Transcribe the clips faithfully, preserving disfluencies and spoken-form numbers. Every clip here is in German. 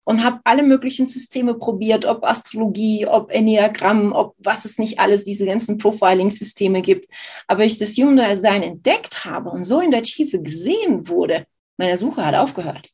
und habe alle möglichen Systeme probiert, ob Astrologie, ob Enneagramm, ob was es nicht alles, diese ganzen Profiling-Systeme gibt. Aber ich das Human Design entdeckt habe und so in der Tiefe gesehen wurde, meine Suche hat aufgehört.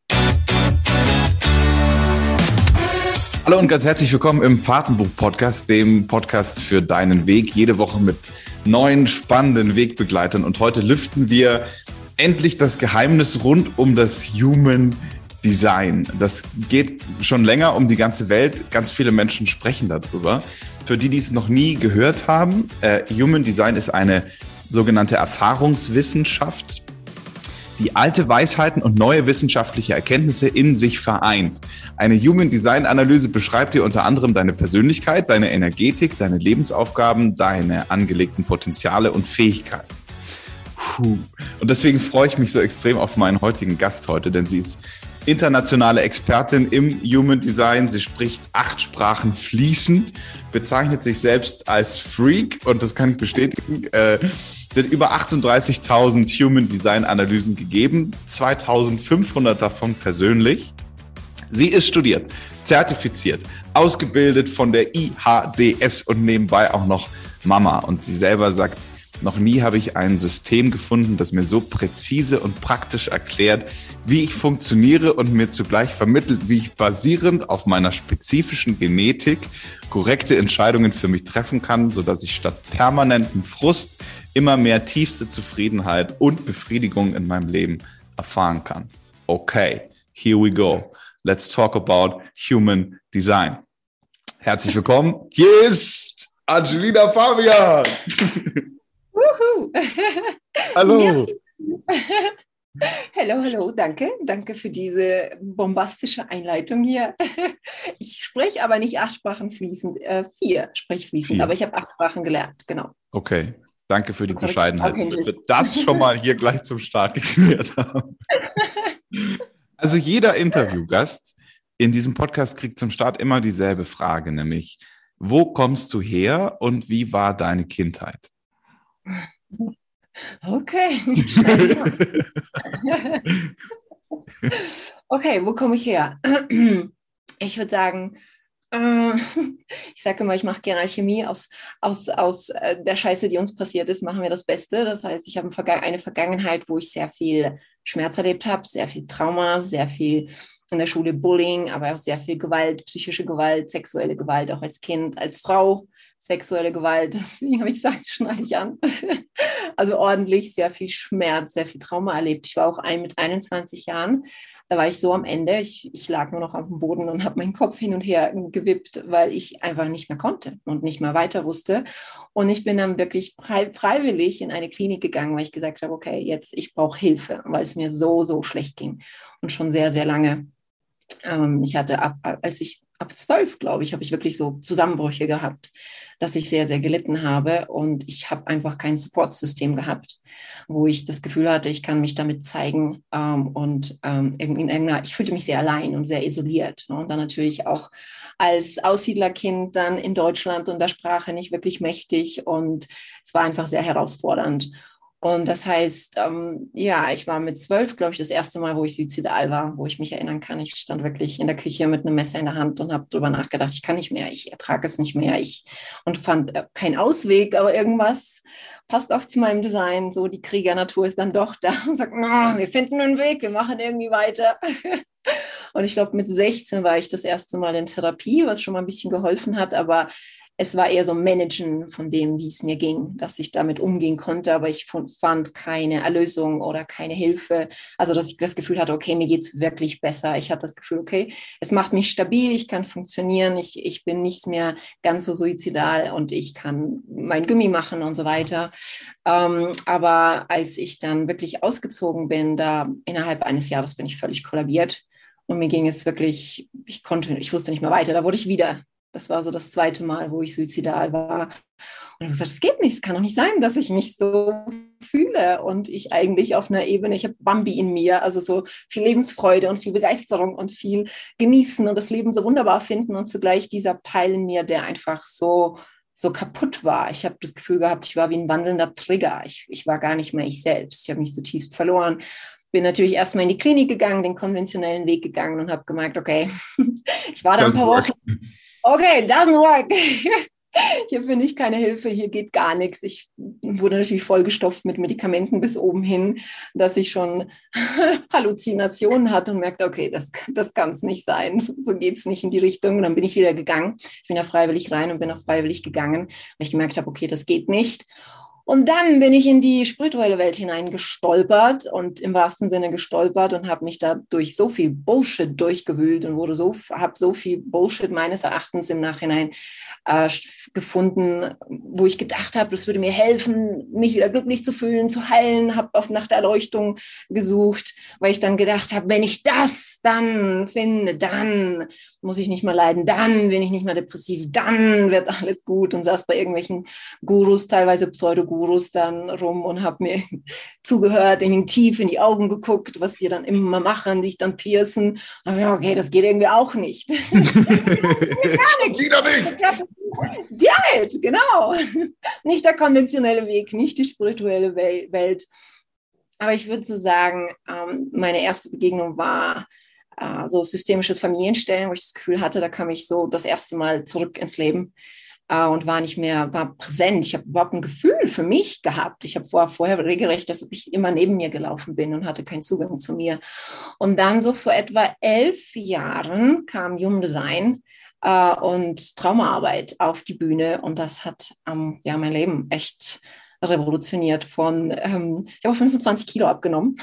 Hallo und ganz herzlich willkommen im Fahrtenbuch-Podcast, dem Podcast für deinen Weg, jede Woche mit neuen spannenden Wegbegleitern. Und heute lüften wir endlich das Geheimnis rund um das Human Design. Das geht schon länger um die ganze Welt. Ganz viele Menschen sprechen darüber. Für die, die es noch nie gehört haben, äh, Human Design ist eine sogenannte Erfahrungswissenschaft, die alte Weisheiten und neue wissenschaftliche Erkenntnisse in sich vereint. Eine Human Design Analyse beschreibt dir unter anderem deine Persönlichkeit, deine Energetik, deine Lebensaufgaben, deine angelegten Potenziale und Fähigkeiten. Puh. Und deswegen freue ich mich so extrem auf meinen heutigen Gast heute, denn sie ist internationale Expertin im Human Design. Sie spricht acht Sprachen fließend, bezeichnet sich selbst als Freak und das kann ich bestätigen. Äh, Sie hat über achtunddreißigtausend Human Design Analysen gegeben, zweitausendfünfhundert davon persönlich. Sie ist studiert, zertifiziert, ausgebildet von der I H D S und nebenbei auch noch Mama. Und sie selber sagt, noch nie habe ich ein System gefunden, das mir so präzise und praktisch erklärt, wie ich funktioniere und mir zugleich vermittelt, wie ich basierend auf meiner spezifischen Genetik korrekte Entscheidungen für mich treffen kann, sodass ich statt permanentem Frust immer mehr tiefste Zufriedenheit und Befriedigung in meinem Leben erfahren kann. Okay, here we go. Let's talk about Human Design. Herzlich willkommen. Hier ist Angelina Fabian. Wuhu. Hallo. Hallo, hallo, danke. Danke für diese bombastische Einleitung hier. Ich spreche aber nicht acht Sprachen fließend, äh, vier spreche fließend, Vier. Aber ich habe acht Sprachen gelernt, genau. Okay, danke für die So Bescheidenheit, dass wir das schon mal hier gleich zum Start geklärt haben. Also jeder Interviewgast in diesem Podcast kriegt zum Start immer dieselbe Frage, nämlich, wo kommst du her und wie war deine Kindheit? Okay. Okay, wo komme ich her? Ich würde sagen, äh, ich sage immer, ich mache gerne Alchemie. Aus, aus, aus äh, der Scheiße, die uns passiert ist, machen wir das Beste. Das heißt, ich habe eine Vergangenheit, wo ich sehr viel Schmerz erlebt habe, sehr viel Trauma, sehr viel in der Schule Bullying, aber auch sehr viel Gewalt, psychische Gewalt, sexuelle Gewalt, auch als Kind, als Frau, sexuelle Gewalt. Deswegen habe ich gesagt, schneide ich an. Also ordentlich, sehr viel Schmerz, sehr viel Trauma erlebt. Ich war auch ein mit einundzwanzig Jahren. Da war ich so am Ende. Ich, ich lag nur noch auf dem Boden und habe meinen Kopf hin und her gewippt, weil ich einfach nicht mehr konnte und nicht mehr weiter wusste. Und ich bin dann wirklich frei, freiwillig in eine Klinik gegangen, weil ich gesagt habe, okay, jetzt, ich brauche Hilfe, weil es mir so, so schlecht ging. Und schon sehr, sehr lange. Ähm, ich hatte ab, als ich ab zwölf, glaube ich, habe ich wirklich so Zusammenbrüche gehabt, dass ich sehr, sehr gelitten habe und ich habe einfach kein Supportsystem gehabt, wo ich das Gefühl hatte, ich kann mich damit zeigen ähm, und ähm, in irgendeiner, ich fühlte mich sehr allein und sehr isoliert. Ne? Und dann natürlich auch als Aussiedlerkind dann in Deutschland und der Sprache nicht wirklich mächtig und es war einfach sehr herausfordernd. Und das heißt, ähm, ja, ich war mit zwölf, glaube ich, das erste Mal, wo ich suizidal war, wo ich mich erinnern kann. Ich stand wirklich in der Küche mit einem Messer in der Hand und habe darüber nachgedacht, ich kann nicht mehr, ich ertrage es nicht mehr. Ich, und fand äh, keinen Ausweg, aber irgendwas passt auch zu meinem Design. So, die Kriegernatur ist dann doch da und sagt, no, wir finden einen Weg, wir machen irgendwie weiter. Und ich glaube, mit sechzehn war ich das erste Mal in Therapie, was schon mal ein bisschen geholfen hat, aber es war eher so Managen von dem, wie es mir ging, dass ich damit umgehen konnte, aber ich fand keine Erlösung oder keine Hilfe. Also, dass ich das Gefühl hatte, okay, mir geht es wirklich besser. Ich hatte das Gefühl, okay, es macht mich stabil, ich kann funktionieren, ich, ich bin nicht mehr ganz so suizidal und ich kann mein Gummi machen und so weiter. Ähm, aber als ich dann wirklich ausgezogen bin, da innerhalb eines Jahres bin ich völlig kollabiert und mir ging es wirklich, ich konnte, ich wusste nicht mehr weiter. Da wurde ich wieder. Das war so das zweite Mal, wo ich suizidal war. Und ich habe gesagt, es geht nicht, es kann doch nicht sein, dass ich mich so fühle und ich eigentlich auf einer Ebene, ich habe Bambi in mir, also so viel Lebensfreude und viel Begeisterung und viel genießen und das Leben so wunderbar finden und zugleich dieser Teil in mir, der einfach so, so kaputt war. Ich habe das Gefühl gehabt, ich war wie ein wandelnder Trigger. Ich, ich war gar nicht mehr ich selbst. Ich habe mich zutiefst verloren. bin natürlich erstmal in die Klinik gegangen, den konventionellen Weg gegangen und habe gemerkt, okay, ich war da ein paar Wochen, okay, doesn't work. Hier finde ich keine Hilfe, hier geht gar nichts. Ich wurde natürlich vollgestopft mit Medikamenten bis oben hin, dass ich schon Halluzinationen hatte und merkte, okay, das, das kann es nicht sein. So, so geht es nicht in die Richtung. Und dann bin ich wieder gegangen. Ich bin ja freiwillig rein und bin auch freiwillig gegangen, weil ich gemerkt habe, okay, das geht nicht. Und dann bin ich in die spirituelle Welt hineingestolpert und im wahrsten Sinne gestolpert und habe mich da durch so viel Bullshit durchgewühlt und wurde so, habe so viel Bullshit meines Erachtens im Nachhinein äh, gefunden, wo ich gedacht habe, das würde mir helfen, mich wieder glücklich zu fühlen, zu heilen, habe auf nach der Erleuchtung gesucht, weil ich dann gedacht habe, wenn ich das dann finde, dann muss ich nicht mehr leiden, dann bin ich nicht mehr depressiv, dann wird alles gut und saß bei irgendwelchen Gurus, teilweise Pseudogurus dann rum und habe mir zugehört, ihnen tief in die Augen geguckt, was die dann immer machen, dich dann piercen. Und ich dachte, okay, das geht irgendwie auch nicht. Gar nicht. Wieder nicht. Ja, genau. Nicht der konventionelle Weg, nicht die spirituelle Welt. Aber ich würde so sagen, meine erste Begegnung war so systemisches Familienstellen, wo ich das Gefühl hatte, da kam ich so das erste Mal zurück ins Leben. Uh, und war nicht mehr, war präsent. Ich habe überhaupt ein Gefühl für mich gehabt. Ich habe vorher, vorher regelrecht, dass ich immer neben mir gelaufen bin und hatte keinen Zugang zu mir. Und dann so vor etwa elf Jahren kam Human Design uh, und Traumaarbeit auf die Bühne und das hat um, ja, mein Leben echt revolutioniert. Von, ähm, ich habe fünfundzwanzig Kilo abgenommen,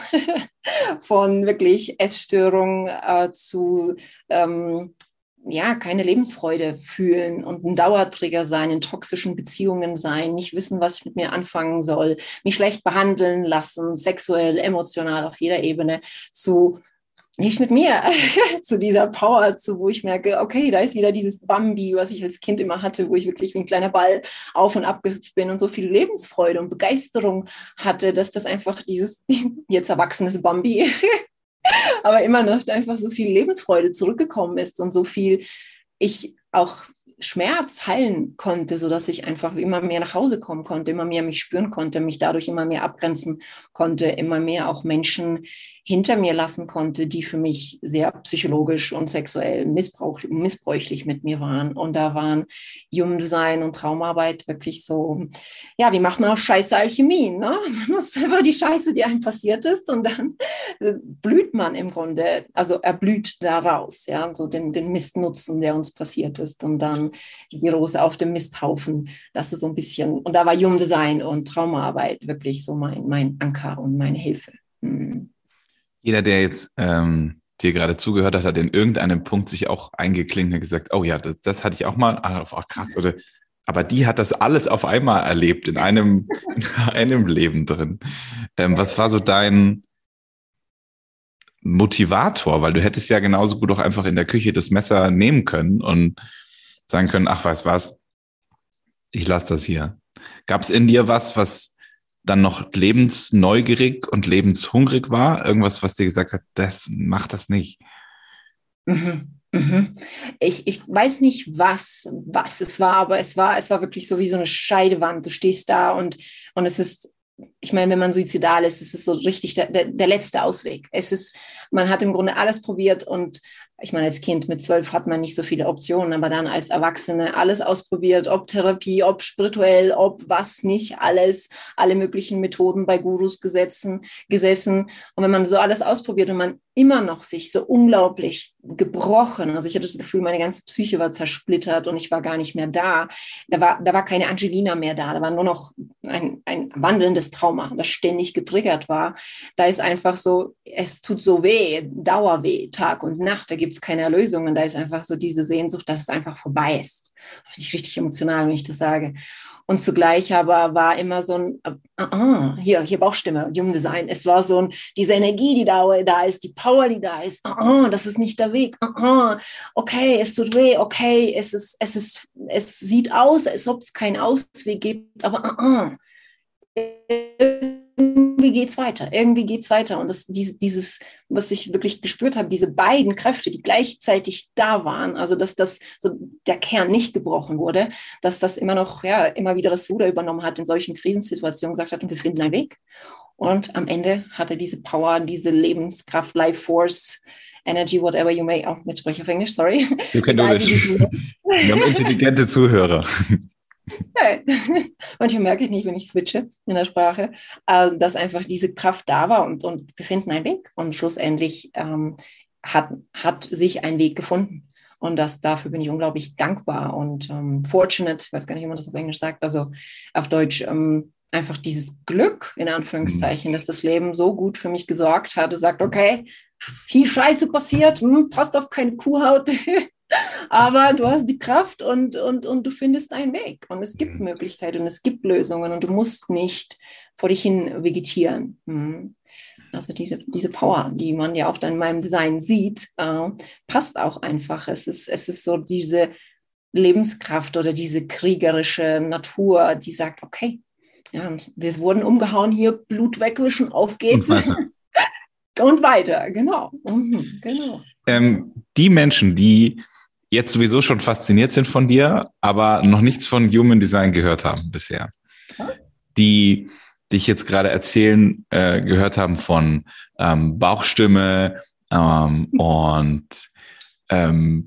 von wirklich Essstörung uh, zu ähm, ja, keine Lebensfreude fühlen und ein Dauerträger sein, in toxischen Beziehungen sein, nicht wissen, was ich mit mir anfangen soll, mich schlecht behandeln lassen, sexuell, emotional auf jeder Ebene, zu nicht mit mir, zu dieser Power, zu wo ich merke, okay, da ist wieder dieses Bambi, was ich als Kind immer hatte, wo ich wirklich wie ein kleiner Ball auf und ab gehüpft bin und so viel Lebensfreude und Begeisterung hatte, dass das einfach dieses jetzt erwachsenes Bambi aber immer noch einfach so viel Lebensfreude zurückgekommen ist und so viel ich auch Schmerz heilen konnte, sodass ich einfach immer mehr nach Hause kommen konnte, immer mehr mich spüren konnte, mich dadurch immer mehr abgrenzen konnte, immer mehr auch Menschen hinter mir lassen konnte, die für mich sehr psychologisch und sexuell missbrauch, missbräuchlich mit mir waren. Und da waren Human Design und Traumarbeit wirklich so, ja, wie macht man auch Scheiße Alchemie, ne? Man muss einfach die Scheiße, die einem passiert ist und dann blüht man im Grunde, also erblüht daraus, ja, so den, den Mist nutzen, der uns passiert ist und dann die Rose auf dem Misthaufen, das ist so ein bisschen, und da war Human Design und Traumaarbeit wirklich so mein, mein Anker und meine Hilfe. Hm. Jeder, der jetzt ähm, dir gerade zugehört hat, hat in irgendeinem Punkt sich auch eingeklinkt und gesagt, oh ja, das, das hatte ich auch mal, ach krass, oder, aber die hat das alles auf einmal erlebt, in einem, in einem Leben drin. Ähm, was war so dein Motivator? Weil du hättest ja genauso gut auch einfach in der Küche das Messer nehmen können und sagen können, ach, weißt was, ich lasse das hier. Gab es in dir was, was dann noch lebensneugierig und lebenshungrig war? Irgendwas, was dir gesagt hat, das mach das nicht. Mhm. Mhm. Ich, ich weiß nicht, was, was es war, aber es war, es war wirklich so wie so eine Scheidewand. Du stehst da und, und es ist, ich meine, wenn man suizidal ist, ist es so richtig der, der, der letzte Ausweg. Es ist, man hat im Grunde alles probiert und ich meine, als Kind mit zwölf hat man nicht so viele Optionen, aber dann als Erwachsene alles ausprobiert, ob Therapie, ob spirituell, ob was nicht, alles, alle möglichen Methoden bei Gurus gesetzen, gesessen. Und wenn man so alles ausprobiert und man immer noch sich so unglaublich gebrochen, also ich hatte das Gefühl, meine ganze Psyche war zersplittert und ich war gar nicht mehr da. Da war, da war keine Angelina mehr da, da war nur noch ein, ein wandelndes Trauma, das ständig getriggert war. Da ist einfach so, es tut so weh, Dauerweh, Tag und Nacht, da gibt es keine Erlösung und da ist einfach so diese Sehnsucht, dass es einfach vorbei ist. Richtig, richtig emotional, wenn ich das sage. Und zugleich aber war immer so ein, uh, uh, hier, hier Bauchstimme, Human Design, es war so ein, diese Energie, die da, da ist, die Power, die da ist, uh, uh, das ist nicht der Weg, uh, uh, okay, es tut weh, okay, es ist, es ist, es sieht aus, als ob es keinen Ausweg gibt, aber uh, uh, irgendwie geht's weiter, irgendwie geht's weiter und das, dieses, dieses, was ich wirklich gespürt habe, diese beiden Kräfte, die gleichzeitig da waren, also dass das so der Kern nicht gebrochen wurde, dass das immer noch, ja, immer wieder das Ruder übernommen hat in solchen Krisensituationen, gesagt hat, und wir finden einen Weg Und am Ende hat er diese Power, diese Lebenskraft, Life Force, Energy, whatever you may. Oh, jetzt spreche ich auf Englisch, sorry. You can do this. Wir haben intelligente Zuhörer. Manchmal merke ich nicht, wenn ich switche in der Sprache, dass einfach diese Kraft da war und, und wir finden einen Weg. Und schlussendlich ähm, hat, hat sich ein Weg gefunden. Und das, dafür bin ich unglaublich dankbar und ähm, fortunate, ich weiß gar nicht, wie man das auf Englisch sagt, also auf Deutsch, ähm, einfach dieses Glück, in Anführungszeichen, mhm. dass das Leben so gut für mich gesorgt hat, sagt, okay, viel Scheiße passiert, hm, passt auf keine Kuhhaut, aber du hast die Kraft und, und, und du findest einen Weg und es gibt mhm. Möglichkeiten und es gibt Lösungen und du musst nicht vor dich hin vegetieren. Mhm. Also diese, diese Power, die man ja auch dann in meinem Design sieht, äh, passt auch einfach. Es ist, es ist so diese Lebenskraft oder diese kriegerische Natur, die sagt, okay, ja, und wir wurden umgehauen, hier Blut wegwischen, auf geht's. Und weiter, und weiter. Genau. Mhm, genau. Ähm, die Menschen, die jetzt sowieso schon fasziniert sind von dir, aber noch nichts von Human Design gehört haben bisher, die dich jetzt gerade erzählen, äh, gehört haben von ähm, Bauchstimme ähm, und ähm,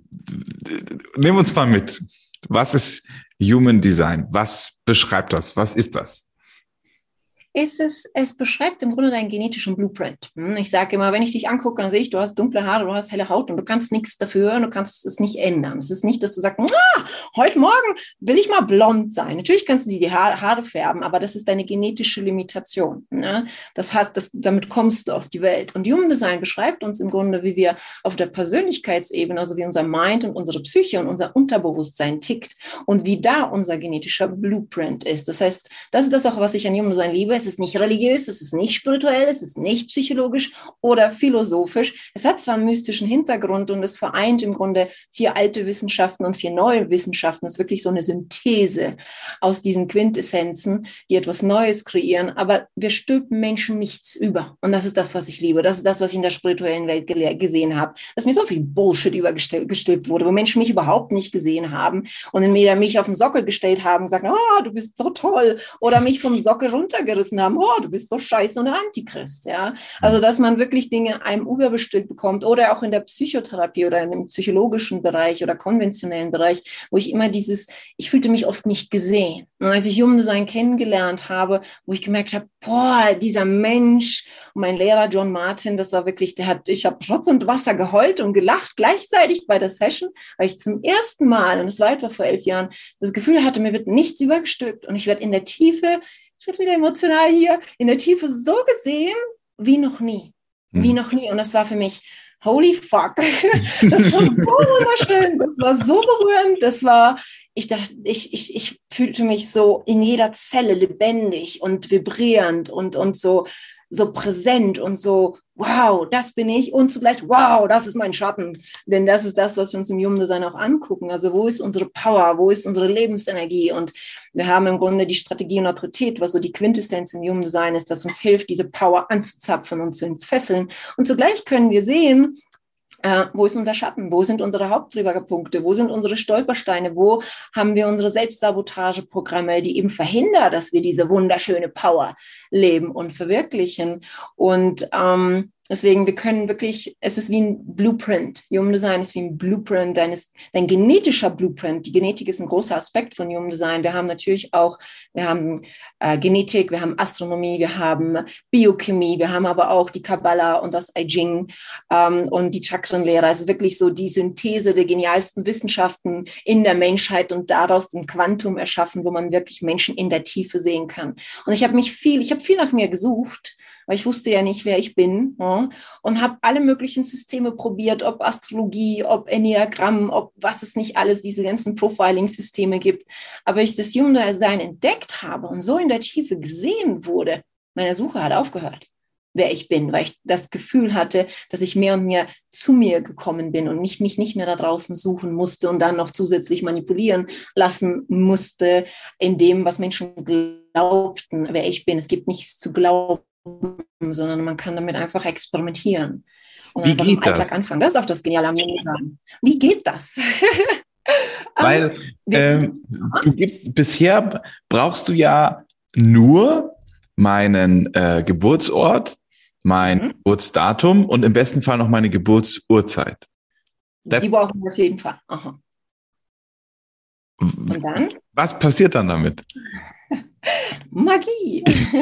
nimm uns mal mit. Was ist Human Design? Was beschreibt das? Was ist das? Ist es, es beschreibt im Grunde deinen genetischen Blueprint. Ich sage immer, wenn ich dich angucke, dann sehe ich, du hast dunkle Haare, du hast helle Haut und du kannst nichts dafür und du kannst es nicht ändern. Es ist nicht, dass du sagst, ah, heute Morgen will ich mal blond sein. Natürlich kannst du dir die Haare, Haare färben, aber das ist deine genetische Limitation. Ne? Das heißt, das, damit kommst du auf die Welt. Und Human Design beschreibt uns im Grunde, wie wir auf der Persönlichkeitsebene, also wie unser Mind und unsere Psyche und unser Unterbewusstsein tickt und wie da unser genetischer Blueprint ist. Das heißt, das ist das auch, was ich an Human Design liebe. Es ist nicht religiös, es ist nicht spirituell, es ist nicht psychologisch oder philosophisch. Es hat zwar einen mystischen Hintergrund und es vereint im Grunde vier alte Wissenschaften und vier neue Wissenschaften. Es ist wirklich so eine Synthese aus diesen Quintessenzen, die etwas Neues kreieren. Aber wir stülpen Menschen nichts über. Und das ist das, was ich liebe. Das ist das, was ich in der spirituellen Welt gele- gesehen habe. Dass mir so viel Bullshit übergestülpt wurde, wo Menschen mich überhaupt nicht gesehen haben und in mir mich auf den Sockel gestellt haben und gesagt, oh, du bist so toll. Oder mich vom Sockel runtergerissen haben, oh, du bist so scheiße und ein Antichrist, ja. Also, dass man wirklich Dinge einem überbestülpt bekommt oder auch in der Psychotherapie oder in dem psychologischen Bereich oder konventionellen Bereich, wo ich immer dieses, ich fühlte mich oft nicht gesehen. Und als ich Human Design kennengelernt habe, wo ich gemerkt habe, boah, dieser Mensch, und mein Lehrer John Martin, das war wirklich, der hat, ich habe Rotz und Wasser geheult und gelacht gleichzeitig bei der Session, weil ich zum ersten Mal, und das war etwa vor elf Jahren, das Gefühl hatte, mir wird nichts übergestülpt und ich werde in der Tiefe ich werde wieder emotional hier, in der Tiefe so gesehen, wie noch nie. Mhm. Wie noch nie. Und das war für mich, holy fuck. Das war so wunderschön, das war so berührend, das war, ich dachte, ich, ich, ich fühlte mich so in jeder Zelle lebendig und vibrierend und, und so, so präsent und so, wow, das bin ich und zugleich, wow, das ist mein Schatten. Denn das ist das, was wir uns im Human Design auch angucken. Also wo ist unsere Power, wo ist unsere Lebensenergie? Und wir haben im Grunde die Strategie und Autorität, was so die Quintessenz im Human Design ist, das uns hilft, diese Power anzuzapfen und zu entfesseln. Und zugleich können wir sehen, Äh, wo ist unser Schatten? Wo sind unsere Haupttriggerpunkte? Wo sind unsere Stolpersteine? Wo haben wir unsere Selbstsabotageprogramme, die eben verhindern, dass wir diese wunderschöne Power leben und verwirklichen? Und ähm, deswegen, wir können wirklich, es ist wie ein Blueprint. Human Design ist wie ein Blueprint, deines, dein genetischer Blueprint. Die Genetik ist ein großer Aspekt von Human Design. Wir haben natürlich auch, wir haben äh, Genetik, wir haben Astronomie, wir haben Biochemie, wir haben aber auch die Kabbala und das I Ching ähm, und die Chakrenlehre. Also wirklich so die Synthese der genialsten Wissenschaften in der Menschheit und daraus ein Quantum erschaffen, wo man wirklich Menschen in der Tiefe sehen kann. Und ich habe mich viel, ich habe viel nach mir gesucht, weil ich wusste ja nicht, wer ich bin, ja, und habe alle möglichen Systeme probiert, ob Astrologie, ob Enneagramm, ob was es nicht alles, diese ganzen Profiling-Systeme gibt. Aber ich das Human Design entdeckt habe und so in der Tiefe gesehen wurde, meine Suche hat aufgehört, wer ich bin, weil ich das Gefühl hatte, dass ich mehr und mehr zu mir gekommen bin und nicht, mich nicht mehr da draußen suchen musste und dann noch zusätzlich manipulieren lassen musste in dem, was Menschen glaubten, wer ich bin. Es gibt nichts zu glauben, sondern man kann damit einfach experimentieren und Wie einfach geht im Alltag das? anfangen. Das ist auch das Geniale am Human Design. Wie geht das? Weil ähm, du gibst, bisher brauchst du ja nur meinen äh, Geburtsort, mein Mhm. Geburtsdatum und im besten Fall noch meine Geburtsurzeit. Die That's, brauchen wir auf jeden Fall. Aha. Und dann? was passiert dann damit? Magie.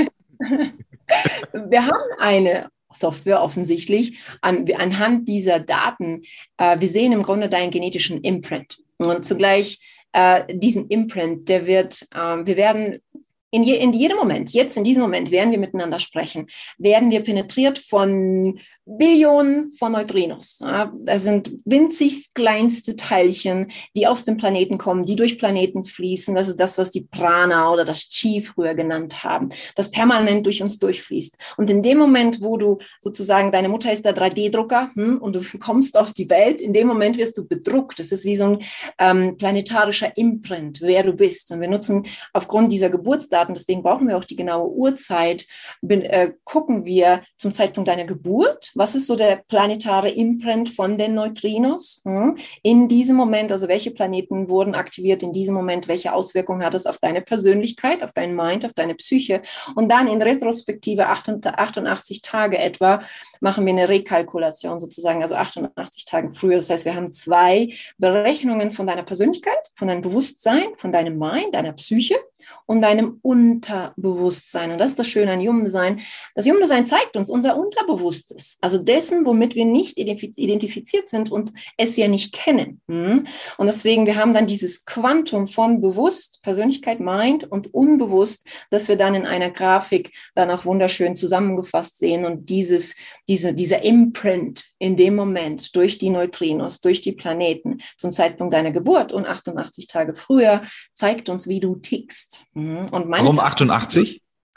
Wir haben eine Software offensichtlich an, anhand dieser Daten. Äh, wir sehen im Grunde deinen genetischen Imprint. Und zugleich äh, diesen Imprint, der wird, äh, wir werden in, je, in jedem Moment, jetzt in diesem Moment, werden wir miteinander sprechen, werden wir penetriert von Billionen von Neutrinos. Ja, das sind winzig kleinste Teilchen, die aus dem Planeten kommen, die durch Planeten fließen. Das ist das, was die Prana oder das Chi früher genannt haben, das permanent durch uns durchfließt. Und in dem Moment, wo du sozusagen, deine Mutter ist der drei D-Drucker hm, und du kommst auf die Welt, in dem Moment wirst du bedruckt. Das ist wie so ein ähm, planetarischer Imprint, wer du bist. Und wir nutzen aufgrund dieser Geburtsdaten, deswegen brauchen wir auch die genaue Uhrzeit, bin, äh, gucken wir zum Zeitpunkt deiner Geburt, was ist so der planetare Imprint von den Neutrinos hm? in diesem Moment, also welche Planeten wurden aktiviert in diesem Moment, welche Auswirkungen hat es auf deine Persönlichkeit, auf deinen Mind, auf deine Psyche und dann in Retrospektive achtundachtzig Tage etwa machen wir eine Rekalkulation sozusagen, also achtundachtzig Tage früher, das heißt, wir haben zwei Berechnungen von deiner Persönlichkeit, von deinem Bewusstsein, von deinem Mind, deiner Psyche und deinem Unterbewusstsein. Und das ist das Schöne an Human Design. Das Human Design zeigt uns unser Unterbewusstes, also dessen, womit wir nicht identifiziert sind und es ja nicht kennen. Und deswegen, wir haben dann dieses Quantum von bewusst, Persönlichkeit, Mind und unbewusst, das wir dann in einer Grafik dann auch wunderschön zusammengefasst sehen und dieses, diese, dieser Imprint in dem Moment durch die Neutrinos, durch die Planeten zum Zeitpunkt deiner Geburt und achtundachtzig Tage früher zeigt uns, wie du tickst. Und Warum achtundachtzig?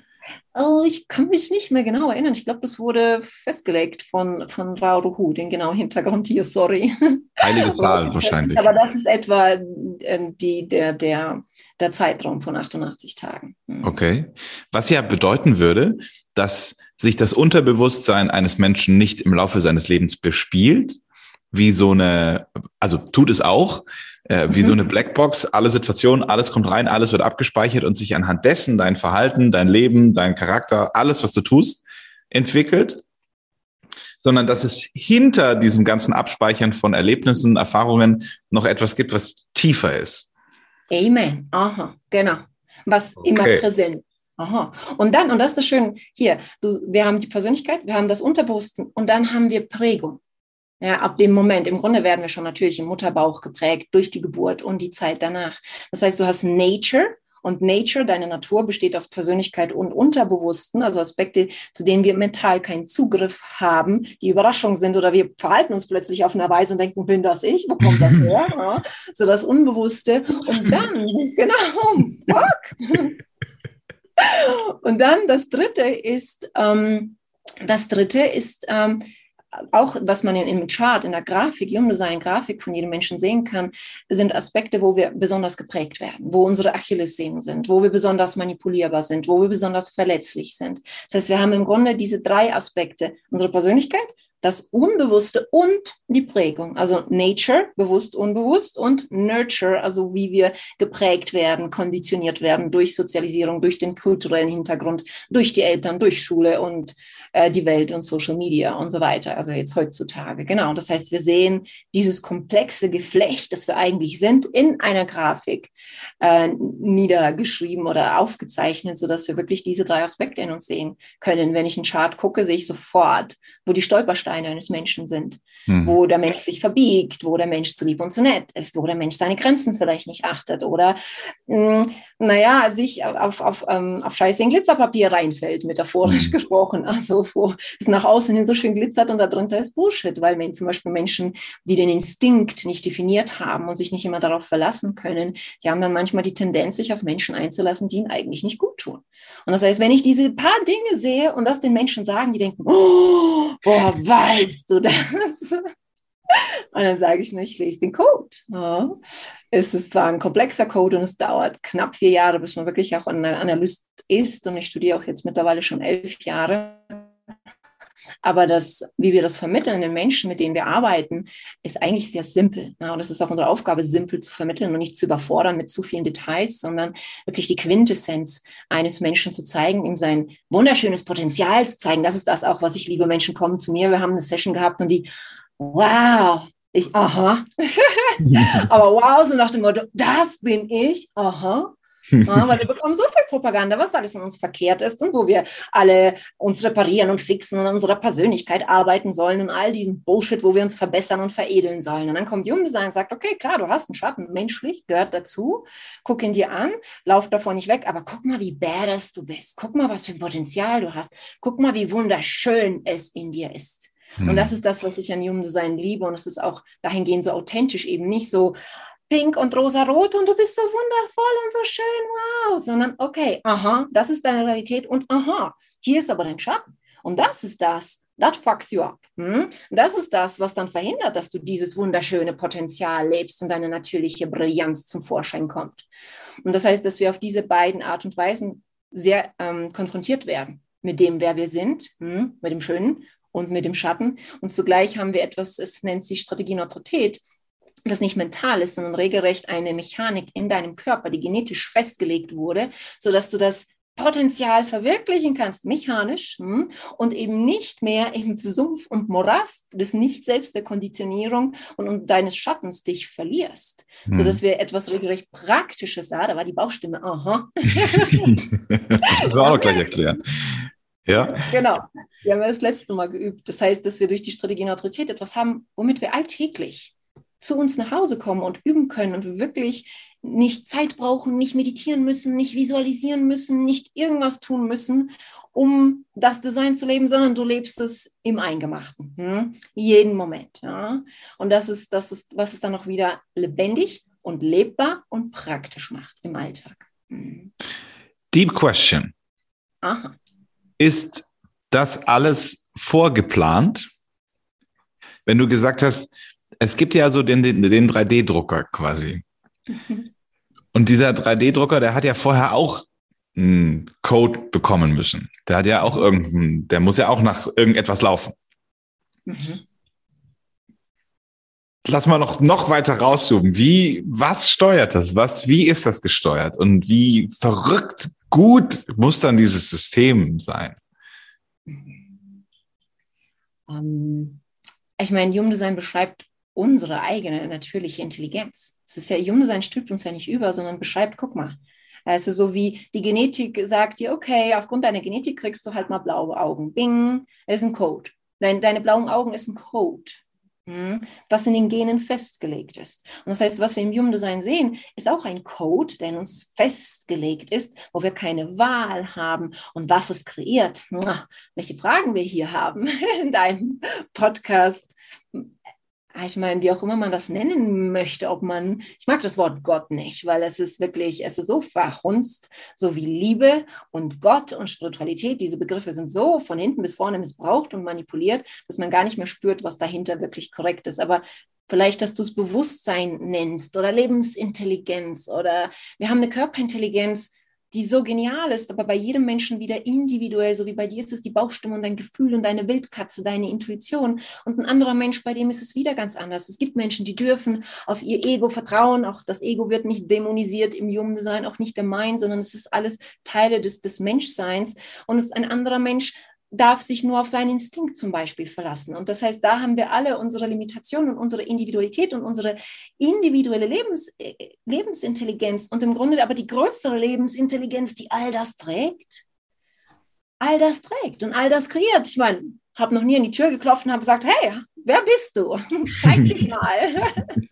Oh, ich kann mich nicht mehr genau erinnern. Ich glaube, das wurde festgelegt von, von Rauruhu, den genauen Hintergrund hier, sorry. Heilige Zahl wahrscheinlich. Aber das ist etwa ähm, die, der, der, der Zeitraum von achtundachtzig Tagen. Okay. Was ja bedeuten würde, dass sich das Unterbewusstsein eines Menschen nicht im Laufe seines Lebens bespielt, wie so eine, also tut es auch, äh, wie mhm. so eine Blackbox, alle Situationen, alles kommt rein, alles wird abgespeichert und sich anhand dessen dein Verhalten, dein Leben, dein Charakter, alles, was du tust, entwickelt, sondern dass es hinter diesem ganzen Abspeichern von Erlebnissen, Erfahrungen noch etwas gibt, was tiefer ist. Amen. Aha, genau. Was okay. immer präsent ist. Aha. Und dann, und das ist das Schöne, hier, du, wir haben die Persönlichkeit, wir haben das Unterbewusstsein und dann haben wir Prägung. Ja, ab dem Moment, im Grunde werden wir schon natürlich im Mutterbauch geprägt durch die Geburt und die Zeit danach. Das heißt, du hast Nature und Nature, deine Natur, besteht aus Persönlichkeit und Unterbewussten, also Aspekte, zu denen wir mental keinen Zugriff haben, die Überraschung sind oder wir verhalten uns plötzlich auf eine Weise und denken, bin das ich? Wo kommt das her? Ja, so das Unbewusste. Und dann, genau, fuck. Und dann das Dritte ist, ähm, das Dritte ist, ähm, auch, was man in, im Chart, in der Grafik, Human Design Grafik von jedem Menschen sehen kann, sind Aspekte, wo wir besonders geprägt werden, wo unsere Achillessehnen sind, wo wir besonders manipulierbar sind, wo wir besonders verletzlich sind. Das heißt, wir haben im Grunde diese drei Aspekte, unsere Persönlichkeit, das Unbewusste und die Prägung. Also Nature, bewusst, unbewusst und Nurture, also wie wir geprägt werden, konditioniert werden durch Sozialisierung, durch den kulturellen Hintergrund, durch die Eltern, durch Schule und äh, die Welt und Social Media und so weiter. Also jetzt heutzutage. Genau. Das heißt, wir sehen dieses komplexe Geflecht, das wir eigentlich sind, in einer Grafik äh, niedergeschrieben oder aufgezeichnet, sodass wir wirklich diese drei Aspekte in uns sehen können. Wenn ich einen Chart gucke, sehe ich sofort, wo die Stolpersteine eines Menschen sind, hm. wo der Mensch sich verbiegt, wo der Mensch zu lieb und zu nett ist, wo der Mensch seine Grenzen vielleicht nicht achtet oder, mh, naja, sich auf, auf, auf, auf Scheiße in Glitzerpapier reinfällt, metaphorisch hm. gesprochen, also wo es nach außen hin so schön glitzert und darunter ist Bullshit, weil man, zum Beispiel Menschen, die den Instinkt nicht definiert haben und sich nicht immer darauf verlassen können, die haben dann manchmal die Tendenz, sich auf Menschen einzulassen, die ihnen eigentlich nicht gut tun. Und das heißt, wenn ich diese paar Dinge sehe und das den Menschen sagen, die denken, oh, boah, weißt du das? Und dann sage ich nur, ich lese den Code. Ja. Es ist zwar ein komplexer Code und es dauert knapp vier Jahre, bis man wirklich auch ein Analyst ist. Und ich studiere auch jetzt mittlerweile schon elf Jahre. Aber das, wie wir das vermitteln den Menschen, mit denen wir arbeiten, ist eigentlich sehr simpel. Ja, und das ist auch unsere Aufgabe, simpel zu vermitteln und nicht zu überfordern mit zu vielen Details, sondern wirklich die Quintessenz eines Menschen zu zeigen, ihm sein wunderschönes Potenzial zu zeigen. Das ist das auch, was ich liebe. Menschen kommen zu mir, wir haben eine Session gehabt und die, wow, ich, aha. Aber wow, so nach dem Motto, das bin ich, aha. Ja, weil wir bekommen so viel Propaganda, was alles in uns verkehrt ist und wo wir alle uns reparieren und fixen und an unserer Persönlichkeit arbeiten sollen und all diesen Bullshit, wo wir uns verbessern und veredeln sollen. Und dann kommt Human Design und sagt, okay, klar, du hast einen Schatten, menschlich, gehört dazu, guck ihn dir an, lauf davon nicht weg, aber guck mal, wie badass du bist, guck mal, was für ein Potenzial du hast, guck mal, wie wunderschön es in dir ist. Hm. Und das ist das, was ich an Human Design liebe und es ist auch dahingehend so authentisch, eben nicht so pink und rosa-rot und du bist so wundervoll und so schön, wow, sondern okay, aha, das ist deine Realität und aha, hier ist aber dein Schatten und das ist das, that fucks you up. Hm? Das ist das, was dann verhindert, dass du dieses wunderschöne Potenzial lebst und deine natürliche Brillanz zum Vorschein kommt. Und das heißt, dass wir auf diese beiden Art und Weisen sehr ähm, konfrontiert werden mit dem, wer wir sind, hm? mit dem Schönen und mit dem Schatten und zugleich haben wir etwas, es nennt sich Strategie-Neutralität, das nicht mental ist, sondern regelrecht eine Mechanik in deinem Körper, die genetisch festgelegt wurde, sodass du das Potenzial verwirklichen kannst, mechanisch, hm, und eben nicht mehr im Sumpf und Morast des Nicht-Selbst der Konditionierung und, und deines Schattens dich verlierst, hm. sodass wir etwas regelrecht Praktisches, da, da war die Bauchstimme, aha. Das müssen wir auch noch gleich erklären. Ja. Genau, wir haben das letzte Mal geübt. Das heißt, dass wir durch die Strategie-Neutralität etwas haben, womit wir alltäglich zu uns nach Hause kommen und üben können und wir wirklich nicht Zeit brauchen, nicht meditieren müssen, nicht visualisieren müssen, nicht irgendwas tun müssen, um das Design zu leben, sondern du lebst es im Eingemachten, hm? jeden Moment. Ja? Und das ist, das ist, was es dann auch wieder lebendig und lebbar und praktisch macht im Alltag. Hm. Deep question. Aha. Ist das alles vorgeplant? Wenn du gesagt hast, es gibt ja so den, den, den drei D Drucker quasi. Mhm. Und dieser drei D Drucker, der hat ja vorher auch einen Code bekommen müssen. Der hat ja auch irgendeinen, der muss ja auch nach irgendetwas laufen. Mhm. Lass mal noch, noch weiter rauszoomen. Wie, was steuert das? Was, wie ist das gesteuert? Und wie verrückt gut muss dann dieses System sein? Um, ich meine, Human Design beschreibt unsere eigene natürliche Intelligenz. Es ist ja, Human Design stülpt uns ja nicht über, sondern beschreibt, guck mal, also so wie die Genetik sagt dir, okay, aufgrund deiner Genetik kriegst du halt mal blaue Augen. Bing, das ist ein Code. Deine, deine blauen Augen ist ein Code, hm, was in den Genen festgelegt ist. Und das heißt, was wir im Human Design sehen, ist auch ein Code, der in uns festgelegt ist, wo wir keine Wahl haben. Und was es kreiert, welche Fragen wir hier haben in deinem Podcast, ich meine, wie auch immer man das nennen möchte, ob man, ich mag das Wort Gott nicht, weil es ist wirklich, es ist so verhunzt, so wie Liebe und Gott und Spiritualität, diese Begriffe sind so von hinten bis vorne missbraucht und manipuliert, dass man gar nicht mehr spürt, was dahinter wirklich korrekt ist. Aber vielleicht, dass du es Bewusstsein nennst oder Lebensintelligenz oder wir haben eine Körperintelligenz, die so genial ist, aber bei jedem Menschen wieder individuell, so wie bei dir ist es die Bauchstimme und dein Gefühl und deine Wildkatze, deine Intuition und ein anderer Mensch, bei dem ist es wieder ganz anders. Es gibt Menschen, die dürfen auf ihr Ego vertrauen, auch das Ego wird nicht dämonisiert im Human Design, auch nicht der Mind, sondern es ist alles Teile des, des Menschseins und es ist ein anderer Mensch, darf sich nur auf seinen Instinkt zum Beispiel verlassen. Und das heißt, da haben wir alle unsere Limitationen und unsere Individualität und unsere individuelle Lebens, äh, Lebensintelligenz und im Grunde aber die größere Lebensintelligenz, die all das trägt, all das trägt und all das kreiert. Ich meine, habe noch nie an die Tür geklopft und habe gesagt, hey, wer bist du? Zeig dich mal.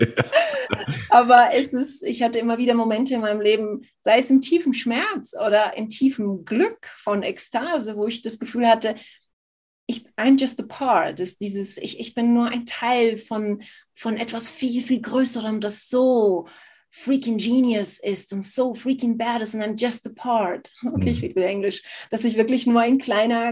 Aber es ist, ich hatte immer wieder Momente in meinem Leben, sei es im tiefen Schmerz oder im tiefen Glück von Ekstase, wo ich das Gefühl hatte, ich, I'm just a part. Das, dieses, ich, ich bin nur ein Teil von, von etwas viel, viel Größerem, das so freaking genius ist und so freaking bad ist und I'm just a part. Okay, ich rede wieder Englisch. Dass ich wirklich nur ein kleiner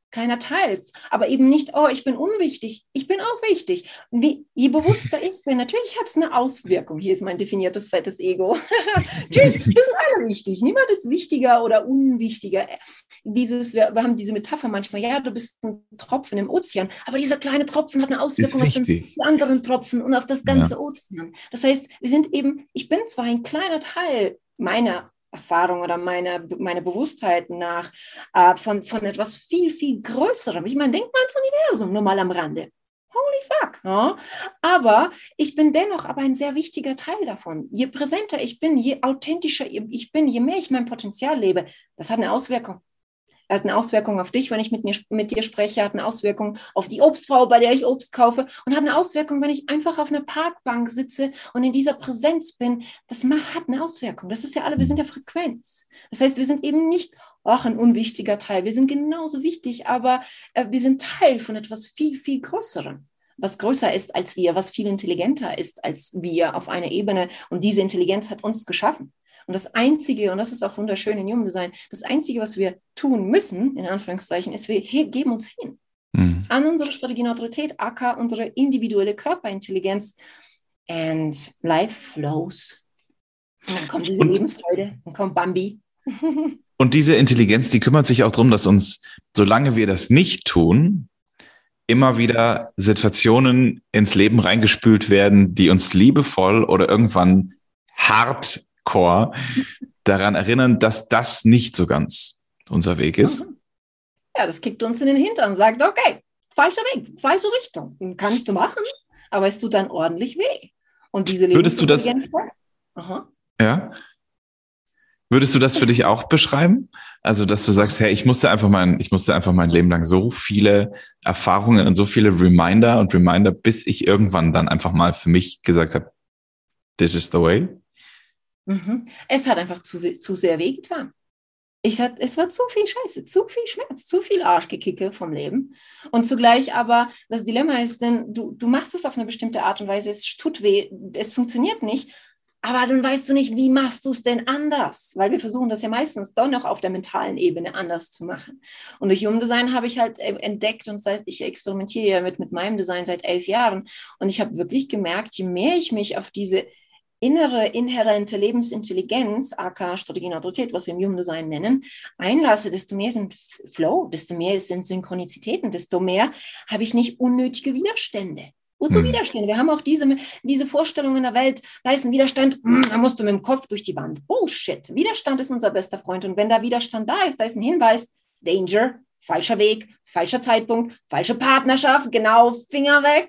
kleiner Teil. Aber eben nicht, oh, ich bin unwichtig. Ich bin auch wichtig. Wie, je bewusster ich bin, natürlich hat es eine Auswirkung. Hier ist mein definiertes, fettes Ego. Natürlich, wir sind alle wichtig. Niemand ist wichtiger oder unwichtiger. Dieses, wir, wir haben diese Metapher manchmal, ja, du bist ein Tropfen im Ozean, aber dieser kleine Tropfen hat eine Auswirkung auf den, die anderen Tropfen und auf das ganze ja. Ozean. Das heißt, wir sind eben, ich bin zwar ein kleiner Teil meiner Erfahrung oder meine, meine Bewusstheit nach äh, von, von etwas viel, viel Größerem. Ich meine, denk mal ans Universum, nur mal am Rande. Holy fuck. Ja? Aber ich bin dennoch aber ein sehr wichtiger Teil davon. Je präsenter ich bin, je authentischer ich bin, je mehr ich mein Potenzial lebe, das hat eine Auswirkung. Hat eine Auswirkung auf dich, wenn ich mit, mir, mit dir spreche, hat eine Auswirkung auf die Obstfrau, bei der ich Obst kaufe und hat eine Auswirkung, wenn ich einfach auf einer Parkbank sitze und in dieser Präsenz bin. Das hat eine Auswirkung. Das ist ja alle, wir sind ja Frequenz. Das heißt, wir sind eben nicht auch ein unwichtiger Teil. Wir sind genauso wichtig, aber äh, wir sind Teil von etwas viel, viel Größerem, was größer ist als wir, was viel intelligenter ist als wir auf einer Ebene. Und diese Intelligenz hat uns geschaffen. Und das Einzige, und das ist auch wunderschön in Human Design, das Einzige, was wir tun müssen, in Anführungszeichen, ist, wir he- geben uns hin mhm. an unsere Strategie und Autorität, aka unsere individuelle Körperintelligenz. And life flows. Und dann kommt diese und, Lebensfreude, dann kommt Bambi. Und diese Intelligenz, die kümmert sich auch darum, dass uns, solange wir das nicht tun, immer wieder Situationen ins Leben reingespült werden, die uns liebevoll oder irgendwann hart daran erinnern, dass das nicht so ganz unser Weg ist. Ja, das kickt uns in den Hintern und sagt, okay, falscher Weg, falsche Richtung. Kannst du machen, aber es tut dann ordentlich weh. Und diese Würdest du das, Aha. ja? Würdest du das für dich auch beschreiben? Also, dass du sagst, hey, ich musste einfach mein, ich musste einfach mein Leben lang so viele Erfahrungen und so viele Reminder und Reminder, bis ich irgendwann dann einfach mal für mich gesagt habe, this is the way? Mhm. Es hat einfach zu, zu sehr wehgetan. Ich hat, es war zu viel Scheiße, zu viel Schmerz, zu viel Arschgekicke vom Leben. Und zugleich aber, das Dilemma ist, denn du, du machst es auf eine bestimmte Art und Weise, es tut weh, es funktioniert nicht, aber dann weißt du nicht, wie machst du es denn anders? Weil wir versuchen das ja meistens doch noch auf der mentalen Ebene anders zu machen. Und durch Human Design habe ich halt entdeckt, und das heißt, ich experimentiere ja mit, mit meinem Design seit elf Jahren, und ich habe wirklich gemerkt, je mehr ich mich auf diese innere, inhärente Lebensintelligenz, aka Strategie und Autorität, was wir im Human Design nennen, einlasse, desto mehr sind Flow, desto mehr sind Synchronizitäten, desto mehr habe ich nicht unnötige Widerstände. Wozu hm. Widerstände? Wir haben auch diese, diese Vorstellung in der Welt, da ist ein Widerstand, da musst du mit dem Kopf durch die Wand. Bullshit. Widerstand ist unser bester Freund. Und wenn da Widerstand da ist, da ist ein Hinweis, Danger, falscher Weg, falscher Zeitpunkt, falsche Partnerschaft, genau, Finger weg.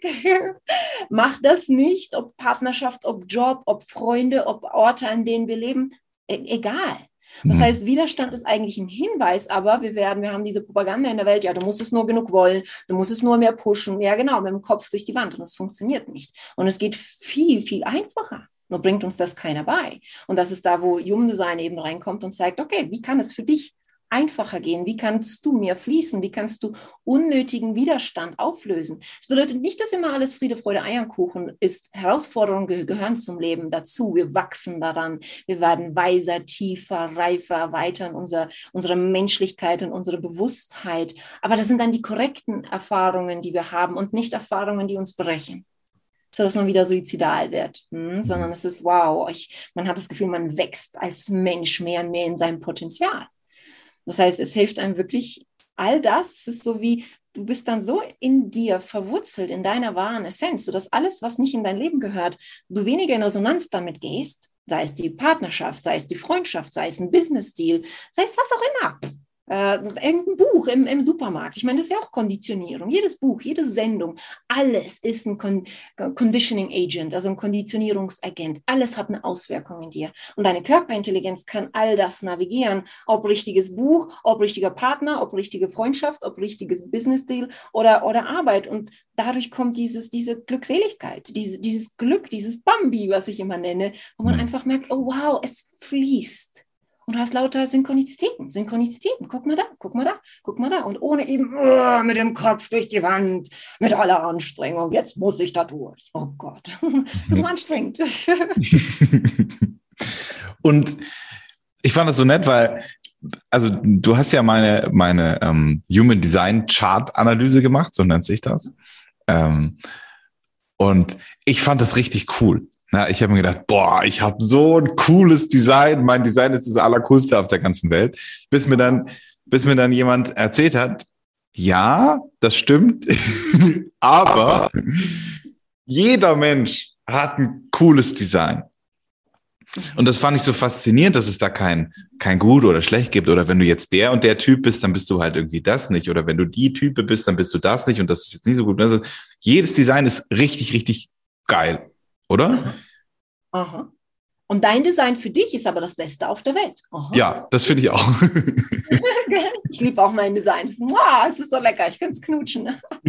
Mach das nicht, ob Partnerschaft, ob Job, ob Freunde, ob Orte, an denen wir leben, e- egal. Das mhm. heißt, Widerstand ist eigentlich ein Hinweis, aber wir werden, wir haben diese Propaganda in der Welt, ja, du musst es nur genug wollen, du musst es nur mehr pushen, ja genau, mit dem Kopf durch die Wand, und es funktioniert nicht. Und es geht viel, viel einfacher. Nur bringt uns das keiner bei. Und das ist da, wo Human Design eben reinkommt und zeigt, okay, wie kann es für dich einfacher gehen? Wie kannst du mehr fließen? Wie kannst du unnötigen Widerstand auflösen? Das bedeutet nicht, dass immer alles Friede, Freude, Eierkuchen ist. Herausforderungen ge- gehören zum Leben dazu. Wir wachsen daran. Wir werden weiser, tiefer, reifer, erweitern unser, unsere Menschlichkeit und unsere Bewusstheit. Aber das sind dann die korrekten Erfahrungen, die wir haben, und nicht Erfahrungen, die uns brechen, so dass man wieder suizidal wird, hm? sondern es ist wow. Ich, man hat das Gefühl, man wächst als Mensch mehr und mehr in seinem Potenzial. Das heißt, es hilft einem wirklich, all das, es ist so wie, du bist dann so in dir verwurzelt, in deiner wahren Essenz, sodass alles, was nicht in dein Leben gehört, du weniger in Resonanz damit gehst, sei es die Partnerschaft, sei es die Freundschaft, sei es ein Business-Deal, sei es was auch immer. Äh, irgendein Buch im, im Supermarkt. Ich meine, das ist ja auch Konditionierung. Jedes Buch, jede Sendung, alles ist ein Con- Conditioning Agent, also ein Konditionierungsagent. Alles hat eine Auswirkung in dir. Und deine Körperintelligenz kann all das navigieren. Ob richtiges Buch, ob richtiger Partner, ob richtige Freundschaft, ob richtiges Business-Deal oder, oder Arbeit. Und dadurch kommt dieses, diese Glückseligkeit, diese, dieses Glück, dieses Bambi, was ich immer nenne, wo man einfach merkt, oh wow, es fließt. Und du hast lauter Synchronizitäten, Synchronizitäten. Guck mal da, guck mal da, guck mal da. Und ohne eben uh, mit dem Kopf durch die Wand, mit aller Anstrengung. Jetzt muss ich da durch. Oh Gott, das ist anstrengend. Und ich fand das so nett, weil also du hast ja meine, meine ähm, Human Design Chart Analyse gemacht, so nennt sich das. Ähm, und ich fand das richtig cool. Na, ich habe mir gedacht, boah, ich habe so ein cooles Design. Mein Design ist das allercoolste auf der ganzen Welt. Bis mir dann, bis mir dann jemand erzählt hat, ja, das stimmt, aber jeder Mensch hat ein cooles Design. Und das fand ich so faszinierend, dass es da kein, kein gut oder schlecht gibt. Oder wenn du jetzt der und der Typ bist, dann bist du halt irgendwie das nicht. Oder wenn du die Type bist, dann bist du das nicht. Und das ist jetzt nicht so gut. Also jedes Design ist richtig, richtig geil, oder? Aha. Aha. Und dein Design für dich ist aber das Beste auf der Welt. Aha. Ja, das finde ich auch. Ich liebe auch mein Design. Wow, es ist so lecker, ich kann es knutschen.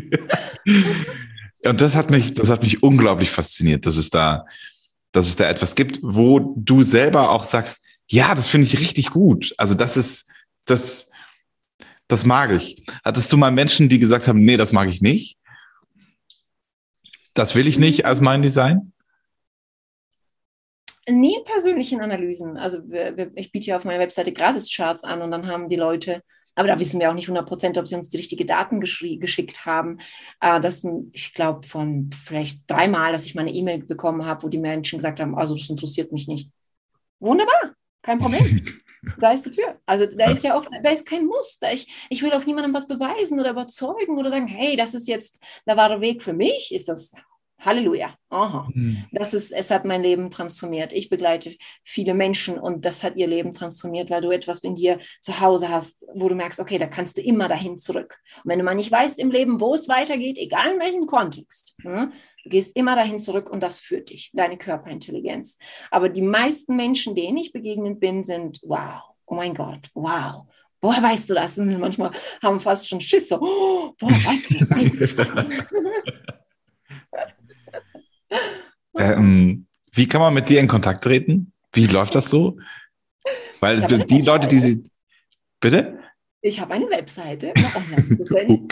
Und das hat mich, das hat mich unglaublich fasziniert, dass es da, dass es da etwas gibt, wo du selber auch sagst, ja, das finde ich richtig gut. Also das ist, das, das mag ich. Hattest du mal Menschen, die gesagt haben, nee, das mag ich nicht? Das will ich nicht als mein Design? Nie in persönlichen Analysen. Also wir, wir, ich biete ja auf meiner Webseite Gratis-Charts an und dann haben die Leute, aber da wissen wir auch nicht hundert Prozent, ob sie uns die richtigen Daten geschickt haben. Äh, das sind, ich glaube, von vielleicht dreimal, dass ich mal eine E-Mail bekommen habe, wo die Menschen gesagt haben, also das interessiert mich nicht. Wunderbar, kein Problem. Da ist die Tür. Also da ist ja auch, da ist kein Muss. Da ich, ich will auch niemandem was beweisen oder überzeugen oder sagen, hey, das ist jetzt der wahre Weg für mich. Ist das Halleluja. Aha. Mhm. Das ist, es hat mein Leben transformiert. Ich begleite viele Menschen und das hat ihr Leben transformiert, weil du etwas in dir zu Hause hast, wo du merkst, okay, da kannst du immer dahin zurück. Und wenn du mal nicht weißt im Leben, wo es weitergeht, egal in welchem Kontext, hm, du gehst immer dahin zurück und das führt dich, deine Körperintelligenz. Aber die meisten Menschen, denen ich begegnet bin, sind, wow, oh mein Gott, wow. Woher weißt du das? Und manchmal haben fast schon Schiss. So, oh, woher weißt du das? Ähm, wie kann man mit dir in Kontakt treten? Wie läuft das so? Weil die Leute, die sie... Bitte? Ich habe eine Webseite, eine Online-Präsenz.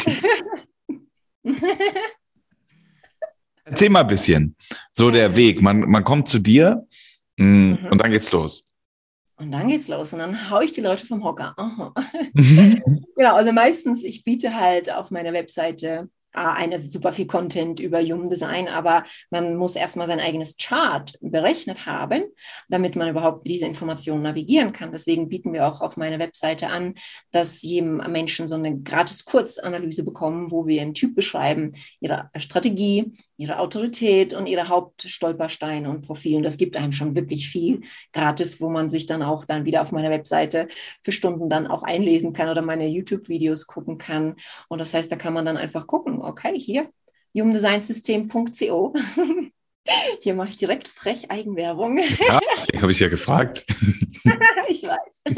Erzähl mal ein bisschen. So der Weg. Man, man kommt zu dir mh, mhm. und dann geht's los. Und dann geht's los und dann haue ich die Leute vom Hocker. Aha. Genau, also meistens, ich biete halt auf meiner Webseite eine super viel Content über Human Design, aber man muss erstmal sein eigenes Chart berechnet haben, damit man überhaupt diese Informationen navigieren kann. Deswegen bieten wir auch auf meiner Webseite an, dass jedem Menschen so eine gratis Kurzanalyse bekommen, wo wir einen Typ beschreiben, ihre Strategie, ihre Autorität und ihre Hauptstolpersteine und Profile. Und das gibt einem schon wirklich viel gratis, wo man sich dann auch dann wieder auf meiner Webseite für Stunden dann auch einlesen kann oder meine YouTube-Videos gucken kann. Und das heißt, da kann man dann einfach gucken, okay, hier, human design system punkt co. Hier mache ich direkt frech Eigenwerbung. Ja, deswegen habe ich ja gefragt. Ich weiß.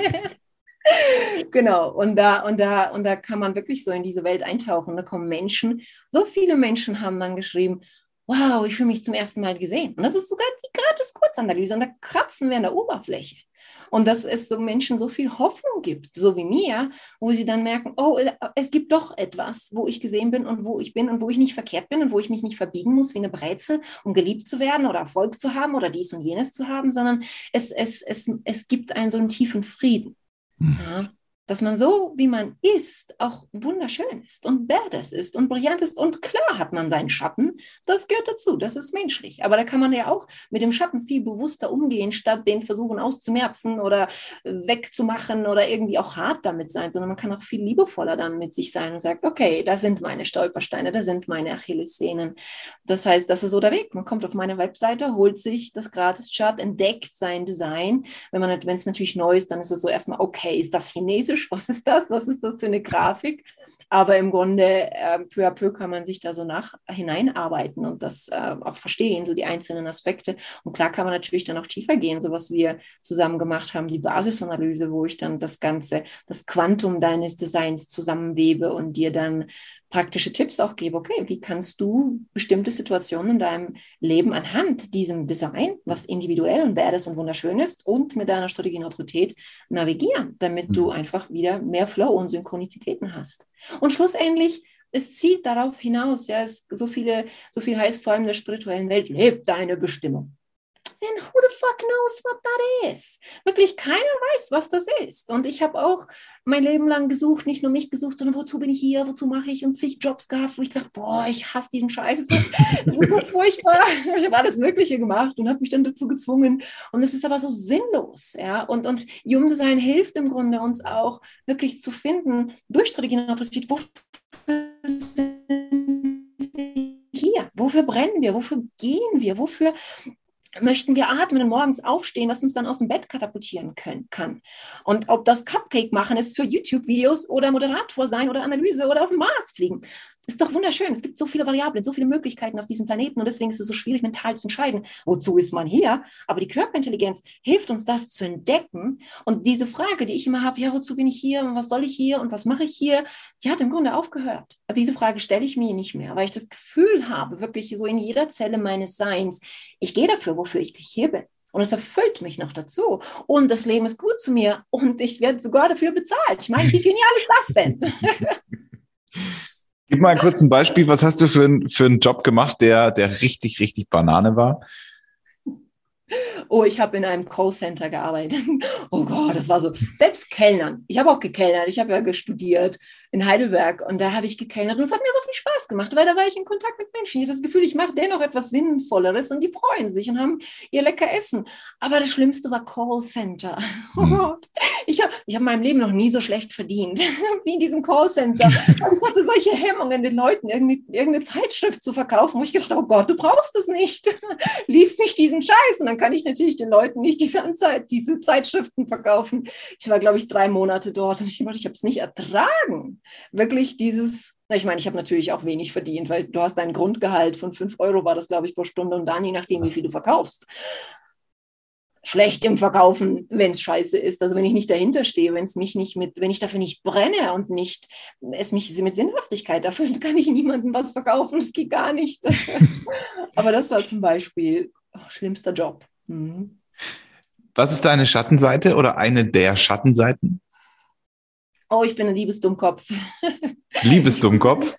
Genau, und da, und, da, und da kann man wirklich so in diese Welt eintauchen. Da kommen Menschen, so viele Menschen haben dann geschrieben, wow, ich fühle mich zum ersten Mal gesehen. Und das ist sogar die gratis Kurzanalyse und da kratzen wir an der Oberfläche. Und dass es so Menschen so viel Hoffnung gibt, so wie mir, wo sie dann merken, oh, es gibt doch etwas, wo ich gesehen bin und wo ich bin und wo ich nicht verkehrt bin und wo ich mich nicht verbiegen muss wie eine Brezel, um geliebt zu werden oder Erfolg zu haben oder dies und jenes zu haben, sondern es, es, es, es gibt einen so einen tiefen Frieden. Hm. Ja. Dass man so, wie man ist, auch wunderschön ist und badass ist und brillant ist. Und klar hat man seinen Schatten, das gehört dazu, das ist menschlich. Aber da kann man ja auch mit dem Schatten viel bewusster umgehen, statt den versuchen auszumerzen oder wegzumachen oder irgendwie auch hart damit sein, sondern man kann auch viel liebevoller dann mit sich sein und sagt, okay, da sind meine Stolpersteine, da sind meine Achillessehnen. Das heißt, das ist so der Weg. Man kommt auf meine Webseite, holt sich das Gratis-Chart, entdeckt sein Design. Wenn man, wenn es natürlich neu ist, dann ist es so erstmal, okay, ist das Chinesisch? Was ist das? Was ist das für eine Grafik? Aber im Grunde, äh, peu à peu kann man sich da so nach hineinarbeiten und das äh, auch verstehen, so die einzelnen Aspekte. Und klar kann man natürlich dann auch tiefer gehen, so was wir zusammen gemacht haben, die Basisanalyse, wo ich dann das Ganze, das Quantum deines Designs zusammenwebe und dir dann praktische Tipps auch gebe, okay, wie kannst du bestimmte Situationen in deinem Leben anhand diesem Design, was individuell und badass und wunderschön ist, und mit deiner Strategie und Autorität navigieren, damit mhm. du einfach wieder mehr Flow und Synchronizitäten hast. Und schlussendlich, es zielt darauf hinaus, ja, es so viele, so viel heißt vor allem in der spirituellen Welt, lebt deine Bestimmung. then who the fuck knows what that is? Wirklich, keiner weiß, was das ist. Und ich habe auch mein Leben lang gesucht, nicht nur mich gesucht, sondern wozu bin ich hier, wozu mache ich und zig Jobs gehabt, wo ich gesagt, boah, ich hasse diesen Scheiß. Das ist so furchtbar. Ich habe alles Mögliche gemacht und habe mich dann dazu gezwungen. Und es ist aber so sinnlos. Ja? Und, und Human Design hilft im Grunde uns auch, wirklich zu finden, durch Strategien und Autorität, wofür sind wir hier? Wofür brennen wir? Wofür gehen wir? Wofür möchten wir atmen und morgens aufstehen, was uns dann aus dem Bett katapultieren können, kann. Und ob das Cupcake machen ist für YouTube-Videos oder Moderator sein oder Analyse oder auf den Mars fliegen. Ist doch wunderschön. Es gibt so viele Variablen, so viele Möglichkeiten auf diesem Planeten und deswegen ist es so schwierig, mental zu entscheiden, wozu ist man hier? Aber die Körperintelligenz hilft uns, das zu entdecken. Und diese Frage, die ich immer habe, ja, wozu bin ich hier und was soll ich hier und was mache ich hier? Die hat im Grunde aufgehört. Diese Frage stelle ich mir nicht mehr, weil ich das Gefühl habe, wirklich so in jeder Zelle meines Seins, ich gehe dafür, wofür ich hier bin. Und es erfüllt mich noch dazu. Und das Leben ist gut zu mir und ich werde sogar dafür bezahlt. Ich meine, wie genial ist das denn? Gib mal kurz ein Beispiel. Was hast du für, ein, für einen Job gemacht, der, der richtig, richtig Banane war? Oh, ich habe in einem Callcenter gearbeitet. Oh Gott, das war so. Selbst Kellnern. Ich habe auch gekellnert. Ich habe ja studiert in Heidelberg und da habe ich gekellnert und es hat mir so viel Spaß gemacht, weil da war ich in Kontakt mit Menschen. Ich hatte das Gefühl, ich mache dennoch etwas Sinnvolleres und die freuen sich und haben ihr lecker Essen. Aber das Schlimmste war Callcenter. Oh Gott. Ich habe ich hab in meinem Leben noch nie so schlecht verdient wie in diesem Callcenter. Und ich hatte solche Hemmungen, den Leuten irgendwie, irgendeine Zeitschrift zu verkaufen, wo ich gedacht habe, oh Gott, du brauchst es nicht. Lies nicht diesen Scheiß. Und dann kann ich natürlich den Leuten nicht diese, Anzeit, diese Zeitschriften verkaufen. Ich war, glaube ich, drei Monate dort und ich, ich habe es nicht ertragen. Wirklich dieses, na, ich meine, ich habe natürlich auch wenig verdient, weil du hast ein Grundgehalt von fünf Euro, war das, glaube ich, pro Stunde und dann je nachdem, wie viel du verkaufst. Schlecht im Verkaufen, wenn es scheiße ist. Also wenn ich nicht dahinter stehe, wenn es mich nicht mit, wenn ich dafür nicht brenne und nicht es mich mit Sinnhaftigkeit erfüllt, kann ich niemandem was verkaufen. Das geht gar nicht. Aber das war zum Beispiel oh, schlimmster Job. Mhm. Was ist deine Schattenseite oder eine der Schattenseiten? Oh, ich bin ein Liebesdummkopf. Liebesdummkopf?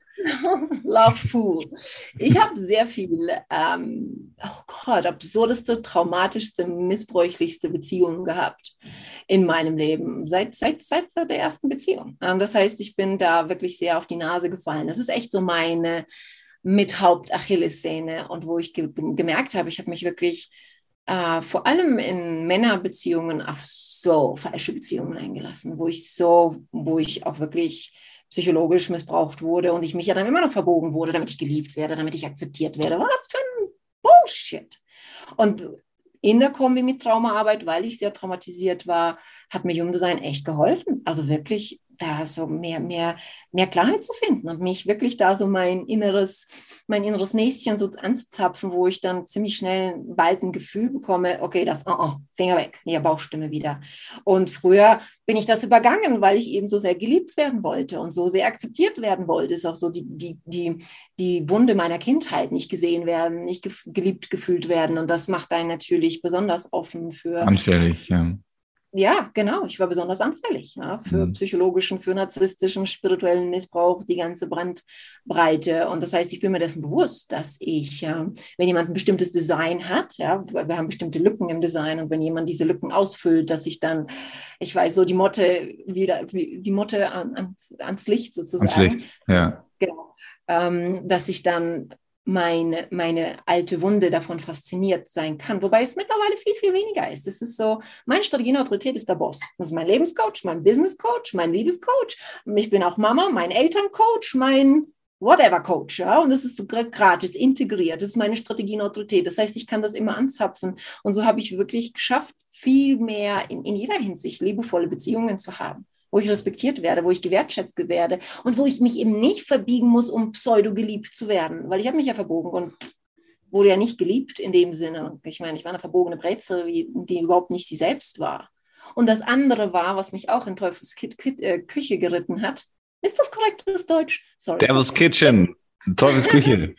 Love Fool. Ich habe sehr viele, ähm, oh Gott, absurdeste, traumatischste, missbräuchlichste Beziehungen gehabt in meinem Leben, seit, seit, seit der ersten Beziehung. Und das heißt, ich bin da wirklich sehr auf die Nase gefallen. Das ist echt so meine mit Haupt-Achillessehne und wo ich ge- gemerkt habe, ich habe mich wirklich äh, vor allem in Männerbeziehungen auf so falsche Beziehungen eingelassen, wo ich so, wo ich auch wirklich psychologisch missbraucht wurde und ich mich ja dann immer noch verbogen wurde, damit ich geliebt werde, damit ich akzeptiert werde. Was für ein Bullshit. Und in der Kombi mit Traumaarbeit, weil ich sehr traumatisiert war, hat mir Human Design echt geholfen. Also wirklich da so mehr, mehr, mehr Klarheit zu finden und mich wirklich da so mein inneres, mein inneres Näschen so anzuzapfen, wo ich dann ziemlich schnell bald ein Gefühl bekomme, okay, das, oh, oh, Finger weg, ja, Bauchstimme wieder. Und früher bin ich das übergangen, weil ich eben so sehr geliebt werden wollte und so sehr akzeptiert werden wollte. Ist auch so die, die, die, die Wunde meiner Kindheit, nicht gesehen werden, nicht gef- geliebt gefühlt werden. Und das macht einen natürlich besonders offen für... Anfällig, ja. Ja, genau. Ich war besonders anfällig, ja, für Mhm. psychologischen, für narzisstischen, spirituellen Missbrauch, die ganze Bandbreite. Und das heißt, ich bin mir dessen bewusst, dass ich, ja, wenn jemand ein bestimmtes Design hat, ja, wir haben bestimmte Lücken im Design und wenn jemand diese Lücken ausfüllt, dass ich dann, ich weiß, so die Motte wieder, die Motte an, ans, ans Licht sozusagen. Ans Licht, ja. Genau. Ähm, dass ich dann meine, meine alte Wunde davon fasziniert sein kann, wobei es mittlerweile viel, viel weniger ist. Es ist so, meine Strategie und Autorität ist der Boss. Das ist mein Lebenscoach, mein Businesscoach, mein Liebescoach. Ich bin auch Mama, mein Elterncoach, mein Whatever-Coach. Ja? Und das ist gratis, integriert. Das ist meine Strategie und Autorität. Das heißt, ich kann das immer anzapfen. Und so habe ich wirklich geschafft, viel mehr in, in jeder Hinsicht liebevolle Beziehungen zu haben, wo ich respektiert werde, wo ich gewertschätzt werde und wo ich mich eben nicht verbiegen muss, um pseudo geliebt zu werden, weil ich habe mich ja verbogen und wurde ja nicht geliebt in dem Sinne. Ich meine, ich war eine verbogene Brezel, die überhaupt nicht sie selbst war. Und das andere war, was mich auch in Teufels Kit, Kit, äh, Küche geritten hat. Ist das korrektes Deutsch? Sorry. Devil's Kitchen, Teufels Küche.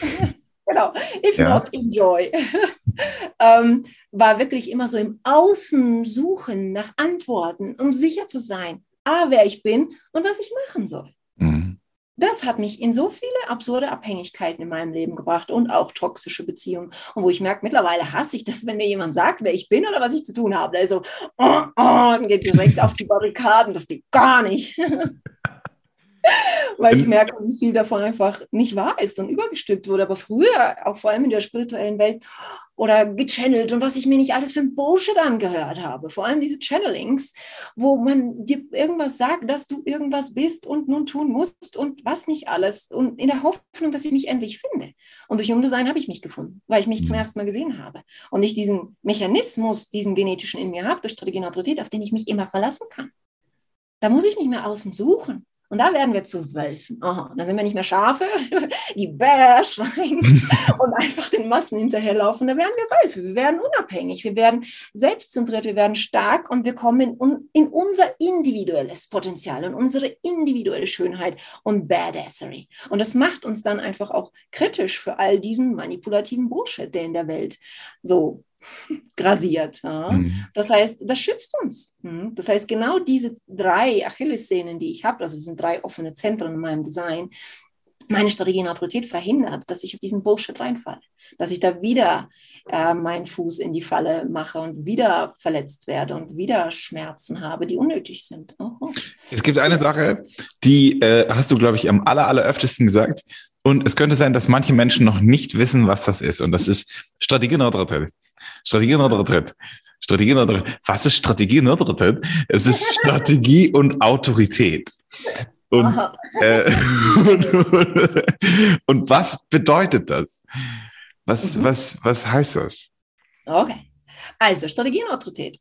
Genau, if Ja. not, enjoy. ähm, war wirklich immer so im Außen suchen nach Antworten, um sicher zu sein, A, wer ich bin und was ich machen soll. Mhm. das hat mich in so viele absurde Abhängigkeiten in meinem Leben gebracht und auch toxische Beziehungen. Und wo ich merke, mittlerweile hasse ich das, wenn mir jemand sagt, wer ich bin oder was ich zu tun habe. Also, oh, oh, und geht direkt auf die Barrikaden. Das geht gar nicht. Weil ich merke, wie viel davon einfach nicht wahr ist und übergestülpt wurde. Aber früher, auch vor allem in der spirituellen Welt, oder gechannelt und was ich mir nicht alles für ein Bullshit angehört habe. Vor allem diese Channelings, wo man dir irgendwas sagt, dass du irgendwas bist und nun tun musst und was nicht alles. Und in der Hoffnung, dass ich mich endlich finde. Und durch Umdesign habe ich mich gefunden, weil ich mich mhm. zum ersten Mal gesehen habe. Und ich diesen Mechanismus, diesen genetischen in mir habe, durch Strategie und Autorität, auf den ich mich immer verlassen kann. Da muss ich nicht mehr außen suchen. Und da werden wir zu Wölfen. Aha, dann sind wir nicht mehr Schafe, die Bär schreien und einfach den Massen hinterherlaufen. Da werden wir Wölfe. Wir werden unabhängig, wir werden selbstzentriert, wir werden stark und wir kommen in, in unser individuelles Potenzial und unsere individuelle Schönheit und Badassery. Und das macht uns dann einfach auch kritisch für all diesen manipulativen Bullshit, der in der Welt so grasiert. Ja. Mhm. Das heißt, das schützt uns. Das heißt, genau diese drei Achillessehnen, die ich habe, also es sind drei offene Zentren in meinem Design, meine Strategie und Autorität verhindert, dass ich auf diesen Bullshit reinfalle, dass ich da wieder äh, meinen Fuß in die Falle mache und wieder verletzt werde und wieder Schmerzen habe, die unnötig sind. Oh. Es gibt eine Sache, die äh, hast du, glaube ich, am aller, aller öftesten gesagt. Und es könnte sein, dass manche Menschen noch nicht wissen, was das ist. Und das ist Strategie und Autorität. Strategie und Autorität. Strategie und Autorität. Was ist Strategie und Autorität? Es ist Strategie und Autorität. Und, äh, und, und was bedeutet das? Was, mhm. was, was heißt das? Okay. Also, Strategie und Autorität.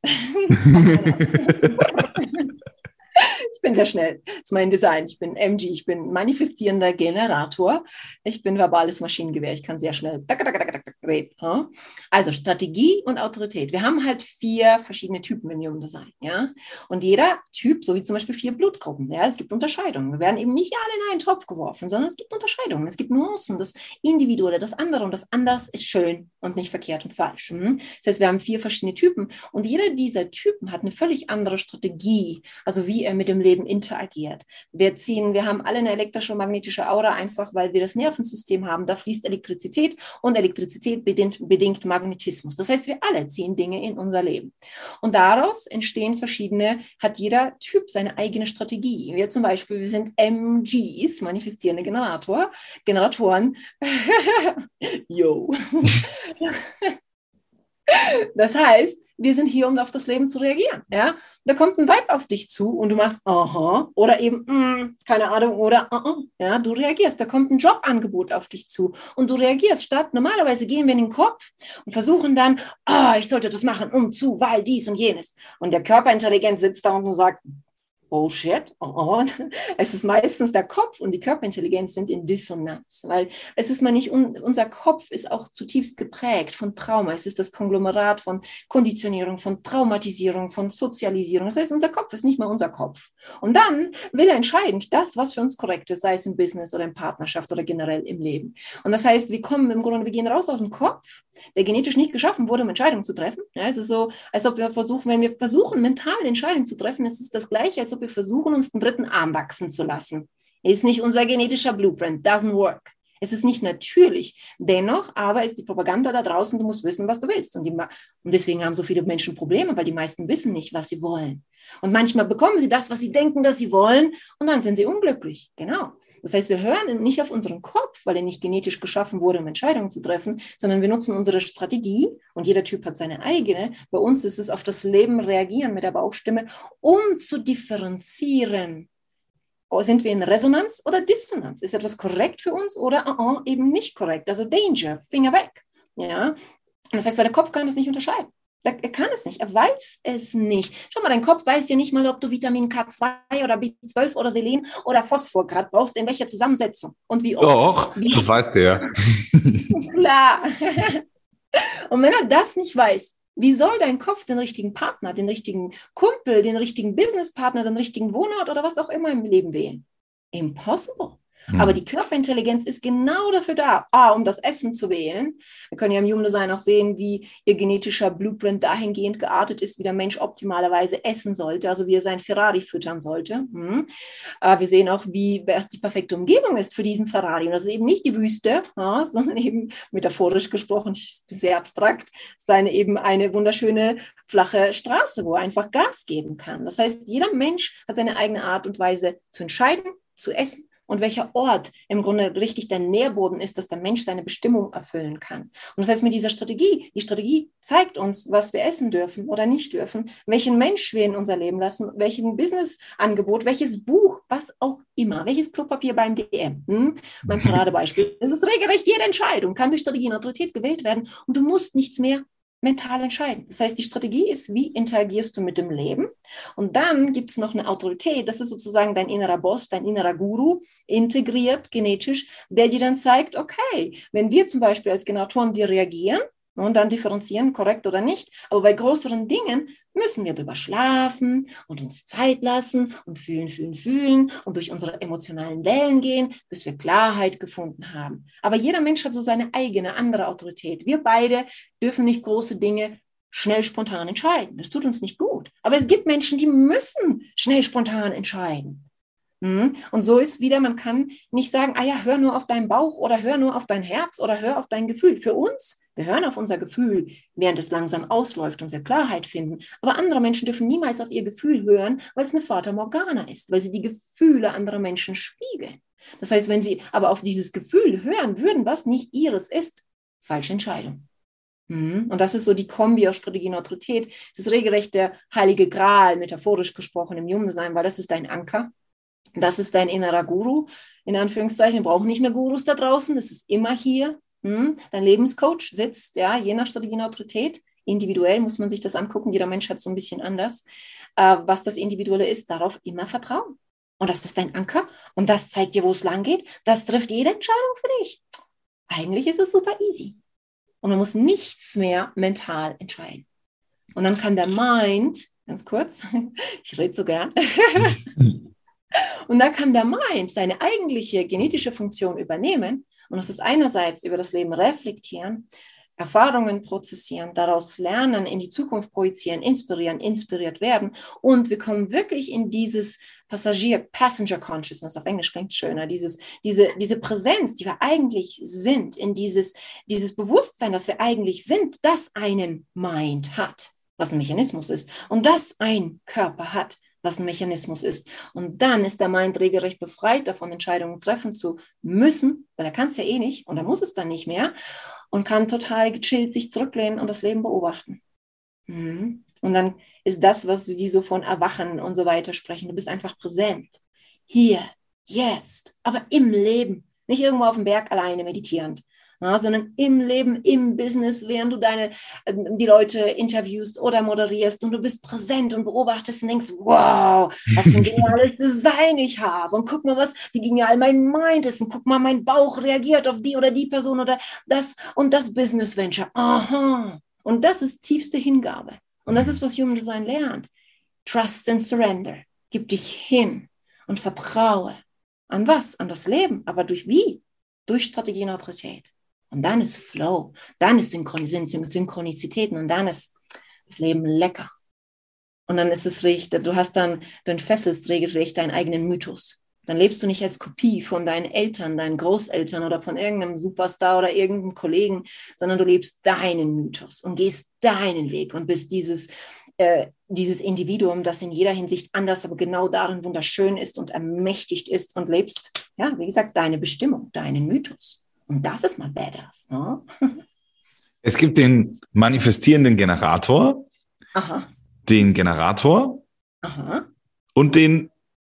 Ich bin sehr schnell. Das ist mein Design. Ich bin M G, ich bin manifestierender Generator. Ich bin verbales Maschinengewehr. Ich kann sehr schnell reden. Also Strategie und Autorität. Wir haben halt vier verschiedene Typen im Human Design. Ja? Und jeder Typ, so wie zum Beispiel vier Blutgruppen. Ja? Es gibt Unterscheidungen. Wir werden eben nicht alle in einen Topf geworfen, sondern es gibt Unterscheidungen. Es gibt Nuancen, das Individuelle, das andere. Und das Anders ist schön und nicht verkehrt und falsch. Das heißt, wir haben vier verschiedene Typen. Und jeder dieser Typen hat eine völlig andere Strategie. Also wie er mit dem Leben interagiert. Wir ziehen, wir haben alle eine elektrische und magnetische Aura, einfach weil wir das Nervensystem haben. Da fließt Elektrizität und Elektrizität bedingt, bedingt Magnetismus. Das heißt, wir alle ziehen Dinge in unser Leben. Und daraus entstehen verschiedene, hat jeder Typ seine eigene Strategie. Wir zum Beispiel, wir sind M Gs, manifestierende Generator, Generatoren. Yo. Das heißt, wir sind hier, um auf das Leben zu reagieren. Ja? Da kommt ein Vibe auf dich zu und du machst aha oder eben mm, keine Ahnung oder uh -uh. Ja, du reagierst. Da kommt ein Jobangebot auf dich zu und du reagierst. Statt normalerweise gehen wir in den Kopf und versuchen dann, ah, ich sollte das machen, um zu, weil dies und jenes. Und der Körperintelligenz sitzt da und sagt, Bullshit. Oh, oh. Es ist meistens der Kopf und die Körperintelligenz sind in Dissonanz, weil es ist mal nicht, un, unser Kopf ist auch zutiefst geprägt von Trauma. Es ist das Konglomerat von Konditionierung, von Traumatisierung, von Sozialisierung. Das heißt, unser Kopf ist nicht mal unser Kopf. Und dann will er entscheidend das, was für uns korrekt ist, sei es im Business oder in Partnerschaft oder generell im Leben. Und das heißt, wir kommen im Grunde, wir gehen raus aus dem Kopf, der genetisch nicht geschaffen wurde, um Entscheidungen zu treffen. Ja, es ist so, als ob wir versuchen, wenn wir versuchen, mental Entscheidungen zu treffen, es ist das Gleiche, als ob wir versuchen, uns den dritten Arm wachsen zu lassen. Ist nicht unser genetischer Blueprint, doesn't work. Es ist nicht natürlich. Dennoch aber ist die Propaganda da draußen, du musst wissen, was du willst. Und, die, und deswegen haben so viele Menschen Probleme, weil die meisten wissen nicht, was sie wollen. Und manchmal bekommen sie das, was sie denken, dass sie wollen, und dann sind sie unglücklich. Genau. Das heißt, wir hören nicht auf unseren Kopf, weil er nicht genetisch geschaffen wurde, um Entscheidungen zu treffen, sondern wir nutzen unsere Strategie, und jeder Typ hat seine eigene. Bei uns ist es auf das Leben reagieren mit der Bauchstimme, um zu differenzieren. Sind wir in Resonanz oder Dissonanz? Ist etwas korrekt für uns oder uh -uh, eben nicht korrekt? Also Danger, Finger weg. Ja? Das heißt, weil der Kopf kann das nicht unterscheiden. Er kann es nicht, er weiß es nicht. Schau mal, dein Kopf weiß ja nicht mal, ob du Vitamin K zwei oder B zwölf oder Selen oder Phosphor gerade brauchst, in welcher Zusammensetzung und wie oft. Doch, wie das weiß der. Klar. Und wenn er das nicht weiß, wie soll dein Kopf den richtigen Partner, den richtigen Kumpel, den richtigen Businesspartner, den richtigen Wohnort oder was auch immer im Leben wählen? Impossible. Hm. Aber die Körperintelligenz ist genau dafür da, A, um das Essen zu wählen. Wir können ja im Human Design auch sehen, wie ihr genetischer Blueprint dahingehend geartet ist, wie der Mensch optimalerweise essen sollte, also wie er sein Ferrari füttern sollte. Hm. Äh, wir sehen auch, wie was die perfekte Umgebung ist für diesen Ferrari. Und das ist eben nicht die Wüste, ja, sondern eben metaphorisch gesprochen, sehr abstrakt, ist eine eben eine wunderschöne flache Straße, wo er einfach Gas geben kann. Das heißt, jeder Mensch hat seine eigene Art und Weise zu entscheiden, zu essen und welcher Ort im Grunde richtig der Nährboden ist, dass der Mensch seine Bestimmung erfüllen kann. Und das heißt, mit dieser Strategie, die Strategie zeigt uns, was wir essen dürfen oder nicht dürfen, welchen Mensch wir in unser Leben lassen, welchen Businessangebot, welches Buch, was auch immer, welches Klopapier beim D M. Hm? Mein Paradebeispiel. Es ist regelrecht jede Entscheidung, kann durch Strategie und Autorität gewählt werden und du musst nichts mehr mental entscheiden. Das heißt, die Strategie ist, wie interagierst du mit dem Leben? Und dann gibt es noch eine Autorität, das ist sozusagen dein innerer Boss, dein innerer Guru, integriert genetisch, der dir dann zeigt, okay, wenn wir zum Beispiel als Generatoren, wir reagieren und dann differenzieren, korrekt oder nicht, aber bei größeren Dingen müssen wir drüber schlafen und uns Zeit lassen und fühlen, fühlen, fühlen und durch unsere emotionalen Wellen gehen, bis wir Klarheit gefunden haben. Aber jeder Mensch hat so seine eigene, andere Autorität. Wir beide dürfen nicht große Dinge schnell, spontan entscheiden. Das tut uns nicht gut. Aber es gibt Menschen, die müssen schnell, spontan entscheiden. Und so ist wieder, man kann nicht sagen, ah ja, hör nur auf deinen Bauch oder hör nur auf dein Herz oder hör auf dein Gefühl. Für uns, wir hören auf unser Gefühl, während es langsam ausläuft und wir Klarheit finden. Aber andere Menschen dürfen niemals auf ihr Gefühl hören, weil es eine Fata Morgana ist, weil sie die Gefühle anderer Menschen spiegeln. Das heißt, wenn sie aber auf dieses Gefühl hören würden, was nicht ihres ist, falsche Entscheidung. Und das ist so die Kombi aus Strategie und Autorität. Es ist regelrecht der heilige Gral, metaphorisch gesprochen, im Human Design, weil das ist dein Anker. Das ist dein innerer Guru, in Anführungszeichen. Wir brauchen nicht mehr Gurus da draußen, das ist immer hier. Hm? Dein Lebenscoach sitzt, ja, je nach Strategie und Autorität. Individuell muss man sich das angucken, jeder Mensch hat so ein bisschen anders. Äh, was das Individuelle ist, darauf immer vertrauen. Und das ist dein Anker und das zeigt dir, wo es lang geht. Das trifft jede Entscheidung für dich. Eigentlich ist es super easy. Und man muss nichts mehr mental entscheiden. Und dann kann der Mind, ganz kurz, ich rede so gern, und da kann der Mind seine eigentliche genetische Funktion übernehmen. Und das ist einerseits über das Leben reflektieren, Erfahrungen prozessieren, daraus lernen, in die Zukunft projizieren, inspirieren, inspiriert werden. Und wir kommen wirklich in dieses Passagier, Passenger Consciousness, auf Englisch klingt schöner, dieses, diese, diese Präsenz, die wir eigentlich sind, in dieses, dieses Bewusstsein, das wir eigentlich sind, das einen Mind hat, was ein Mechanismus ist, und das ein Körper hat, was ein Mechanismus ist. Und dann ist der Mind regelrecht befreit davon, Entscheidungen treffen zu müssen, weil er kann es ja eh nicht und er muss es dann nicht mehr und kann total gechillt sich zurücklehnen und das Leben beobachten. Mhm. Und dann ist das, was die so von Erwachen und so weiter sprechen. Du bist einfach präsent. Hier, jetzt, aber im Leben. Nicht irgendwo auf dem Berg alleine meditierend. Ja, sondern im Leben, im Business, während du deine, die Leute interviewst oder moderierst und du bist präsent und beobachtest und denkst, wow, was für ein geniales Design ich habe und guck mal, was, wie genial mein Mind ist und guck mal, mein Bauch reagiert auf die oder die Person oder das und das Business Venture. Aha. Und das ist tiefste Hingabe. Und das ist, was Human Design lernt. Trust and Surrender. Gib dich hin und vertraue. An was? An das Leben. Aber durch wie? Durch Strategie und Autorität. Und dann ist Flow, dann ist Synchronizitäten und dann ist das Leben lecker. Und dann ist es richtig, du hast dann, du entfesselst regelrecht deinen eigenen Mythos. Dann lebst du nicht als Kopie von deinen Eltern, deinen Großeltern oder von irgendeinem Superstar oder irgendeinem Kollegen, sondern du lebst deinen Mythos und gehst deinen Weg und bist dieses, äh, dieses Individuum, das in jeder Hinsicht anders, aber genau darin wunderschön ist und ermächtigt ist und lebst, ja, wie gesagt, deine Bestimmung, deinen Mythos. Und das ist mal badass. Ne? Es gibt den manifestierenden Generator, Aha. den Generator Aha. und den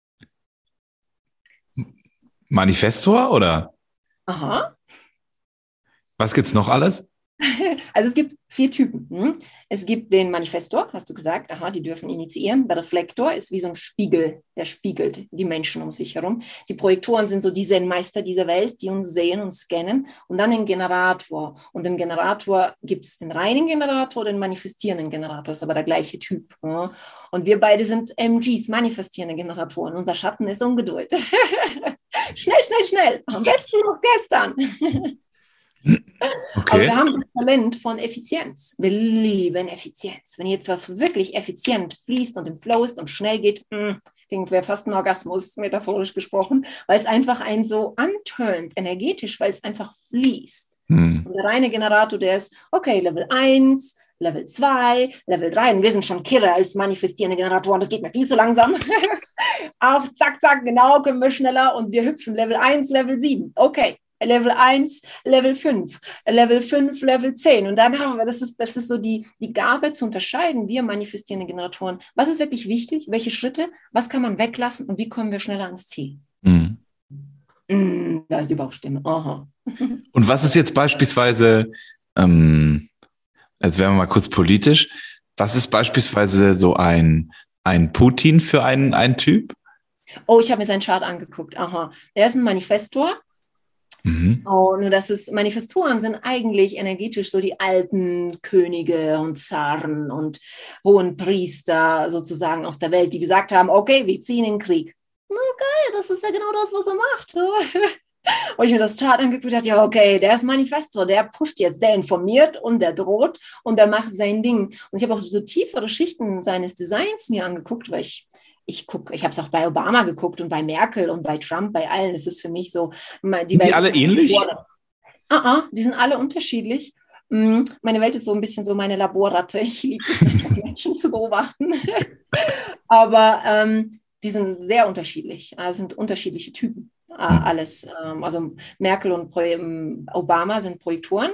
Manifestor, oder? Aha. Was gibt's noch alles? Also es gibt vier Typen. Es gibt den Manifestor, hast du gesagt, aha, die dürfen initiieren. Der Reflektor ist wie so ein Spiegel, der spiegelt die Menschen um sich herum. Die Projektoren sind so die Zen-Meister dieser Welt, die uns sehen und scannen. Und dann den Generator. Und im Generator gibt es den reinen Generator, den manifestierenden Generator, ist aber der gleiche Typ. Und wir beide sind M Gs, manifestierende Generatoren. Unser Schatten ist Ungeduld. Schnell, schnell, schnell. Am besten noch gestern. Okay. Aber wir haben das Talent von Effizienz. Wir lieben Effizienz. Wenn jetzt was wirklich effizient fließt und im Flow ist und schnell geht, mh, kriegen wir fast einen Orgasmus, metaphorisch gesprochen, weil es einfach einen so anturnt, energetisch, weil es einfach fließt. Hm. Und der reine Generator, der ist, okay, Level eins, Level zwei, Level drei, und wir sind schon Killer als manifestierende Generatoren, das geht mir viel zu langsam. Auf, zack, zack, genau, können wir schneller und wir hüpfen Level eins, Level sieben, okay. Level eins, Level fünf, Level fünf, Level zehn. Und dann haben wir, das ist, das ist so die, die Gabe zu unterscheiden, wir manifestierende Generatoren. Was ist wirklich wichtig? Welche Schritte? Was kann man weglassen? Und wie kommen wir schneller ans Ziel? Mhm. Mm, da ist die Bauchstimme. Aha. Und was ist jetzt beispielsweise, ähm, jetzt werden wir mal kurz politisch, was ist beispielsweise so ein, ein Putin für einen, einen Typ? Oh, ich habe mir seinen Chart angeguckt. Aha. Er ist ein Manifestor. Mhm. Oh, nur dass es Manifestoren sind eigentlich energetisch so die alten Könige und Zaren und hohen Priester sozusagen aus der Welt, die gesagt haben, okay, wir ziehen in den Krieg. Na geil, das ist ja genau das, was er macht. Und ich mir das Chart angeguckt habe, ja okay, der ist Manifestor, der pusht jetzt, der informiert und der droht und der macht sein Ding. Und ich habe auch so tiefere Schichten seines Designs mir angeguckt, weil ich Ich gucke, ich habe es auch bei Obama geguckt und bei Merkel und bei Trump, bei allen. Es ist für mich so. Die sind die alle ähnlich? Ah, uh-uh, die sind alle unterschiedlich. Meine Welt ist so ein bisschen so meine Laborratte. Ich liebe es, einfach Menschen zu beobachten. Aber ähm, die sind sehr unterschiedlich. Es sind unterschiedliche Typen. Alles. Also Merkel und Obama sind Projektoren.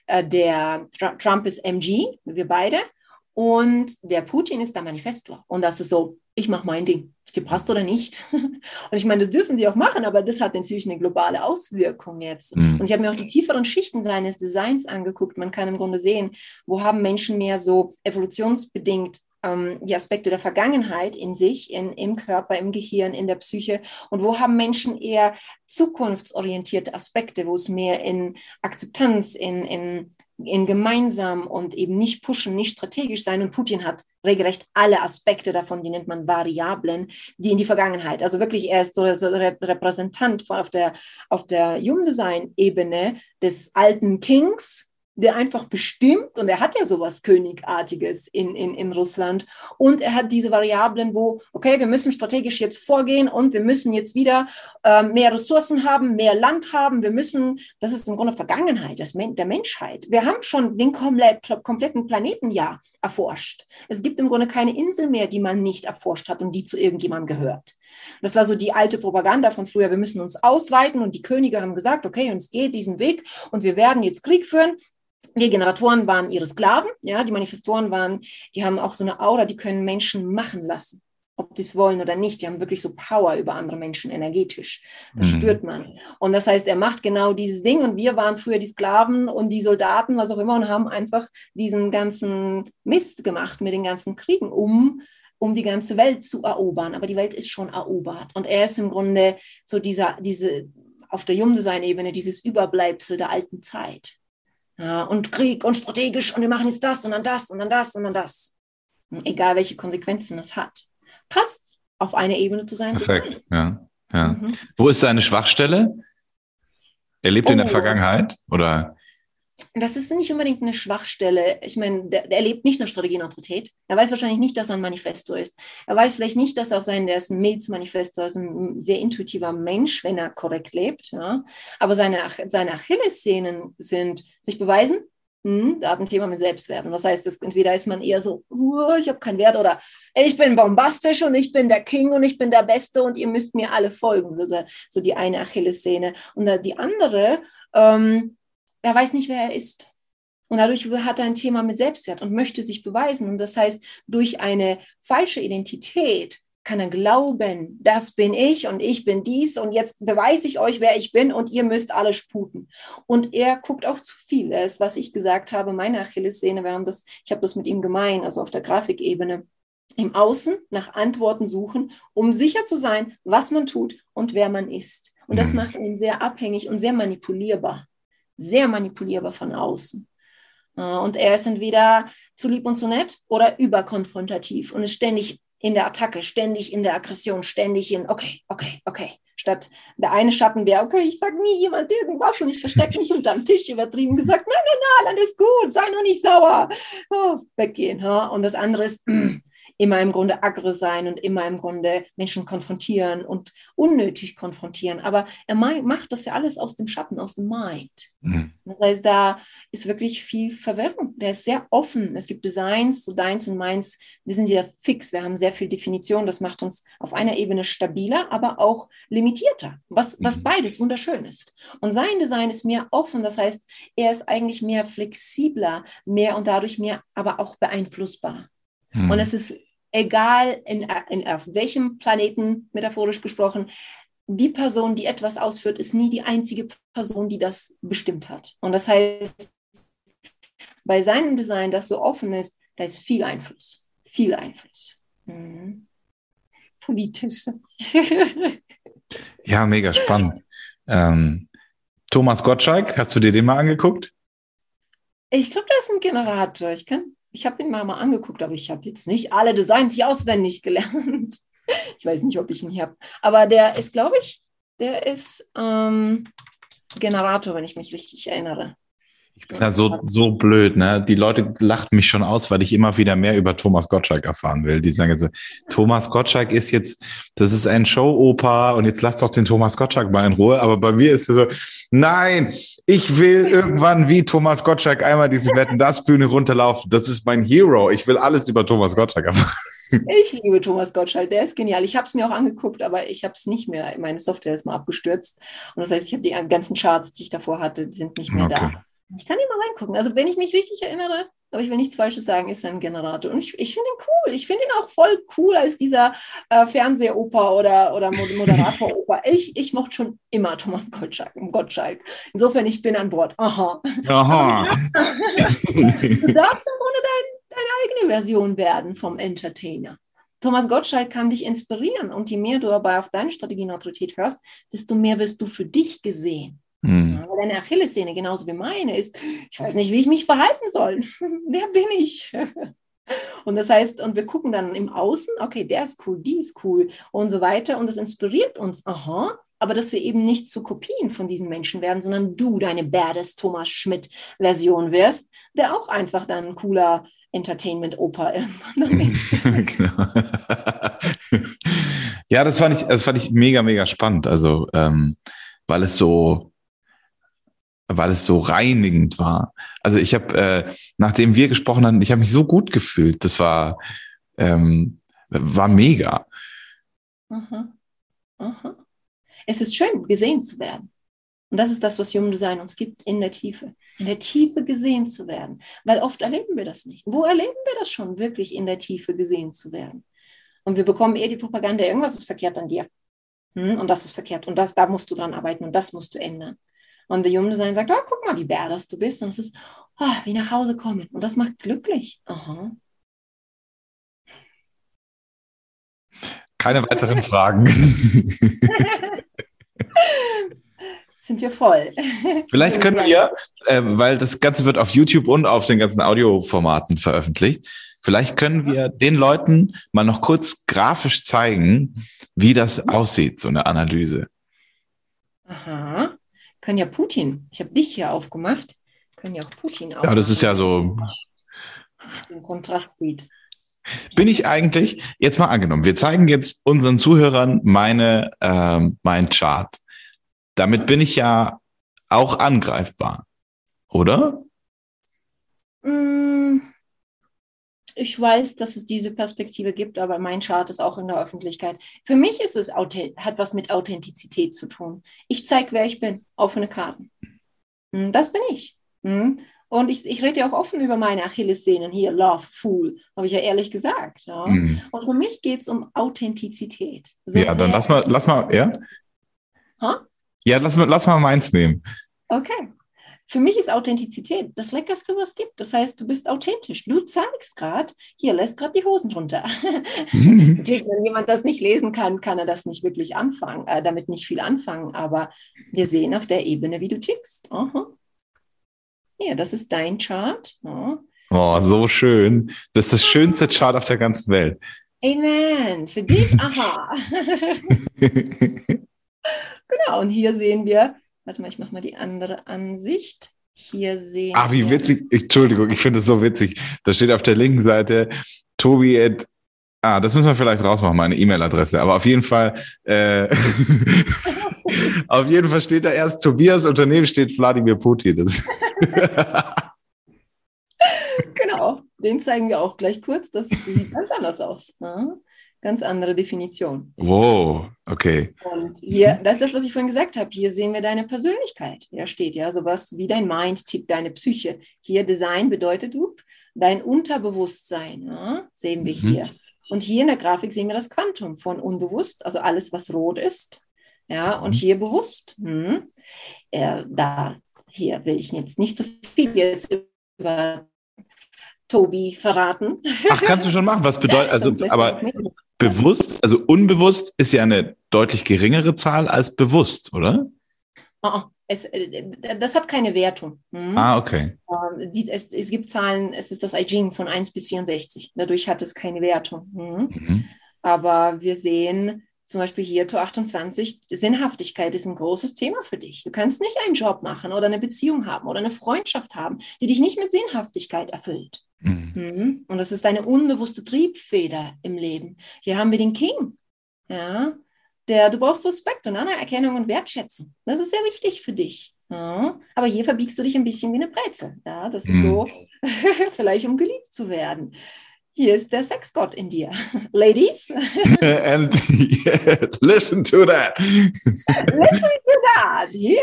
Der Trump ist M G, wir beide. Und der Putin ist der Manifestor. Und das ist so, ich mache mein Ding. Ob es dir passt oder nicht. Und ich meine, das dürfen sie auch machen, aber das hat natürlich eine globale Auswirkung jetzt. Mhm. Und ich habe mir auch die tieferen Schichten seines Designs angeguckt. Man kann im Grunde sehen, wo haben Menschen mehr so evolutionsbedingt ähm, die Aspekte der Vergangenheit in sich, in, im Körper, im Gehirn, in der Psyche. Und wo haben Menschen eher zukunftsorientierte Aspekte, wo es mehr in Akzeptanz, in, in in gemeinsam und eben nicht pushen, nicht strategisch sein. Und Putin hat regelrecht alle Aspekte davon, die nennt man Variablen, die in die Vergangenheit, also wirklich er ist so der Repräsentant von auf der, auf der Human-Design-Ebene des alten Kings, der einfach bestimmt, und er hat ja sowas Königartiges in, in, in Russland, und er hat diese Variablen, wo, okay, wir müssen strategisch jetzt vorgehen und wir müssen jetzt wieder äh, mehr Ressourcen haben, mehr Land haben, wir müssen, das ist im Grunde Vergangenheit das, der Menschheit. Wir haben schon den kompletten Planeten ja erforscht. Es gibt im Grunde keine Insel mehr, die man nicht erforscht hat und die zu irgendjemandem gehört. Das war so die alte Propaganda von früher, wir müssen uns ausweiten, und die Könige haben gesagt, okay, uns geht diesen Weg und wir werden jetzt Krieg führen. Die Generatoren waren ihre Sklaven, ja, die Manifestoren waren, die haben auch so eine Aura, die können Menschen machen lassen, ob die es wollen oder nicht. Die haben wirklich so Power über andere Menschen energetisch. Das mhm. spürt man. Und das heißt, er macht genau dieses Ding, und wir waren früher die Sklaven und die Soldaten, was auch immer, und haben einfach diesen ganzen Mist gemacht mit den ganzen Kriegen, um um die ganze Welt zu erobern. Aber die Welt ist schon erobert. Und er ist im Grunde so dieser, diese, auf der Human-Design-Ebene, dieses Überbleibsel der alten Zeit. Ja, und Krieg und strategisch und wir machen jetzt das und dann das und dann das und dann das. Egal, welche Konsequenzen es hat. Passt auf eine Ebene zu sein. Perfekt, ja. ja. Mhm. Wo ist seine Schwachstelle? Er lebt oh. in der Vergangenheit, oder? Das ist nicht unbedingt eine Schwachstelle. Ich meine, der, der lebt nicht nach Strategie und Autorität. Er weiß wahrscheinlich nicht, dass er ein Manifestor ist. Er weiß vielleicht nicht, dass er auf seinen, der ist ein Milz-Manifestor, ist ein sehr intuitiver Mensch, wenn er korrekt lebt. Ja. Aber seine, seine Achillessehnen sind sich beweisen. Hm, da hat ein Thema mit Selbstwert. Und das heißt, dass entweder ist man eher so, uh, ich habe keinen Wert, oder ich bin bombastisch und ich bin der King und ich bin der Beste und ihr müsst mir alle folgen. So, der, so die eine Achillessehne. Und die andere, ähm, er weiß nicht, wer er ist. Und dadurch hat er ein Thema mit Selbstwert und möchte sich beweisen. Und das heißt, durch eine falsche Identität kann er glauben, das bin ich und ich bin dies und jetzt beweise ich euch, wer ich bin und ihr müsst alle sputen. Und er guckt auch zu viel. Das ist, was ich gesagt habe, meine Achillessehne, wir haben das, ich habe das mit ihm gemein, also auf der Grafikebene, im Außen nach Antworten suchen, um sicher zu sein, was man tut und wer man ist. Und das macht ihn sehr abhängig und sehr manipulierbar. Sehr manipulierbar von außen. Und er ist entweder zu lieb und zu nett oder überkonfrontativ und ist ständig in der Attacke, ständig in der Aggression, ständig in, okay, okay, okay, Statt der eine Schatten wäre, okay, ich sage nie jemand irgendwas und ich verstecke mich unterm Tisch, übertrieben gesagt, nein, nein, nein, alles gut, sei nur nicht sauer. Oh, weggehen. Ja? Und das andere ist, immer im Grunde aggro sein und immer im Grunde Menschen konfrontieren und unnötig konfrontieren. Aber er macht das ja alles aus dem Schatten, aus dem Mind. Mhm. Das heißt, da ist wirklich viel Verwirrung. Der ist sehr offen. Es gibt Designs, so deins und meins, die sind sehr fix. Wir haben sehr viel Definition. Das macht uns auf einer Ebene stabiler, aber auch limitierter, was, was beides wunderschön ist. Und sein Design ist mehr offen. Das heißt, er ist eigentlich mehr flexibler, mehr und dadurch mehr, aber auch beeinflussbar. Mhm. Und es ist egal, in, in, auf welchem Planeten, metaphorisch gesprochen, die Person, die etwas ausführt, ist nie die einzige Person, die das bestimmt hat. Und das heißt, bei seinem Design, das so offen ist, da ist viel Einfluss. Viel Einfluss. Mhm. Politisch. Ja, mega spannend. Ähm, Thomas Gottschalk, hast du dir den mal angeguckt? Ich glaube, das ist ein Generator. Ich kann Ich habe ihn mal, mal angeguckt, aber ich habe jetzt nicht alle Designs hier auswendig gelernt. Ich weiß nicht, ob ich ihn hier habe. Aber der ist, glaube ich, der ist ähm, Generator, wenn ich mich richtig erinnere. Ich bin ja so, so blöd, ne? Die Leute lachen mich schon aus, weil ich immer wieder mehr über Thomas Gottschalk erfahren will. Die sagen jetzt, Thomas Gottschalk ist jetzt, das ist ein Show-Opa und jetzt lass doch den Thomas Gottschalk mal in Ruhe. Aber bei mir ist es so, nein, ich will irgendwann wie Thomas Gottschalk einmal diese Wetten-das-Bühne runterlaufen. Das ist mein Hero. Ich will alles über Thomas Gottschalk erfahren. Ich liebe Thomas Gottschalk, der ist genial. Ich habe es mir auch angeguckt, aber ich habe es nicht mehr. Meine Software ist mal abgestürzt. Und das heißt, ich habe die ganzen Charts, die ich davor hatte, die sind nicht mehr okay. da. Ich kann hier mal reingucken. Also wenn ich mich richtig erinnere, aber ich will nichts Falsches sagen, ist er ein Generator. Und ich, ich finde ihn cool. Ich finde ihn auch voll cool als dieser äh, Fernsehoper oder, oder Moderatoroper. Ich, ich mochte schon immer Thomas Gottschalk, Gottschalk. Insofern, ich bin an Bord. Aha. Aha. Du darfst im Grunde dein, deine eigene Version werden vom Entertainer. Thomas Gottschalk kann dich inspirieren. Und je mehr du aber auf deine Strategie und Autorität hörst, desto mehr wirst du für dich gesehen. Hm. Ja, deine Achillessehne, genauso wie meine, ist, ich weiß nicht, wie ich mich verhalten soll. Wer bin ich? Und das heißt, und wir gucken dann im Außen, okay, der ist cool, die ist cool und so weiter. Und das inspiriert uns, aha, aber dass wir eben nicht zu Kopien von diesen Menschen werden, sondern du deine badass Thomas Schmidt-Version wirst, der auch einfach dann ein cooler Entertainment-Oper irgendwann ist. Genau. Ja, das fand ich, das fand ich mega, mega spannend. Also, ähm, weil es so weil es so reinigend war. Also ich habe, äh, nachdem wir gesprochen hatten, ich habe mich so gut gefühlt. Das war, ähm, war mega. Aha. Aha. Es ist schön, gesehen zu werden. Und das ist das, was Human Design uns gibt, in der Tiefe. In der Tiefe gesehen zu werden. Weil oft erleben wir das nicht. Wo erleben wir das schon, wirklich in der Tiefe gesehen zu werden? Und wir bekommen eher die Propaganda, irgendwas ist verkehrt an dir. Hm? Und das ist verkehrt. Und das, da musst du dran arbeiten und das musst du ändern. Und der Human Design sagt, oh, guck mal, wie badass du bist. Und es ist, oh, wie nach Hause kommen. Und das macht glücklich. Aha. Keine weiteren Fragen. Sind wir voll. Vielleicht können wir, äh, weil das Ganze wird auf YouTube und auf den ganzen Audioformaten veröffentlicht, vielleicht können wir den Leuten mal noch kurz grafisch zeigen, wie das aussieht, so eine Analyse. Aha. Können ja Putin, ich habe dich hier aufgemacht, können ja auch Putin aufmachen. Ja, das ist ja so. Den Kontrast sieht. Bin ich eigentlich, jetzt mal angenommen, wir zeigen jetzt unseren Zuhörern meine, ähm, mein Chart. Damit bin ich ja auch angreifbar, oder? Ich weiß, dass es diese Perspektive gibt, aber mein Chart ist auch in der Öffentlichkeit. Für mich ist es hat was mit Authentizität zu tun. Ich zeige, wer ich bin, offene Karten. Das bin ich. Und ich, ich rede ja auch offen über meine Achillessehnen. Hier, Love, Fool, habe ich ja ehrlich gesagt. Ja? Mhm. Und für mich geht es um Authentizität. So ja, dann lass mal, lass mal, ja? Ha? Ja, lass mal, lass mal meins nehmen. Okay. Für mich ist Authentizität das Leckerste, was es gibt. Das heißt, du bist authentisch. Du zeigst gerade, hier lässt gerade die Hosen runter. Natürlich, wenn jemand das nicht lesen kann, kann er das nicht wirklich anfangen, äh, damit nicht viel anfangen. Aber wir sehen auf der Ebene, wie du tickst. Aha. Hier, das ist dein Chart. Ja. Oh, so schön. Das ist das schönste Chart auf der ganzen Welt. Amen. Für dich, aha. Genau, und hier sehen wir, warte mal, ich mache mal die andere Ansicht. Hier sehen Ach, wie wir. witzig. Ich, Entschuldigung, ich finde es so witzig. Da steht auf der linken Seite Tobi at, ah, das müssen wir vielleicht rausmachen, meine E-Mail-Adresse. Aber auf jeden Fall, äh, auf jeden Fall steht da erst Tobias, Unternehmen steht Wladimir Putin. Das Genau, den zeigen wir auch gleich kurz. Das sieht ganz anders aus. Ne? Ganz andere Definition. wow, okay. Und hier, das ist das, was ich vorhin gesagt habe. Hier sehen wir deine Persönlichkeit. Hier steht ja sowas wie dein Mind tickt, deine Psyche. Hier Design bedeutet, up, dein Unterbewusstsein. Ja? Sehen wir hier. Mhm. Und hier in der Grafik sehen wir das Quantum von unbewusst, also alles, was rot ist. Ja, und hier bewusst. Hm. Äh, da, hier will ich jetzt nicht so viel jetzt über Tobi verraten. Ach, kannst du schon machen. Was bedeutet, also, aber bewusst, also unbewusst ist ja eine deutlich geringere Zahl als bewusst, oder? Oh, es, das hat keine Wertung. Hm? Ah, okay. Ähm, die, es, es gibt Zahlen, es ist das I Ching von eins bis vierundsechzig. Dadurch hat es keine Wertung. Hm? Mhm. Aber wir sehen zum Beispiel hier Tor achtundzwanzig, Sinnhaftigkeit ist ein großes Thema für dich. Du kannst nicht einen Job machen oder eine Beziehung haben oder eine Freundschaft haben, die dich nicht mit Sinnhaftigkeit erfüllt. Mhm. Und das ist deine unbewusste Triebfeder im Leben. Hier haben wir den King. Ja, der, du brauchst Respekt und Anerkennung und Wertschätzung. Das ist sehr wichtig für dich. Ja, aber hier verbiegst du dich ein bisschen wie eine Brezel. Ja, das ist mhm. so, vielleicht um geliebt zu werden. Hier ist der Sexgott in dir. Ladies. And yeah, listen to that. Listen to that. Here,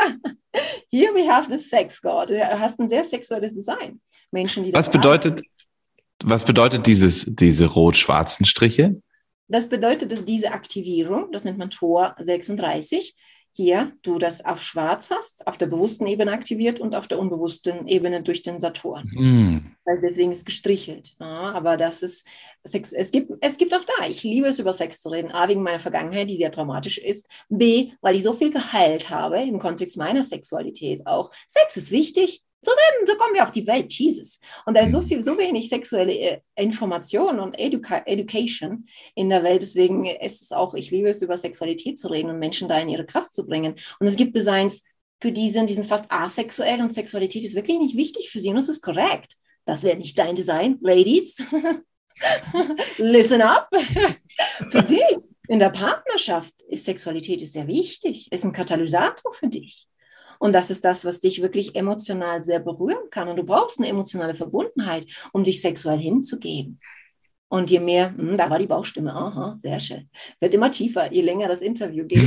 here we have the Sexgott. Du hast ein sehr sexuelles Design. Menschen, die was bedeutet, was bedeutet dieses, diese rot-schwarzen Striche? Das bedeutet, dass diese Aktivierung, das nennt man Tor sechsunddreißig, hier du das auf schwarz hast, auf der bewussten Ebene aktiviert und auf der unbewussten Ebene durch den Saturn. Mm. Das heißt, deswegen ist gestrichelt. Ja, aber das ist, Sex, es, gibt, es gibt auch da, ich liebe es, über Sex zu reden, A, wegen meiner Vergangenheit, die sehr traumatisch ist, B, weil ich so viel geheilt habe im Kontext meiner Sexualität auch. Sex ist wichtig. So werden, so kommen wir auf die Welt, Jesus. Und da ist so viel, so wenig sexuelle äh, Information und Educa- Education in der Welt. Deswegen ist es auch, ich liebe es, über Sexualität zu reden und Menschen da in ihre Kraft zu bringen. Und es gibt Designs, für die sind, die sind fast asexuell und Sexualität ist wirklich nicht wichtig für sie. Und das ist korrekt. Das wäre nicht dein Design, Ladies. Listen up. Für dich in der Partnerschaft ist Sexualität ist sehr wichtig, ist ein Katalysator für dich. Und das ist das, was dich wirklich emotional sehr berühren kann. Und du brauchst eine emotionale Verbundenheit, um dich sexuell hinzugeben. Und je mehr, mh, da war die Bauchstimme, aha, sehr schön. Wird immer tiefer, je länger das Interview geht.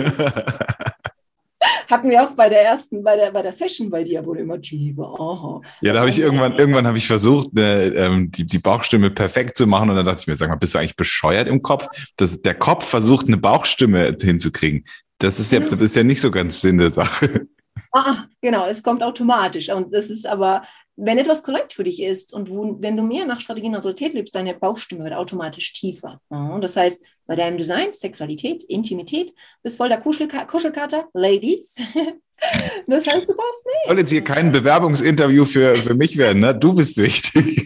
Hatten wir auch bei der ersten, bei der, bei der Session bei dir, wurde immer tiefer, aha. Ja, da habe ich irgendwann, irgendwann habe ich versucht, ne, die, die Bauchstimme perfekt zu machen. Und dann dachte ich mir, sag mal, bist du eigentlich bescheuert im Kopf? Das, der Kopf versucht, eine Bauchstimme hinzukriegen. Das ist ja, das ist ja nicht so ganz Sinn der Sache. Ah, genau, es kommt automatisch. Und das ist aber, wenn etwas korrekt für dich ist und wo, wenn du mehr nach Strategie und Autorität lebst, deine Bauchstimme wird automatisch tiefer. Ja, das heißt, bei deinem Design, Sexualität, Intimität, bist voll der Kuschelka- Kuschelkater, Ladies. Das heißt, du brauchst nicht. Soll jetzt hier kein Bewerbungsinterview für, für mich werden, ne? Du bist wichtig.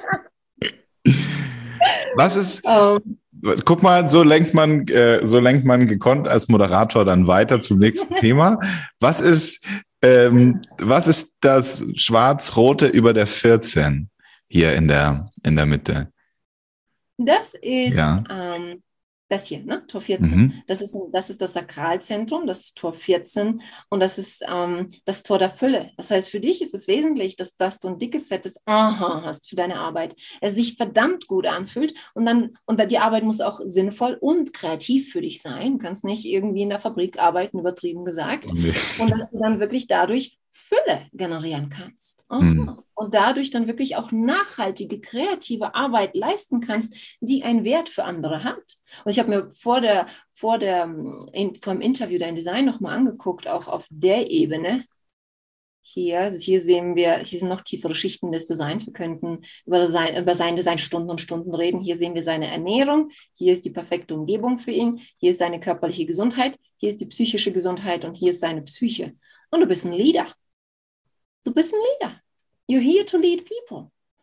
Was ist... Um, Guck mal, so lenkt man, äh, so lenkt man gekonnt als Moderator dann weiter zum nächsten Thema. Was ist, ähm, was ist das Schwarz-Rote über der vierzehn hier in der, in der Mitte? Das ist ja. ähm, das hier, ne? Tor vierzehn. Mhm. Das ist, das ist das Sakralzentrum, das ist Tor vierzehn und das ist ähm, das Tor der Fülle. Das heißt, für dich ist es wesentlich, dass, dass du ein dickes, fettes Aha hast für deine Arbeit. Es sich verdammt gut anfühlt und dann, und die Arbeit muss auch sinnvoll und kreativ für dich sein. Du kannst nicht irgendwie in der Fabrik arbeiten, übertrieben gesagt. Nee. Und dass du dann wirklich dadurch Fülle generieren kannst. Mhm. Und dadurch dann wirklich auch nachhaltige, kreative Arbeit leisten kannst, die einen Wert für andere hat. Und ich habe mir vor der, vor der, in, vor dem Interview dein Design nochmal angeguckt, auch auf der Ebene. Hier, also hier sehen wir, hier sind noch tiefere Schichten des Designs. Wir könnten über sein, über sein Design Stunden und Stunden reden. Hier sehen wir seine Ernährung. Hier ist die perfekte Umgebung für ihn. Hier ist seine körperliche Gesundheit. Hier ist die psychische Gesundheit und hier ist seine Psyche. Und du bist ein Leader. Du bist ein Leader. You're here to lead people.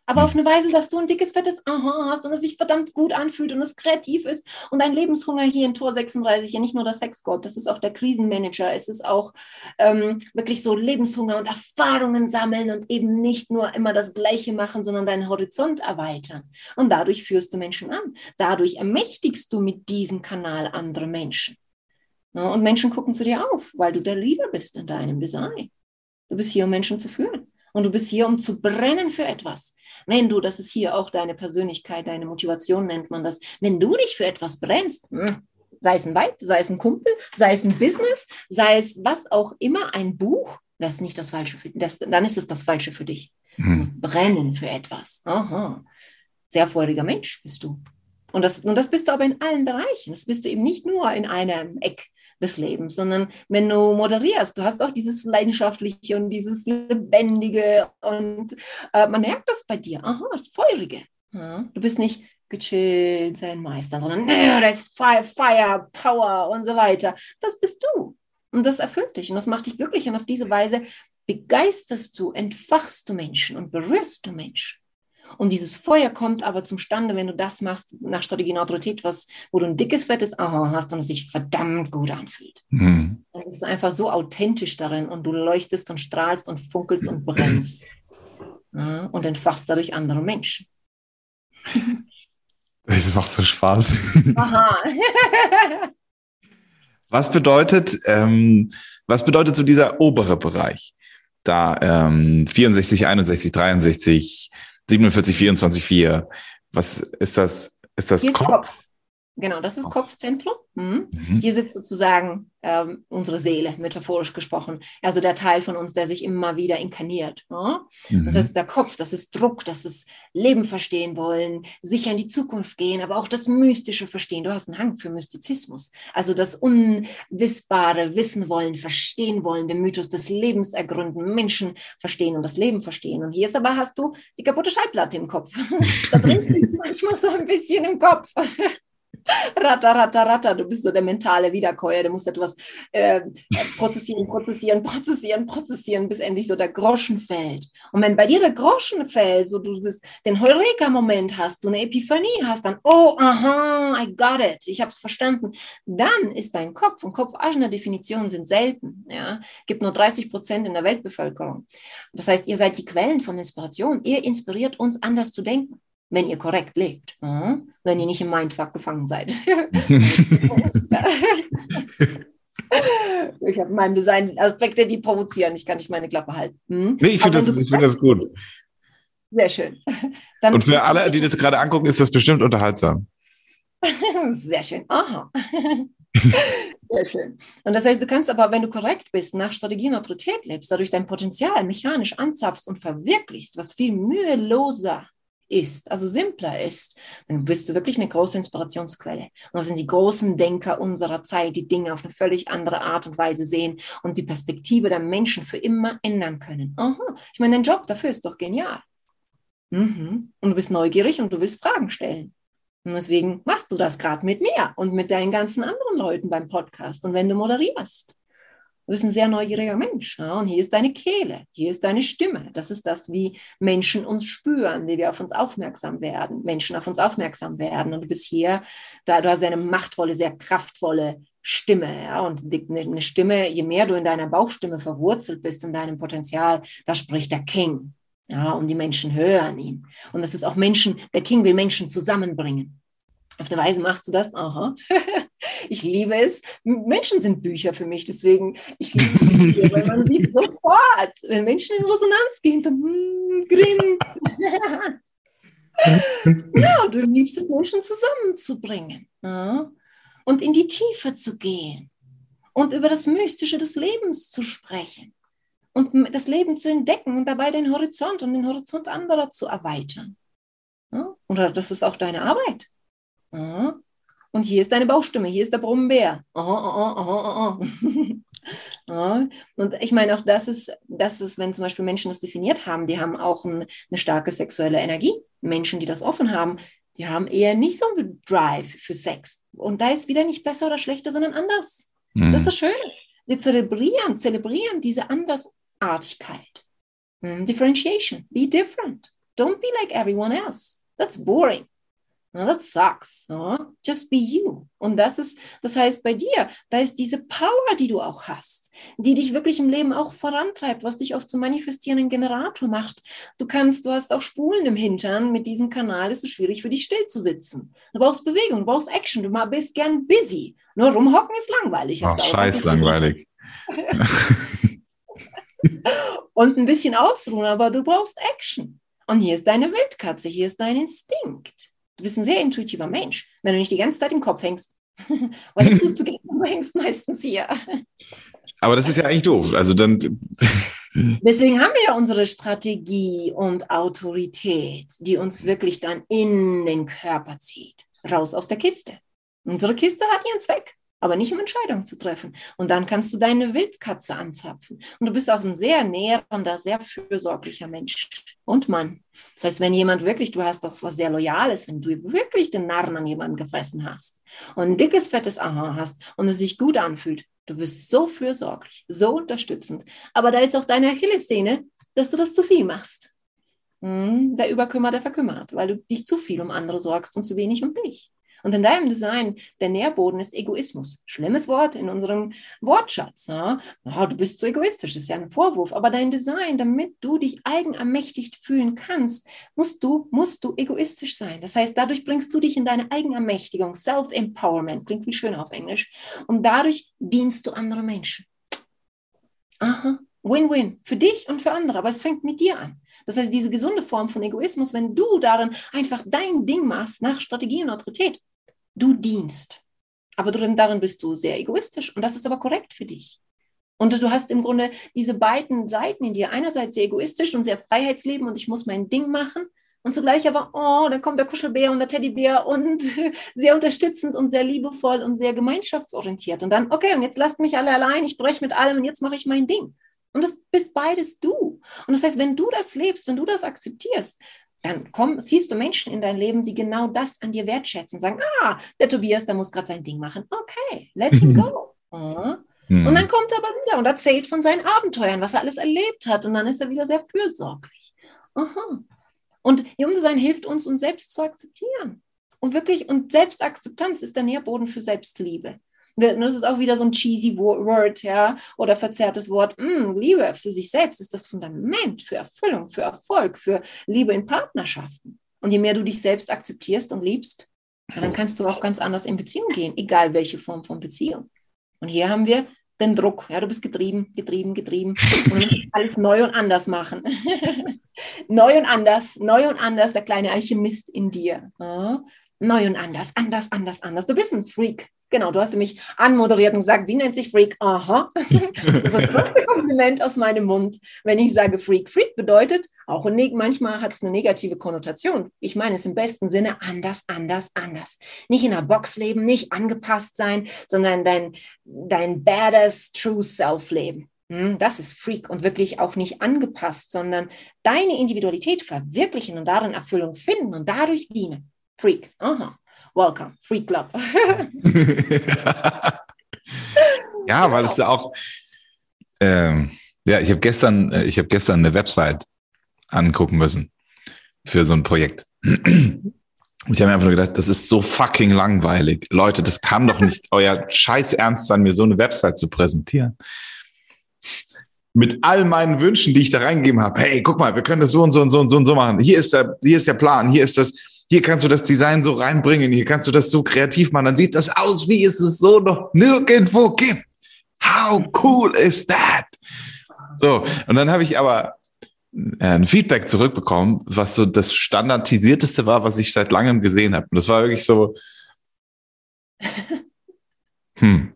Aber auf eine Weise, dass du ein dickes, fettes Aha hast und es sich verdammt gut anfühlt und es kreativ ist und dein Lebenshunger hier in Tor sechsunddreißig, ja nicht nur der Sexgott, das ist auch der Krisenmanager, es ist auch ähm, wirklich so Lebenshunger und Erfahrungen sammeln und eben nicht nur immer das Gleiche machen, sondern deinen Horizont erweitern. Und dadurch führst du Menschen an. Dadurch ermächtigst du mit diesem Kanal andere Menschen. Ja, und Menschen gucken zu dir auf, weil du der Leader bist in deinem Design. Du bist hier, um Menschen zu führen. Und du bist hier, um zu brennen für etwas. Wenn du, das ist hier auch deine Persönlichkeit, deine Motivation nennt man das, wenn du dich für etwas brennst, sei es ein Weib, sei es ein Kumpel, sei es ein Business, sei es was auch immer, ein Buch, das ist nicht das Falsche für dich, dann ist es das Falsche für dich. Du musst brennen für etwas. Aha. Sehr feuriger Mensch bist du. Und das, und das bist du aber in allen Bereichen. Das bist du eben nicht nur in einem Eck des Lebens, sondern wenn du moderierst, du hast auch dieses Leidenschaftliche und dieses Lebendige und äh, man merkt das bei dir. Aha, das Feurige. Ja, du bist nicht gechillt, sein Meister, sondern äh, da ist Fire, Fire, Power und so weiter. Das bist du. Und das erfüllt dich und das macht dich glücklich und auf diese Weise begeisterst du, entfachst du Menschen und berührst du Menschen. Und dieses Feuer kommt aber zum Stande, wenn du das machst nach Strategie und Autorität, was, wo du ein dickes, fettes Aha hast und es sich verdammt gut anfühlt. Mhm. Dann bist du einfach so authentisch darin und du leuchtest und strahlst und funkelst und brennst. Ja, und entfachst dadurch andere Menschen. Das macht so Spaß. Aha. Was bedeutet, ähm, was bedeutet so dieser obere Bereich? Da ähm, vierundsechzig, einundsechzig, dreiundsechzig, siebenundvierzig, vierundzwanzig, vier. Was ist das? Ist das Hier Kopf? Ist Kopf? Genau, das ist oh. Kopfzentrum. Mhm. Mhm. Hier sitzt sozusagen ähm, unsere Seele, metaphorisch gesprochen. Also der Teil von uns, der sich immer wieder inkarniert. Ja? Mhm. Das heißt, der Kopf, das ist Druck, das ist Leben verstehen wollen, sicher in die Zukunft gehen, aber auch das Mystische verstehen. Du hast einen Hang für Mystizismus. Also das Unwissbare wissen wollen, verstehen wollen, den Mythos des Lebens ergründen, Menschen verstehen und das Leben verstehen. Und hier ist aber, hast du die kaputte Schallplatte im Kopf. Da bringt es manchmal so ein bisschen im Kopf. Ratter, ratter, ratter, du bist so der mentale Wiederkäuer, du musst etwas äh, prozessieren, prozessieren, prozessieren, prozessieren, bis endlich so der Groschen fällt. Und wenn bei dir der Groschen fällt, so du das, den Heureka-Moment hast, du eine Epiphanie hast, dann, oh, aha, I got it, ich habe es verstanden, dann ist dein Kopf, und kopfaschene Definitionen sind selten, ja, gibt nur dreißig Prozent in der Weltbevölkerung. Das heißt, ihr seid die Quellen von Inspiration, ihr inspiriert uns, anders zu denken. Wenn ihr korrekt lebt, ja? Wenn ihr nicht im Mindfuck gefangen seid. Ich habe in meinem Design Aspekte, die provozieren. Ich kann nicht meine Klappe halten. Hm? Nee, ich finde das, find das gut. Sehr schön. Dann und für alle, die das gerade angucken, ist das bestimmt unterhaltsam. Sehr schön. Aha. Sehr schön. Und das heißt, du kannst aber, wenn du korrekt bist, nach Strategie und Autorität lebst, dadurch dein Potenzial mechanisch anzapfst und verwirklichst, was viel müheloser ist, also simpler ist, dann bist du wirklich eine große Inspirationsquelle. Und das sind die großen Denker unserer Zeit, die Dinge auf eine völlig andere Art und Weise sehen und die Perspektive der Menschen für immer ändern können. Aha. Ich meine, dein Job dafür ist doch genial. Mhm. Und du bist neugierig und du willst Fragen stellen. Und deswegen machst du das gerade mit mir und mit deinen ganzen anderen Leuten beim Podcast und wenn du moderierst. Du bist ein sehr neugieriger Mensch. Ja? Und hier ist deine Kehle, hier ist deine Stimme. Das ist das, wie Menschen uns spüren, wie wir auf uns aufmerksam werden, Menschen auf uns aufmerksam werden. Und du bist hier, da du hast eine machtvolle, sehr kraftvolle Stimme. Ja? Und eine Stimme, je mehr du in deiner Bauchstimme verwurzelt bist, in deinem Potenzial, da spricht der King. Ja? Und die Menschen hören ihn. Und das ist auch Menschen, der King will Menschen zusammenbringen. Auf eine Weise machst du das. Aha. Ich liebe es. Menschen sind Bücher für mich, deswegen, ich liebe Bücher, weil man sieht sofort, wenn Menschen in Resonanz gehen, so, hm, grinsen. Ja, du liebst es, Menschen zusammenzubringen. Ja? Und in die Tiefe zu gehen und über das Mystische des Lebens zu sprechen und das Leben zu entdecken und dabei den Horizont und den Horizont anderer zu erweitern. Ja? Und das ist auch deine Arbeit. Ja? Und hier ist deine Bauchstimme, hier ist der Brummbär. Aha, aha, aha, aha. Ja, und ich meine, auch das ist, das ist, wenn zum Beispiel Menschen das definiert haben, die haben auch ein, eine starke sexuelle Energie. Menschen, die das offen haben, die haben eher nicht so einen Drive für Sex. Und da ist wieder nicht besser oder schlechter, sondern anders. Mhm. Das ist das Schöne. Wir zelebrieren, zelebrieren diese Andersartigkeit. Mhm. Differentiation, be different. Don't be like everyone else. That's boring. No, that sucks. No? Just be you. Und das ist, das heißt bei dir, da ist diese Power, die du auch hast, die dich wirklich im Leben auch vorantreibt, was dich auch zum manifestierenden Generator macht. Du kannst, du hast auch Spulen im Hintern. Mit diesem Kanal ist es schwierig für dich still zu sitzen. Du brauchst Bewegung, du brauchst Action, du bist gern busy. Nur rumhocken ist langweilig. Oh, scheiß langweilig. Und ein bisschen ausruhen, aber du brauchst Action. Und hier ist deine Wildkatze, hier ist dein Instinkt. Du bist ein sehr intuitiver Mensch, wenn du nicht die ganze Zeit im Kopf hängst. Weil das tust du gerne, du hängst meistens hier. Aber das ist ja eigentlich doof. Also dann. Deswegen haben wir ja unsere Strategie und Autorität, die uns wirklich dann in den Körper zieht. Raus aus der Kiste. Unsere Kiste hat ihren Zweck, aber nicht um Entscheidungen zu treffen. Und dann kannst du deine Wildkatze anzapfen. Und du bist auch ein sehr nährender, sehr fürsorglicher Mensch und Mann. Das heißt, wenn jemand wirklich, du hast doch was sehr Loyales, wenn du wirklich den Narren an jemanden gefressen hast und ein dickes, fettes Aha hast und es sich gut anfühlt, du bist so fürsorglich, so unterstützend. Aber da ist auch deine Achillessehne, dass du das zu viel machst. Hm, der Überkümmer, der verkümmert, weil du dich zu viel um andere sorgst und zu wenig um dich. Und in deinem Design, der Nährboden ist Egoismus. Schlimmes Wort in unserem Wortschatz. Ja? Oh, du bist so egoistisch, das ist ja ein Vorwurf. Aber dein Design, damit du dich eigenermächtigt fühlen kannst, musst du, musst du egoistisch sein. Das heißt, dadurch bringst du dich in deine Eigenermächtigung, Self-Empowerment, klingt viel schöner auf Englisch. Und dadurch dienst du andere Menschen. Aha, Win-Win, für dich und für andere. Aber es fängt mit dir an. Das heißt, diese gesunde Form von Egoismus, wenn du darin einfach dein Ding machst, nach Strategie und Autorität, du dienst. Aber darin bist du sehr egoistisch und das ist aber korrekt für dich. Und du hast im Grunde diese beiden Seiten in dir. Einerseits sehr egoistisch und sehr Freiheitsleben und ich muss mein Ding machen. Und zugleich aber, oh, dann kommt der Kuschelbär und der Teddybär und sehr unterstützend und sehr liebevoll und sehr gemeinschaftsorientiert. Und dann, okay, und jetzt lasst mich alle allein, ich breche mit allem und jetzt mache ich mein Ding. Und das bist beides du. Und das heißt, wenn du das lebst, wenn du das akzeptierst, dann komm, ziehst du Menschen in dein Leben, die genau das an dir wertschätzen. Sagen, ah, der Tobias, der muss gerade sein Ding machen. Okay, let him go. Oh. Mhm. Und dann kommt er aber wieder und erzählt von seinen Abenteuern, was er alles erlebt hat. Und dann ist er wieder sehr fürsorglich. Aha. Und Human hilft uns, uns selbst zu akzeptieren. Und wirklich, und Selbstakzeptanz ist der Nährboden für Selbstliebe. Das ist auch wieder so ein cheesy Word, ja, oder verzerrtes Wort. Mm, Liebe für sich selbst ist das Fundament für Erfüllung, für Erfolg, für Liebe in Partnerschaften. Und je mehr du dich selbst akzeptierst und liebst, dann kannst du auch ganz anders in Beziehung gehen, egal welche Form von Beziehung. Und hier haben wir den Druck. Ja, du bist getrieben, getrieben, getrieben. Und du musst alles neu und anders machen. Neu und anders, neu und anders, der kleine Alchemist in dir. Ja? Neu und anders, anders, anders, anders. Du bist ein Freak. Genau, du hast mich anmoderiert und gesagt, sie nennt sich Freak. Aha. Das ist das größte Kompliment aus meinem Mund, wenn ich sage Freak. Freak bedeutet, auch ne- manchmal hat es eine negative Konnotation. Ich meine es im besten Sinne anders, anders, anders. Nicht in einer Box leben, nicht angepasst sein, sondern dein, dein badass True Self leben. Hm, das ist Freak und wirklich auch nicht angepasst, sondern deine Individualität verwirklichen und darin Erfüllung finden und dadurch dienen. Freak. Aha. Welcome, Freak Club. Ja, weil es ja auch, ähm, ja, ich habe gestern, äh, ich habe gestern eine Website angucken müssen für so ein Projekt. Ich habe mir einfach nur gedacht, das ist so fucking langweilig. Leute, das kann doch nicht euer Scheiß Ernst sein, mir so eine Website zu präsentieren. Mit all meinen Wünschen, die ich da reingegeben habe. Hey, guck mal, wir können das so und so und so und so und so machen. Hier ist der, hier ist der Plan, hier ist das. Hier kannst du das Design so reinbringen, hier kannst du das so kreativ machen, dann sieht das aus, wie es es so noch nirgendwo gibt. How cool is that? So, und dann habe ich aber ein Feedback zurückbekommen, was so das Standardisierteste war, was ich seit langem gesehen habe. Und das war wirklich so, hm,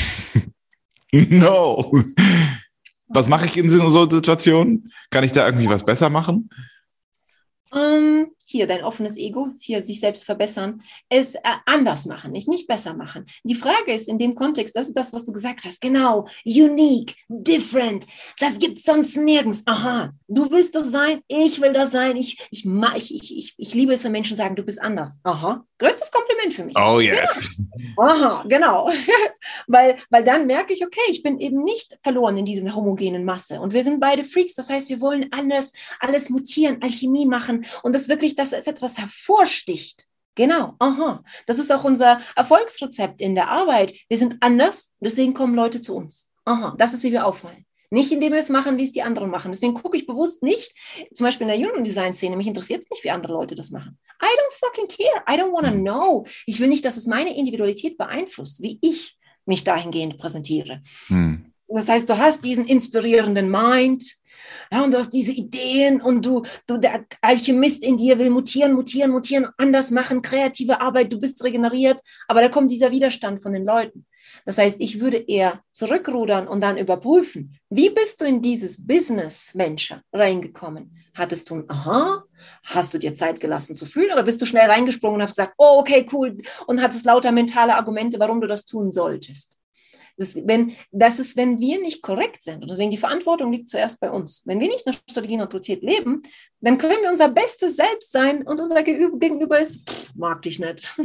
no. Was mache ich in so Situationen? Kann ich da irgendwie was besser machen? Um, hier dein offenes Ego, hier sich selbst verbessern, es äh, anders machen, nicht, nicht besser machen. Die Frage ist in dem Kontext, das ist das, was du gesagt hast, genau, unique, different, das gibt es sonst nirgends. Aha, du willst das sein, ich will das sein, ich, ich, ich, ich, ich, ich liebe es, wenn Menschen sagen, du bist anders. Aha, größtes Kompliment für mich. Oh yes. Genau. Aha, genau. weil, weil dann merke ich, okay, ich bin eben nicht verloren in dieser homogenen Masse und wir sind beide Freaks, das heißt, wir wollen alles, alles mutieren, Alchemie machen und das wirklich, dass es etwas hervorsticht. Genau, aha. Das ist auch unser Erfolgsrezept in der Arbeit. Wir sind anders, deswegen kommen Leute zu uns. Aha, das ist, wie wir auffallen. Nicht, indem wir es machen, wie es die anderen machen. Deswegen gucke ich bewusst nicht, zum Beispiel in der Human Design Szene, mich interessiert es nicht, wie andere Leute das machen. I don't fucking care. I don't want to know. Ich will nicht, dass es meine Individualität beeinflusst, wie ich mich dahingehend präsentiere. Hm. Das heißt, du hast diesen inspirierenden Mind, ja, und du hast diese Ideen und du, du, der Alchemist in dir will mutieren, mutieren, mutieren, anders machen, kreative Arbeit, du bist regeneriert, aber da kommt dieser Widerstand von den Leuten. Das heißt, ich würde eher zurückrudern und dann überprüfen, wie bist du in dieses Business-Venture reingekommen? Hattest du ein Aha? Hast du dir Zeit gelassen zu fühlen oder bist du schnell reingesprungen und hast gesagt, oh, okay, cool, und hattest lauter mentale Argumente, warum du das tun solltest? Das, wenn, das ist, wenn wir nicht korrekt sind. Und deswegen die Verantwortung liegt zuerst bei uns. Wenn wir nicht nach Strategie und Autorität leben, dann können wir unser bestes Selbst sein und unser Gegenüber ist, pff, mag dich nicht.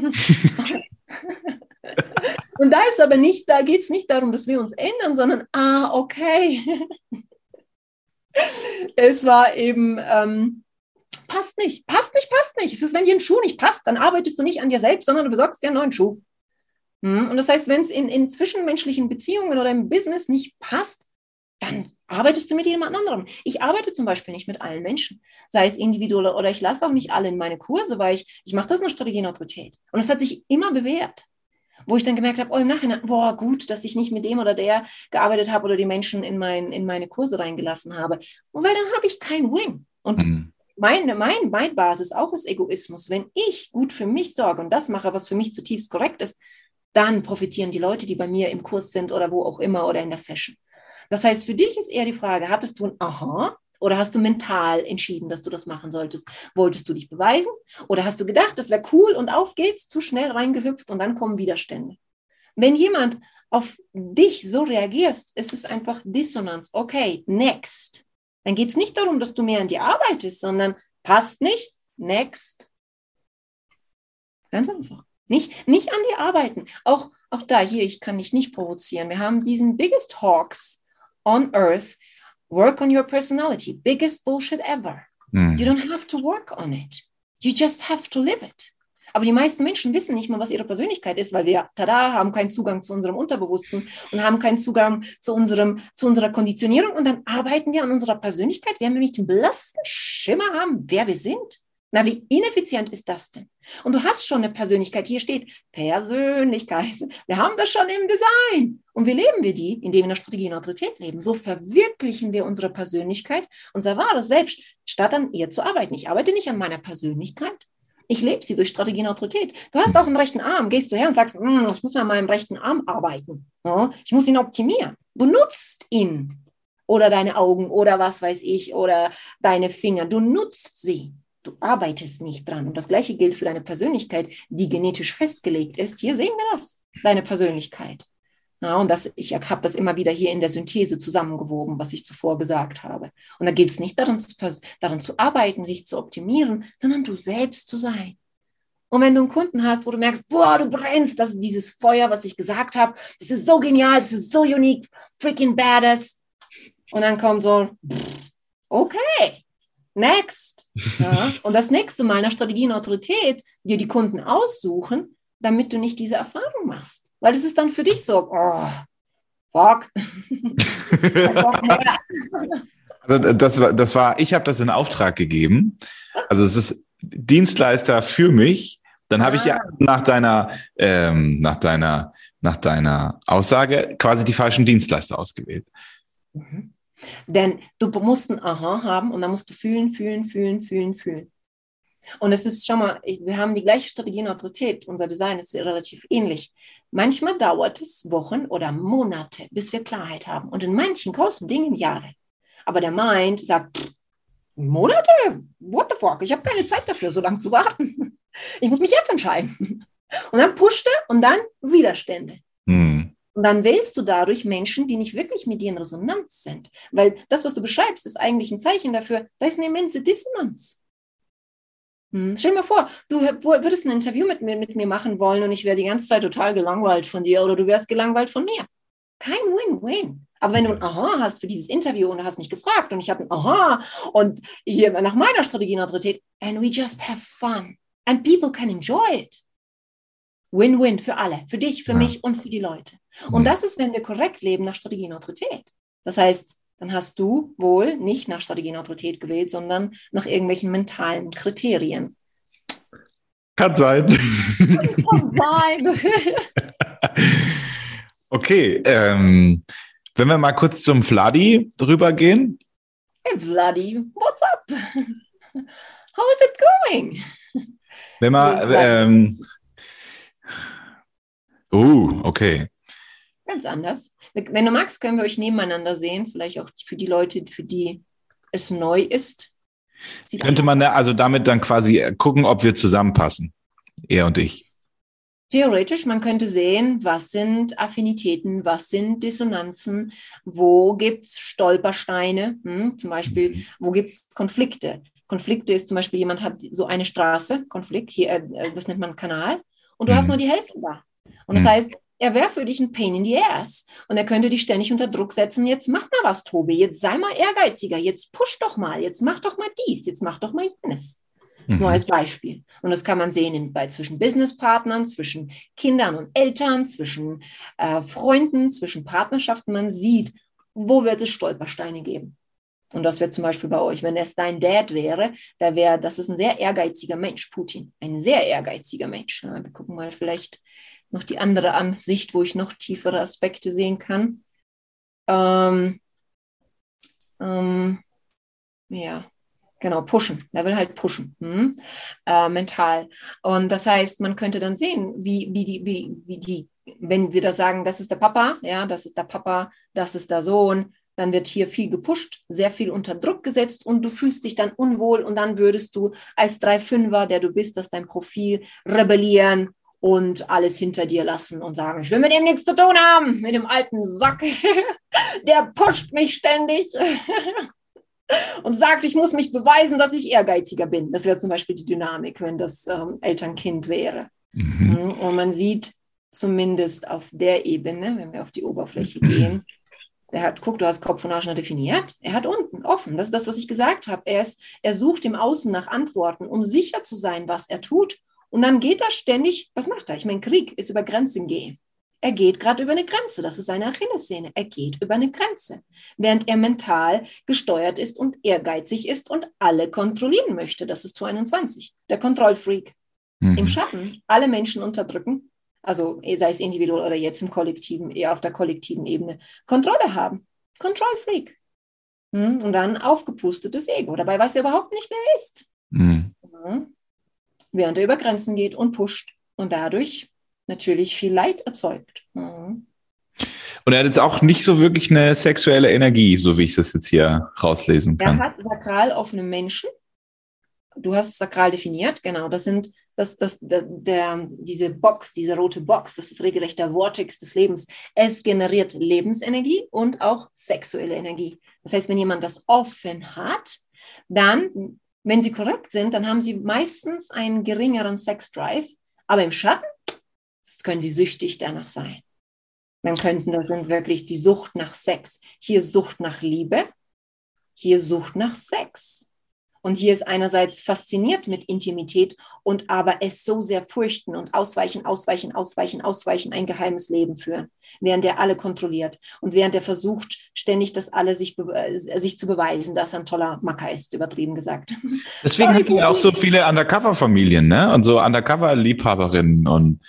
Und da ist aber nicht, da geht es nicht darum, dass wir uns ändern, sondern, ah, okay. Es war eben, ähm, passt nicht, passt nicht, passt nicht. Es ist, wenn dir ein Schuh nicht passt, dann arbeitest du nicht an dir selbst, sondern du besorgst dir einen neuen Schuh. Und das heißt, wenn es in, in zwischenmenschlichen Beziehungen oder im Business nicht passt, dann arbeitest du mit jemand anderem. Ich arbeite zum Beispiel nicht mit allen Menschen, sei es individuell oder ich lasse auch nicht alle in meine Kurse, weil ich, ich mache das nach Strategie und Autorität. Und es hat sich immer bewährt, wo ich dann gemerkt habe, oh, im Nachhinein, boah, gut, dass ich nicht mit dem oder der gearbeitet habe oder die Menschen in, mein, in meine Kurse reingelassen habe. Und weil dann habe ich kein Win. Und mhm. meine, mein, mein Basis auch ist Egoismus. Wenn ich gut für mich sorge und das mache, was für mich zutiefst korrekt ist, dann profitieren die Leute, die bei mir im Kurs sind oder wo auch immer oder in der Session. Das heißt, für dich ist eher die Frage, hattest du ein Aha oder hast du mental entschieden, dass du das machen solltest? Wolltest du dich beweisen oder hast du gedacht, das wäre cool und auf geht's, zu schnell reingehüpft und dann kommen Widerstände? Wenn jemand auf dich so reagierst, ist es einfach Dissonanz. Okay, next. Dann geht es nicht darum, dass du mehr an dir arbeitest, sondern passt nicht, next. Ganz einfach. Nicht, nicht an dir arbeiten. Auch, auch da, hier, ich kann dich nicht provozieren. Wir haben diesen biggest hawks on earth. Work on your personality. Biggest bullshit ever. Mm. You don't have to work on it. You just have to live it. Aber die meisten Menschen wissen nicht mal, was ihre Persönlichkeit ist, weil wir, tada, haben keinen Zugang zu unserem Unterbewussten und haben keinen Zugang zu, unserem, zu unserer Konditionierung. Und dann arbeiten wir an unserer Persönlichkeit, werden wir nicht den blassen Schimmer haben, wer wir sind. Na, wie ineffizient ist das denn? Und du hast schon eine Persönlichkeit. Hier steht Persönlichkeit. Wir haben das schon im Design. Und wie leben wir die? Indem wir in der Strategie und Autorität leben. So verwirklichen wir unsere Persönlichkeit, unser wahres Selbst, statt an ihr zu arbeiten. Ich arbeite nicht an meiner Persönlichkeit. Ich lebe sie durch Strategie und Autorität. Du hast auch einen rechten Arm. Gehst du her und sagst, ich muss mal an meinem rechten Arm arbeiten. Ich muss ihn optimieren. Du nutzt ihn. Oder deine Augen oder was weiß ich. Oder deine Finger. Du nutzt sie. Du arbeitest nicht dran. Und das Gleiche gilt für deine Persönlichkeit, die genetisch festgelegt ist. Hier sehen wir das, deine Persönlichkeit. Ja, und das, ich habe das immer wieder hier in der Synthese zusammengewoben, was ich zuvor gesagt habe. Und da geht es nicht darum zu, daran zu arbeiten, sich zu optimieren, sondern du selbst zu sein. Und wenn du einen Kunden hast, wo du merkst, boah, du brennst, das ist dieses Feuer, was ich gesagt habe, das ist so genial, das ist so unique, freaking badass. Und dann kommt so, okay. Next. Ja, und das nächste Mal nach Strategie und Autorität dir die Kunden aussuchen, damit du nicht diese Erfahrung machst. Weil das ist dann für dich so, oh, fuck. Also das war, das war, ich habe das in Auftrag gegeben. Also es ist Dienstleister für mich. Dann habe ah. ich ja nach deiner, ähm, nach deiner, nach deiner Aussage quasi die falschen Dienstleister ausgewählt. Mhm. Denn du musst ein Aha haben und dann musst du fühlen, fühlen, fühlen, fühlen, fühlen. Und es ist, schau mal, wir haben die gleiche Strategie und Autorität. Unser Design ist relativ ähnlich. Manchmal dauert es Wochen oder Monate, bis wir Klarheit haben. Und in manchen großen Dingen Jahre. Aber der Mind sagt, Monate? What the fuck? Ich habe keine Zeit dafür, so lange zu warten. Ich muss mich jetzt entscheiden. Und dann pushte und dann Widerstände. Mhm. Und dann wählst du dadurch Menschen, die nicht wirklich mit dir in Resonanz sind. Weil das, was du beschreibst, ist eigentlich ein Zeichen dafür, da ist eine immense Dissonanz. Hm. Stell dir mal vor, du würdest ein Interview mit mir, mit mir machen wollen und ich wäre die ganze Zeit total gelangweilt von dir oder du wärst gelangweilt von mir. Kein Win-Win. Aber wenn du ein Aha hast für dieses Interview und du hast mich gefragt und ich habe ein Aha und hier nach meiner Strategie und Autorität, and we just have fun and people can enjoy it. Win-Win für alle, für dich, für ja. mich und für die Leute. Und mhm. das ist, wenn wir korrekt leben nach Strategie und Autorität. Das heißt, dann hast du wohl nicht nach Strategie und Autorität gewählt, sondern nach irgendwelchen mentalen Kriterien. Kann sein. Kann sein. Okay, ähm, wenn wir mal kurz zum Vladi rübergehen. Hey Vladi, what's up? How is it going? Wenn wir, ähm, oh, okay. Ganz anders. Wenn du magst, können wir euch nebeneinander sehen. Vielleicht auch für die Leute, für die es neu ist. Sieht Könnte man da also damit dann quasi gucken, ob wir zusammenpassen, er und ich? Theoretisch, man könnte sehen, was sind Affinitäten, was sind Dissonanzen, wo gibt es Stolpersteine, hm? Zum Beispiel, mhm. wo gibt es Konflikte. Konflikte ist zum Beispiel, jemand hat so eine Straße, Konflikt, hier, äh, das nennt man Kanal, und du mhm. hast nur die Hälfte da. Und das mhm. heißt, er wäre für dich ein Pain in the ass. Und er könnte dich ständig unter Druck setzen, jetzt mach mal was, Tobi, jetzt sei mal ehrgeiziger, jetzt push doch mal, jetzt mach doch mal dies, jetzt mach doch mal jenes. Mhm. Nur als Beispiel. Und das kann man sehen in, bei, zwischen Businesspartnern, zwischen Kindern und Eltern, zwischen äh, Freunden, zwischen Partnerschaften. Man sieht, wo wird es Stolpersteine geben. Und das wäre zum Beispiel bei euch, wenn es dein Dad wäre, da wäre, das ist ein sehr ehrgeiziger Mensch, Putin. Ein sehr ehrgeiziger Mensch. Ja, wir gucken mal vielleicht noch die andere Ansicht, wo ich noch tiefere Aspekte sehen kann. Ähm, ähm, ja, genau, pushen. Er will halt pushen, hm? äh, mental. Und das heißt, man könnte dann sehen, wie, wie, die, wie, wie die, wenn wir da sagen, das ist der Papa, ja, das ist der Papa, das ist der Sohn, dann wird hier viel gepusht, sehr viel unter Druck gesetzt und du fühlst dich dann unwohl und dann würdest du als drei Fünfer, der du bist, das dein Profil rebellieren und alles hinter dir lassen und sagen, ich will mit ihm nichts zu tun haben, mit dem alten Sack, der pusht mich ständig und sagt, ich muss mich beweisen, dass ich ehrgeiziger bin. Das wäre zum Beispiel die Dynamik, wenn das ähm, Eltern-Kind wäre. Mhm. Und man sieht zumindest auf der Ebene, wenn wir auf die Oberfläche gehen, der hat, guck, du hast Kopf und Arsch noch definiert. Er hat unten offen. Das ist das, was ich gesagt habe. Er, ist, er sucht im Außen nach Antworten, um sicher zu sein, was er tut. Und dann geht er ständig, was macht er? Ich meine, Krieg ist über Grenzen gehen. Er geht gerade über eine Grenze. Das ist seine Achillessehne. Er geht über eine Grenze. Während er mental gesteuert ist und ehrgeizig ist und alle kontrollieren möchte. Das ist Tor einundzwanzig. Der Kontrollfreak. Mhm. Im Schatten alle Menschen unterdrücken. Also sei es individuell oder jetzt im Kollektiven, eher auf der kollektiven Ebene, Kontrolle haben. Control-Freak. Hm? Und dann aufgepustetes Ego. Dabei weiß er überhaupt nicht, wer er ist. Mhm. Ja. Während er über Grenzen geht und pusht und dadurch natürlich viel Leid erzeugt. Ja. Und er hat jetzt auch nicht so wirklich eine sexuelle Energie, so wie ich das jetzt hier rauslesen kann. Er hat sakral offene Menschen. Du hast es sakral definiert, genau. Das sind Das, das, der, der, diese Box, diese rote Box, das ist regelrecht der Vortex des Lebens. Es generiert Lebensenergie und auch sexuelle Energie. Das heißt, wenn jemand das offen hat, dann, wenn sie korrekt sind, dann haben sie meistens einen geringeren Sexdrive. Aber im Schatten können sie süchtig danach sein. Dann könnten, das sind wirklich die Sucht nach Sex. Hier Sucht nach Liebe, hier Sucht nach Sex. Und hier ist einerseits fasziniert mit Intimität und aber es so sehr fürchten und ausweichen, ausweichen, ausweichen, ausweichen, ein geheimes Leben führen, während er alle kontrolliert und während er versucht, ständig das alle sich, sich zu beweisen, dass er ein toller Macker ist, übertrieben gesagt. Deswegen haben wir auch so viele Undercover-Familien, ne? Und so Undercover-Liebhaberinnen und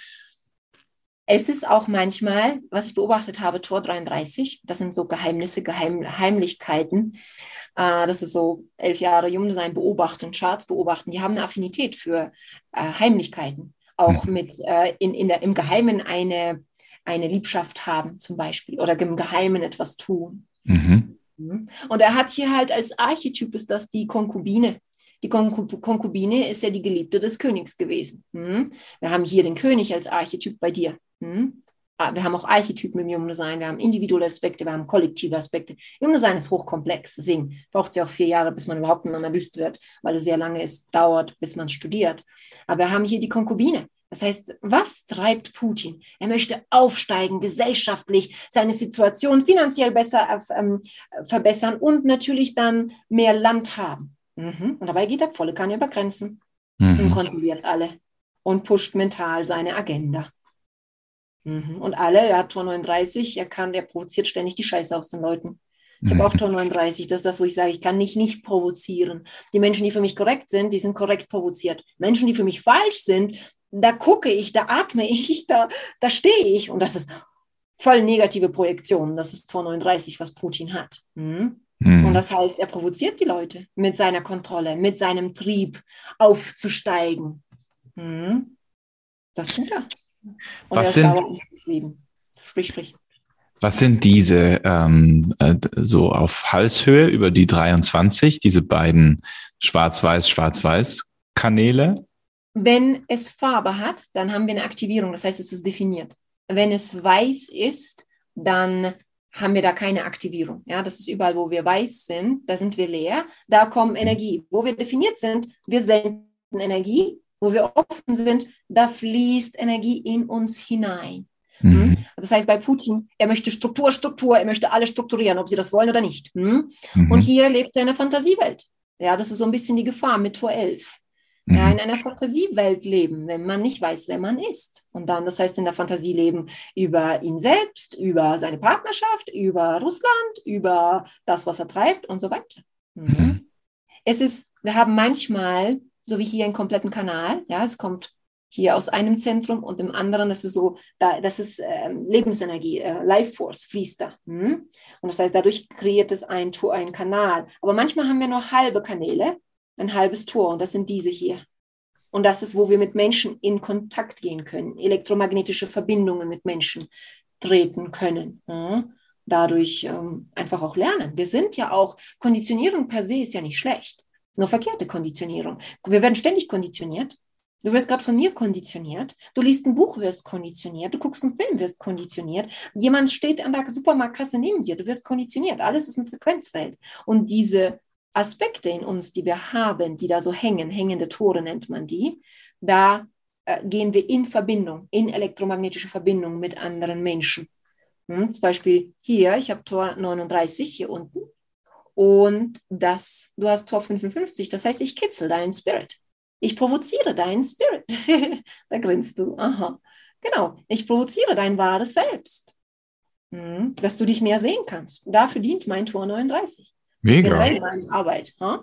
es ist auch manchmal, was ich beobachtet habe, Tor dreiunddreißig, das sind so Geheimnisse, Geheim, Heimlichkeiten. Uh, das ist so elf Jahre Jungsein beobachten, Charts beobachten. Die haben eine Affinität für uh, Heimlichkeiten. Auch mhm. mit uh, in, in der, im Geheimen eine, eine Liebschaft haben zum Beispiel oder im Geheimen etwas tun. Mhm. Und er hat hier halt als Archetyp ist das die Konkubine. Die Konkubine ist ja die Geliebte des Königs gewesen. Wir haben hier den König als Archetyp bei dir. Wir haben auch Archetypen im Human Design, wir haben individuelle Aspekte, wir haben kollektive Aspekte. Human Design ist hochkomplex, deswegen braucht es ja auch vier Jahre, bis man überhaupt ein Analyst wird, weil es sehr lange ist, dauert, bis man studiert. Aber wir haben hier die Konkubine. Das heißt, was treibt Putin? Er möchte aufsteigen, gesellschaftlich, seine Situation finanziell besser ähm, verbessern und natürlich dann mehr Land haben. Mhm. Und dabei geht er volle Kanne über Grenzen mhm. und kontrolliert alle und pusht mental seine Agenda. Mhm. Und alle, er hat Tor neununddreißig, er kann, der provoziert ständig die Scheiße aus den Leuten. Ich habe auch Tor neununddreißig, das ist das, wo ich sage, ich kann nicht nicht provozieren. Die Menschen, die für mich korrekt sind, die sind korrekt provoziert. Menschen, die für mich falsch sind, da gucke ich, da atme ich, da, da stehe ich. Und das ist voll negative Projektion. Das ist Tor neununddreißig, was Putin hat. Mhm. Mhm. Und das heißt, er provoziert die Leute mit seiner Kontrolle, mit seinem Trieb aufzusteigen. Mhm. Das tut er. Und was sind, sprich, sprich. Was sind diese ähm, äh, so auf Halshöhe über die dreiundzwanzig, diese beiden Schwarz-Weiß, Schwarz-Weiß-Kanäle? Wenn es Farbe hat, dann haben wir eine Aktivierung, das heißt, es ist definiert. Wenn es weiß ist, dann haben wir da keine Aktivierung. Ja, das ist überall, wo wir weiß sind, da sind wir leer, da kommt Energie. Wo wir definiert sind, wir senden Energie. Wo wir offen sind, da fließt Energie in uns hinein. Mhm. Das heißt, bei Putin, er möchte Struktur, Struktur, er möchte alles strukturieren, ob sie das wollen oder nicht. Mhm. Und hier lebt er in einer Fantasiewelt. Ja, das ist so ein bisschen die Gefahr mit Tor elf. Mhm. Ja, in einer Fantasiewelt leben, wenn man nicht weiß, wer man ist. Und dann, das heißt, in der Fantasie leben über ihn selbst, über seine Partnerschaft, über Russland, über das, was er treibt und so weiter. Mhm. Mhm. Es ist, wir haben manchmal so wie hier einen kompletten Kanal, ja, es kommt hier aus einem Zentrum und im anderen, das ist so, da, das ist ähm, Lebensenergie, äh, Life Force fließt da. Hm? Und das heißt, dadurch kreiert es ein Tor, einen Kanal. Aber manchmal haben wir nur halbe Kanäle, ein halbes Tor und das sind diese hier. Und das ist, wo wir mit Menschen in Kontakt gehen können, elektromagnetische Verbindungen mit Menschen treten können. Ja? Dadurch ähm, einfach auch lernen. Wir sind ja auch, Konditionierung per se ist ja nicht schlecht. Nur verkehrte Konditionierung. Wir werden ständig konditioniert. Du wirst gerade von mir konditioniert. Du liest ein Buch, wirst konditioniert. Du guckst einen Film, wirst konditioniert. Jemand steht an der Supermarktkasse neben dir. Du wirst konditioniert. Alles ist ein Frequenzfeld. Und diese Aspekte in uns, die wir haben, die da so hängen, hängende Tore nennt man die, da äh, gehen wir in Verbindung, in elektromagnetische Verbindung mit anderen Menschen. Hm, zum Beispiel hier, ich habe Tor neununddreißig hier unten. Und das, du hast Tor fünfundfünfzig, das heißt, ich kitzel deinen Spirit. Ich provoziere deinen Spirit. Da grinst du. Aha. Genau. Ich provoziere dein wahres Selbst. Hm. Dass du dich mehr sehen kannst. Dafür dient mein Tor neununddreißig. Mega. Das ist meine Arbeit. Huh?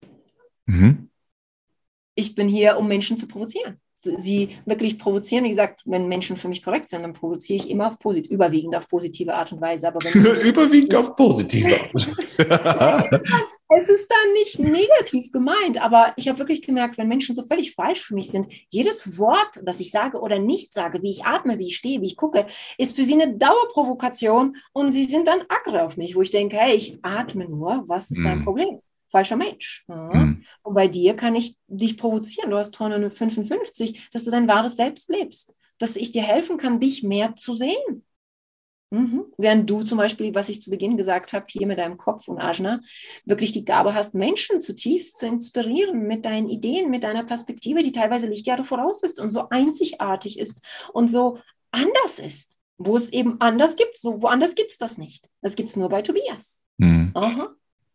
Mhm. Ich bin hier, um Menschen zu provozieren. Sie wirklich provozieren. Wie gesagt, wenn Menschen für mich korrekt sind, dann provoziere ich immer auf posit- überwiegend auf positive Art und Weise. Aber wenn überwiegend auf positive Art und Weise. es, ist dann, es ist dann nicht negativ gemeint, aber ich habe wirklich gemerkt, wenn Menschen so völlig falsch für mich sind, jedes Wort, das ich sage oder nicht sage, wie ich atme, wie ich stehe, wie ich gucke, ist für sie eine Dauerprovokation und sie sind dann aggro auf mich, wo ich denke, hey, ich atme nur, was ist mm. dein Problem? Falscher Mensch. Ja. Mm. Und bei dir kann ich dich provozieren. Du hast Tor fünfundfünfzig, dass du dein wahres Selbst lebst. Dass ich dir helfen kann, dich mehr zu sehen. Mhm. Während du zum Beispiel, was ich zu Beginn gesagt habe, hier mit deinem Kopf und Ajna, wirklich die Gabe hast, Menschen zutiefst zu inspirieren mit deinen Ideen, mit deiner Perspektive, die teilweise Lichtjahre voraus ist und so einzigartig ist und so anders ist. Wo es eben anders gibt. So woanders gibt es das nicht. Das gibt es nur bei Tobias. Mhm. Aha.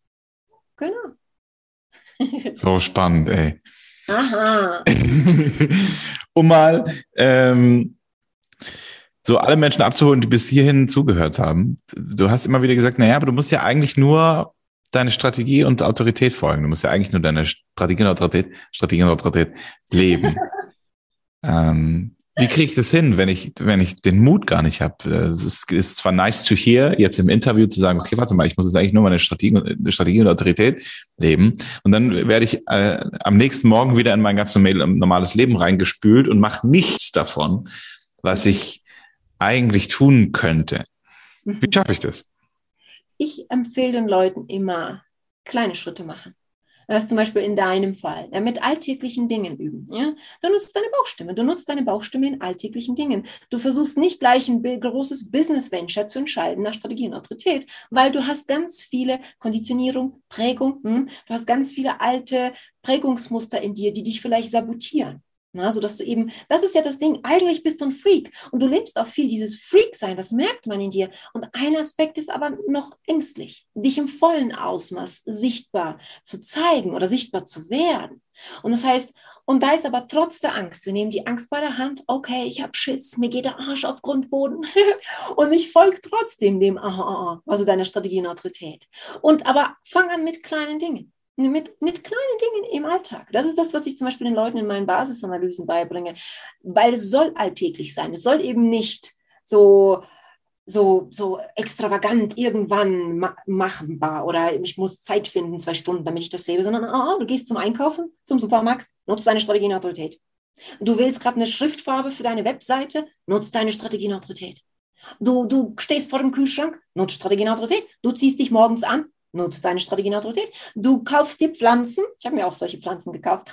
Genau. So spannend, ey. Aha. Um mal ähm, so alle Menschen abzuholen, die bis hierhin zugehört haben. Du hast immer wieder gesagt, naja, aber du musst ja eigentlich nur deine Strategie und Autorität folgen. Du musst ja eigentlich nur deine Strategie und Autorität, Strategie und Autorität leben. ähm, wie kriege ich das hin, wenn ich, wenn ich den Mut gar nicht habe? Es ist, ist zwar nice to hear, jetzt im Interview zu sagen, okay, warte mal, ich muss jetzt eigentlich nur meine Strategie, Strategie und Autorität leben. Und dann werde ich äh, am nächsten Morgen wieder in mein ganz normales Leben reingespült und mache nichts davon, was ich eigentlich tun könnte. Wie schaffe ich das? ich empfehle den Leuten immer, kleine Schritte machen. Das ist zum Beispiel in deinem Fall, ja, mit alltäglichen Dingen üben. Ja? Du nutzt deine Bauchstimme, du nutzt deine Bauchstimme in alltäglichen Dingen. Du versuchst nicht gleich ein großes Business-Venture zu entscheiden nach Strategie und Autorität, weil du hast ganz viele Konditionierung, Prägung, hm? Du hast ganz viele alte Prägungsmuster in dir, die dich vielleicht sabotieren. Na, so dass du eben, das ist ja das Ding, eigentlich bist du ein Freak und du lebst auch viel dieses Freak-Sein, das merkt man in dir. Und ein Aspekt ist aber noch ängstlich, dich im vollen Ausmaß sichtbar zu zeigen oder sichtbar zu werden. Und das heißt, und da ist aber trotz der Angst, wir nehmen die Angst bei der Hand, okay, ich habe Schiss, mir geht der Arsch auf Grundboden und ich folge trotzdem dem, aha, aha, also deiner Strategie und Autorität. Und aber fang an mit kleinen Dingen. Mit, mit kleinen Dingen im Alltag. Das ist das, was ich zum Beispiel den Leuten in meinen Basisanalysen beibringe, weil es soll alltäglich sein. Es soll eben nicht so, so, so extravagant irgendwann ma- machenbar oder ich muss Zeit finden, zwei Stunden, damit ich das lebe, sondern oh, du gehst zum Einkaufen, zum Supermarkt, nutzt deine Strategie und Autorität. Du wählst gerade eine Schriftfarbe für deine Webseite, nutzt deine Strategie und Autorität. Du, du stehst vor dem Kühlschrank, nutzt Strategie und Autorität. Du ziehst dich morgens an, nutzt deine Strategie und Autorität. Du kaufst dir Pflanzen. Ich habe mir auch solche Pflanzen gekauft.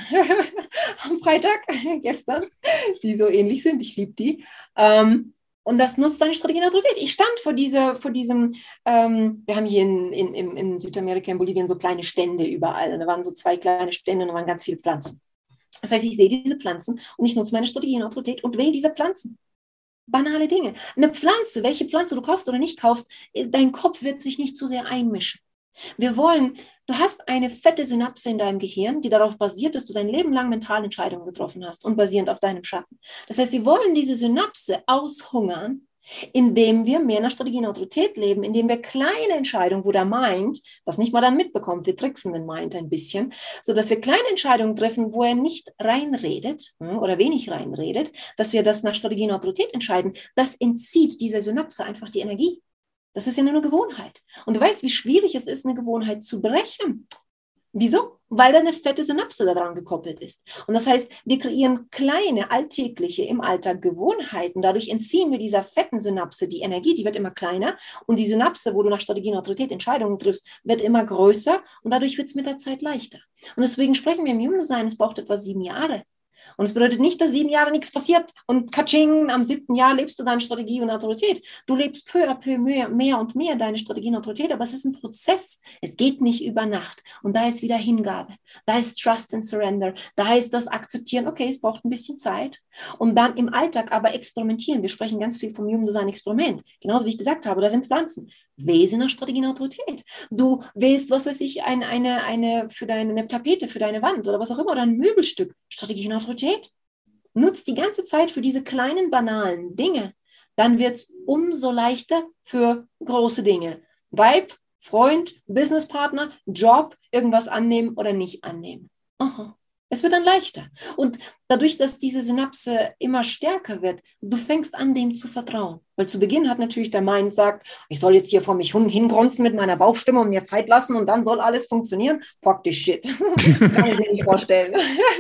Am Freitag, gestern, die so ähnlich sind. Ich liebe die. Ähm, und das nutzt deine Strategie und Autorität. Ich stand vor, dieser, vor diesem, ähm, wir haben hier in, in, in Südamerika, in Bolivien so kleine Stände überall. Und da waren so zwei kleine Stände und da waren ganz viele Pflanzen. Das heißt, ich sehe diese Pflanzen und ich nutze meine Strategie und Autorität und wähle diese Pflanzen. Banale Dinge. Eine Pflanze, welche Pflanze du kaufst oder nicht kaufst, dein Kopf wird sich nicht zu sehr einmischen. Wir wollen, du hast eine fette Synapse in deinem Gehirn, die darauf basiert, dass du dein Leben lang mentale Entscheidungen getroffen hast und basierend auf deinem Schatten. Das heißt, sie wollen diese Synapse aushungern, indem wir mehr nach Strategie und Autorität leben, indem wir kleine Entscheidungen, wo der Mind das nicht mal dann mitbekommt, wir tricksen den Mind ein bisschen, sodass wir kleine Entscheidungen treffen, wo er nicht reinredet oder wenig reinredet, dass wir das nach Strategie und Autorität entscheiden, das entzieht dieser Synapse einfach die Energie. Das ist ja nur eine Gewohnheit. Und du weißt, wie schwierig es ist, eine Gewohnheit zu brechen. Wieso? Weil da eine fette Synapse daran gekoppelt ist. Und das heißt, wir kreieren kleine, alltägliche, im Alltag Gewohnheiten. Dadurch entziehen wir dieser fetten Synapse die Energie, die wird immer kleiner. Und die Synapse, wo du nach Strategie und Autorität Entscheidungen triffst, wird immer größer. Und dadurch wird es mit der Zeit leichter. Und deswegen sprechen wir im Human Design, es braucht etwa sieben Jahre. Und es bedeutet nicht, dass sieben Jahre nichts passiert und katsching, am siebten Jahr lebst du deine Strategie und Autorität. Du lebst peu à peu mehr, mehr und mehr deine Strategie und Autorität, aber es ist ein Prozess. Es geht nicht über Nacht. Und da ist wieder Hingabe. Da ist Trust and Surrender. Da ist das Akzeptieren, okay, es braucht ein bisschen Zeit. Und dann im Alltag aber experimentieren. Wir sprechen ganz viel vom Human Design Experiment. Genauso wie ich gesagt habe, da sind Pflanzen. Wähle sie nach Strategie und Autorität. Du wählst, was weiß ich, ein, eine, eine, für deine eine Tapete, für deine Wand oder was auch immer, oder ein Möbelstück. Strategie und Autorität. Nutzt die ganze Zeit für diese kleinen, banalen Dinge. Dann wird es umso leichter für große Dinge. Weib, Freund, Businesspartner, Job, irgendwas annehmen oder nicht annehmen. Aha. Es wird dann leichter. Und dadurch, dass diese Synapse immer stärker wird, du fängst an, dem zu vertrauen. Weil zu Beginn hat natürlich der Mind gesagt, ich soll jetzt hier vor mich hingrunzen mit meiner Bauchstimme und mir Zeit lassen und dann soll alles funktionieren. Fuck this shit. Kann ich mir nicht vorstellen.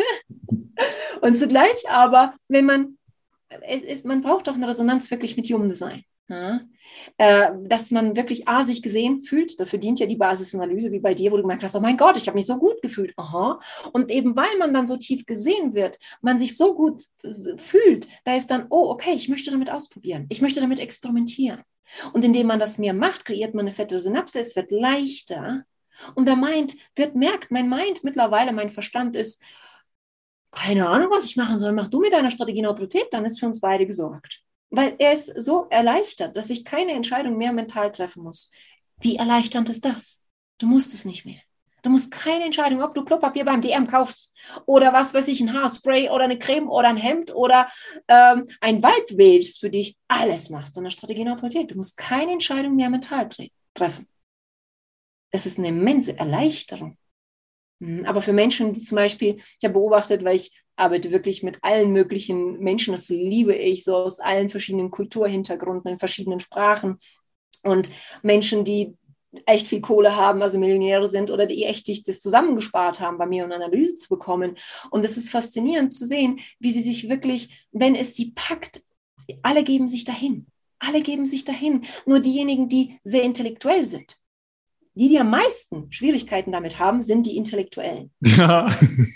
Und zugleich aber, wenn man, es ist, man braucht auch eine Resonanz wirklich mit Human Design. Ja, äh, dass man wirklich A, sich gesehen fühlt, dafür dient ja die Basisanalyse, wie bei dir, wo du gemerkt hast, oh mein Gott, ich habe mich so gut gefühlt. Aha. Und eben weil man dann so tief gesehen wird, man sich so gut fühlt, da ist dann, oh, okay, ich möchte damit ausprobieren, ich möchte damit experimentieren. Und indem man das mehr macht, kreiert man eine fette Synapse, es wird leichter. Und der Mind wird merkt, mein Mind mittlerweile, mein Verstand ist, keine Ahnung, was ich machen soll, mach du mit deiner Strategie und Autorität, dann ist für uns beide gesorgt. Weil er ist so erleichtert, dass ich keine Entscheidung mehr mental treffen muss. Wie erleichternd ist das? Du musst es nicht mehr. Du musst keine Entscheidung, ob du Klopapier beim D M kaufst oder was weiß ich, ein Haarspray oder eine Creme oder ein Hemd oder ähm, ein Vibe wählst für dich. Alles machst du in der Strategie und Autorität. Du musst keine Entscheidung mehr mental tre- treffen. Es ist eine immense Erleichterung. Aber für Menschen, die zum Beispiel, ich habe beobachtet, weil ich arbeite wirklich mit allen möglichen Menschen, das liebe ich, so aus allen verschiedenen Kulturhintergründen, in verschiedenen Sprachen und Menschen, die echt viel Kohle haben, also Millionäre sind oder die echt sich das zusammengespart haben, bei mir eine Analyse zu bekommen. Und es ist faszinierend zu sehen, wie sie sich wirklich, wenn es sie packt, alle geben sich dahin. Alle geben sich dahin. Nur diejenigen, die sehr intellektuell sind. Die, die am meisten Schwierigkeiten damit haben, sind die Intellektuellen. Ja.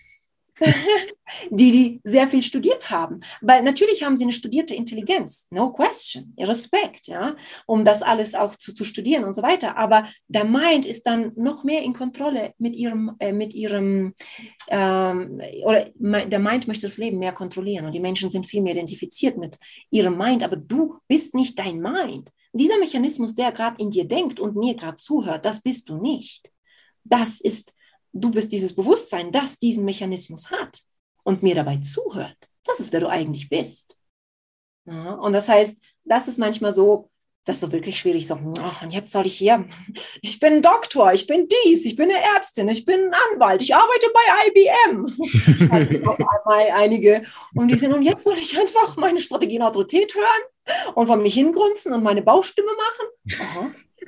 Die, die sehr viel studiert haben. Weil natürlich haben sie eine studierte Intelligenz, no question, Respekt, ja, um das alles auch zu, zu studieren und so weiter. Aber der Mind ist dann noch mehr in Kontrolle mit ihrem, äh, mit ihrem ähm, oder der Mind möchte das Leben mehr kontrollieren und die Menschen sind viel mehr identifiziert mit ihrem Mind, aber du bist nicht dein Mind. Dieser Mechanismus, der gerade in dir denkt und mir gerade zuhört, das bist du nicht. Das ist Du bist dieses Bewusstsein, das diesen Mechanismus hat und mir dabei zuhört. Das ist, wer du eigentlich bist. Ja, und das heißt, das ist manchmal so, das ist so wirklich schwierig, so, oh, und jetzt soll ich hier, ich bin ein Doktor, ich bin dies, ich bin eine Ärztin, ich bin ein Anwalt, ich arbeite bei I B M. Also auf einmal einige, und die sind, und jetzt soll ich einfach meine Strategie und Autorität hören und von mich hingrunzen und meine Bauchstimme machen. Aha.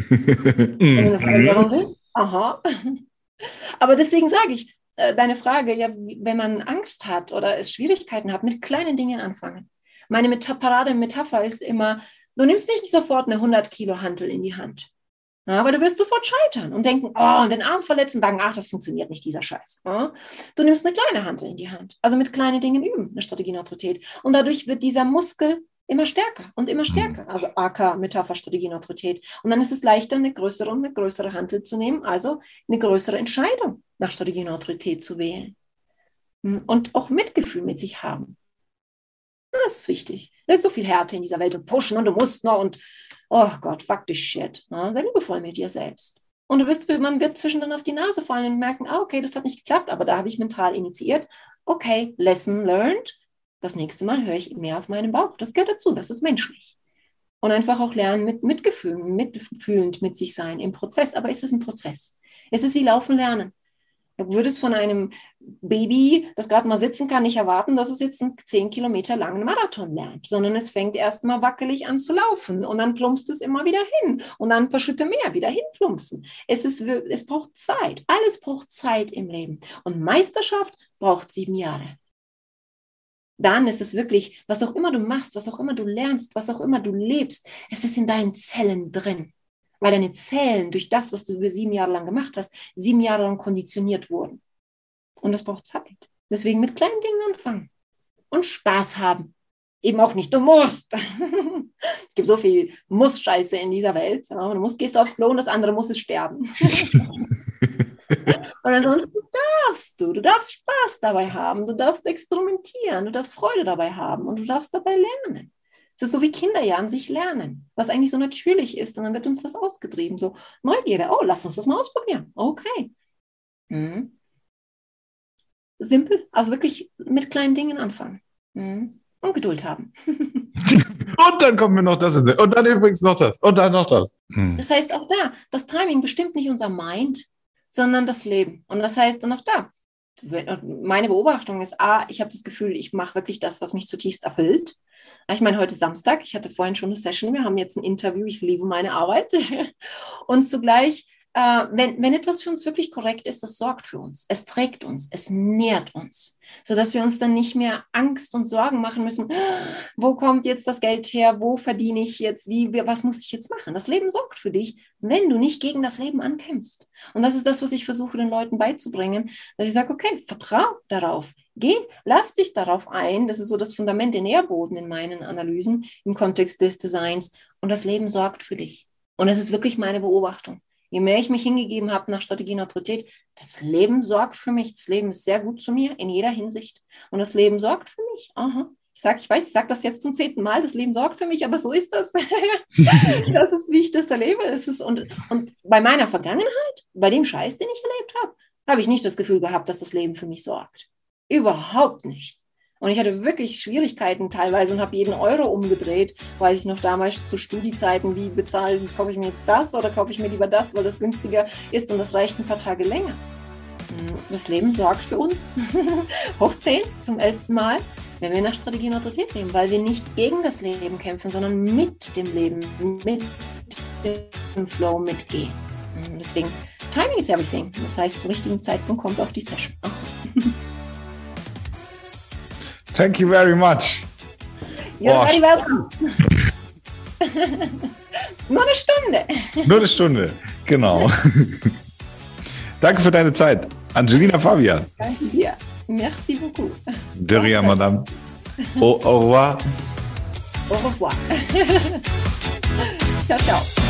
Wenn du eine Veränderung willst, aha. Aber deswegen sage ich, äh, deine Frage, ja, wenn man Angst hat oder es Schwierigkeiten hat, mit kleinen Dingen anfangen. Meine Meta- Parade-Metapher ist immer, du nimmst nicht sofort eine hundert Kilo Hantel in die Hand. Ja, aber du wirst sofort scheitern und denken, oh, und den Arm verletzen, sagen, ach, das funktioniert nicht, dieser Scheiß. Ja? Du nimmst eine kleine Hantel in die Hand. Also mit kleinen Dingen üben, eine Strategie und Autorität. Und dadurch wird dieser Muskel immer stärker und immer stärker. Also A K, Metapher, Strategie und Autorität. Und dann ist es leichter, eine größere und eine größere Hantel zu nehmen, also eine größere Entscheidung nach Strategie und Autorität zu wählen. Und auch Mitgefühl mit sich haben. Das ist wichtig. Da ist so viel Härte in dieser Welt und pushen und du musst noch und oh Gott, fuck this shit. Ja, sei liebevoll mit dir selbst. Und du wirst, man wird zwischendrin auf die Nase fallen und merken, ah, okay, das hat nicht geklappt, aber da habe ich mental initiiert. Okay, lesson learned. Das nächste Mal höre ich mehr auf meinen Bauch. Das gehört dazu, das ist menschlich. Und einfach auch lernen, mit Mitgefühl, mitfühlend mit sich sein im Prozess. Aber es ist ein Prozess. Es ist wie Laufen lernen. Du würdest von einem Baby, das gerade mal sitzen kann, nicht erwarten, dass es jetzt einen zehn Kilometer langen Marathon lernt, sondern es fängt erst mal wackelig an zu laufen und dann plumpst es immer wieder hin und dann ein paar Schritte mehr wieder hinplumpsen. Es, ist, es braucht Zeit. Alles braucht Zeit im Leben. Und Meisterschaft braucht sieben Jahre. Dann ist es wirklich, was auch immer du machst, was auch immer du lernst, was auch immer du lebst, es ist in deinen Zellen drin. Weil deine Zellen durch das, was du über sieben Jahre lang gemacht hast, sieben Jahre lang konditioniert wurden. Und das braucht Zeit. Deswegen mit kleinen Dingen anfangen. Und Spaß haben. Eben auch nicht, du musst. Es gibt so viel Muss-Scheiße in dieser Welt. Ja, du musst, gehst aufs Klo und das andere muss es sterben. Und ansonsten darfst du, du darfst Spaß dabei haben, du darfst experimentieren, du darfst Freude dabei haben und du darfst dabei lernen. Es ist so wie Kinder ja an sich lernen, was eigentlich so natürlich ist und dann wird uns das ausgetrieben, so Neugierde, oh, lass uns das mal ausprobieren, okay. Mhm. Simpel, also wirklich mit kleinen Dingen anfangen mhm. und Geduld haben. Und dann kommen wir noch das und dann übrigens noch das und dann noch das. Mhm. Das heißt auch da, das Timing bestimmt nicht unser Mind, sondern das Leben. Und das heißt dann auch da, meine Beobachtung ist, A, ich habe das Gefühl, ich mache wirklich das, was mich zutiefst erfüllt. Ich meine, heute Samstag, ich hatte vorhin schon eine Session, wir haben jetzt ein Interview, ich liebe meine Arbeit. Und zugleich, äh, wenn, wenn etwas für uns wirklich korrekt ist, das sorgt für uns, es trägt uns, es nährt uns, sodass wir uns dann nicht mehr Angst und Sorgen machen müssen, wo kommt jetzt das Geld her, wo verdiene ich jetzt, wie, was muss ich jetzt machen? Das Leben sorgt für dich, wenn du nicht gegen das Leben ankämpfst. Und das ist das, was ich versuche, den Leuten beizubringen, dass ich sage, okay, vertrau darauf, geh, lass dich darauf ein, das ist so das Fundament, der Nährboden in meinen Analysen im Kontext des Designs und das Leben sorgt für dich. Und das ist wirklich meine Beobachtung. Je mehr ich mich hingegeben habe nach Strategie und Autorität, das Leben sorgt für mich. Das Leben ist sehr gut zu mir in jeder Hinsicht. Und das Leben sorgt für mich. Aha. Ich sage, ich weiß, ich sage das jetzt zum zehnten Mal, das Leben sorgt für mich, aber so ist das. Das ist, wie ich das erlebe. Es ist, und, und bei meiner Vergangenheit, bei dem Scheiß, den ich erlebt habe, habe ich nicht das Gefühl gehabt, dass das Leben für mich sorgt. Überhaupt nicht. Und ich hatte wirklich Schwierigkeiten teilweise und habe jeden Euro umgedreht, weiß ich noch damals zu Studiezeiten, wie bezahlen, kaufe ich mir jetzt das oder kaufe ich mir lieber das, weil das günstiger ist und das reicht ein paar Tage länger. Das Leben sorgt für uns. Hoch zehn zum elften Mal, wenn wir nach Strategie und Autorität nehmen, weil wir nicht gegen das Leben kämpfen, sondern mit dem Leben, mit dem Flow mitgehen. Deswegen, Timing is everything. Das heißt, zum richtigen Zeitpunkt kommt auch die Session. Thank you very much. You're very welcome. Nur eine Stunde. Nur eine Stunde, genau. Danke für deine Zeit. Angelina Fabian. Danke dir. Merci beaucoup. De rien, madame. Au, au revoir. Au revoir. Ciao, ciao.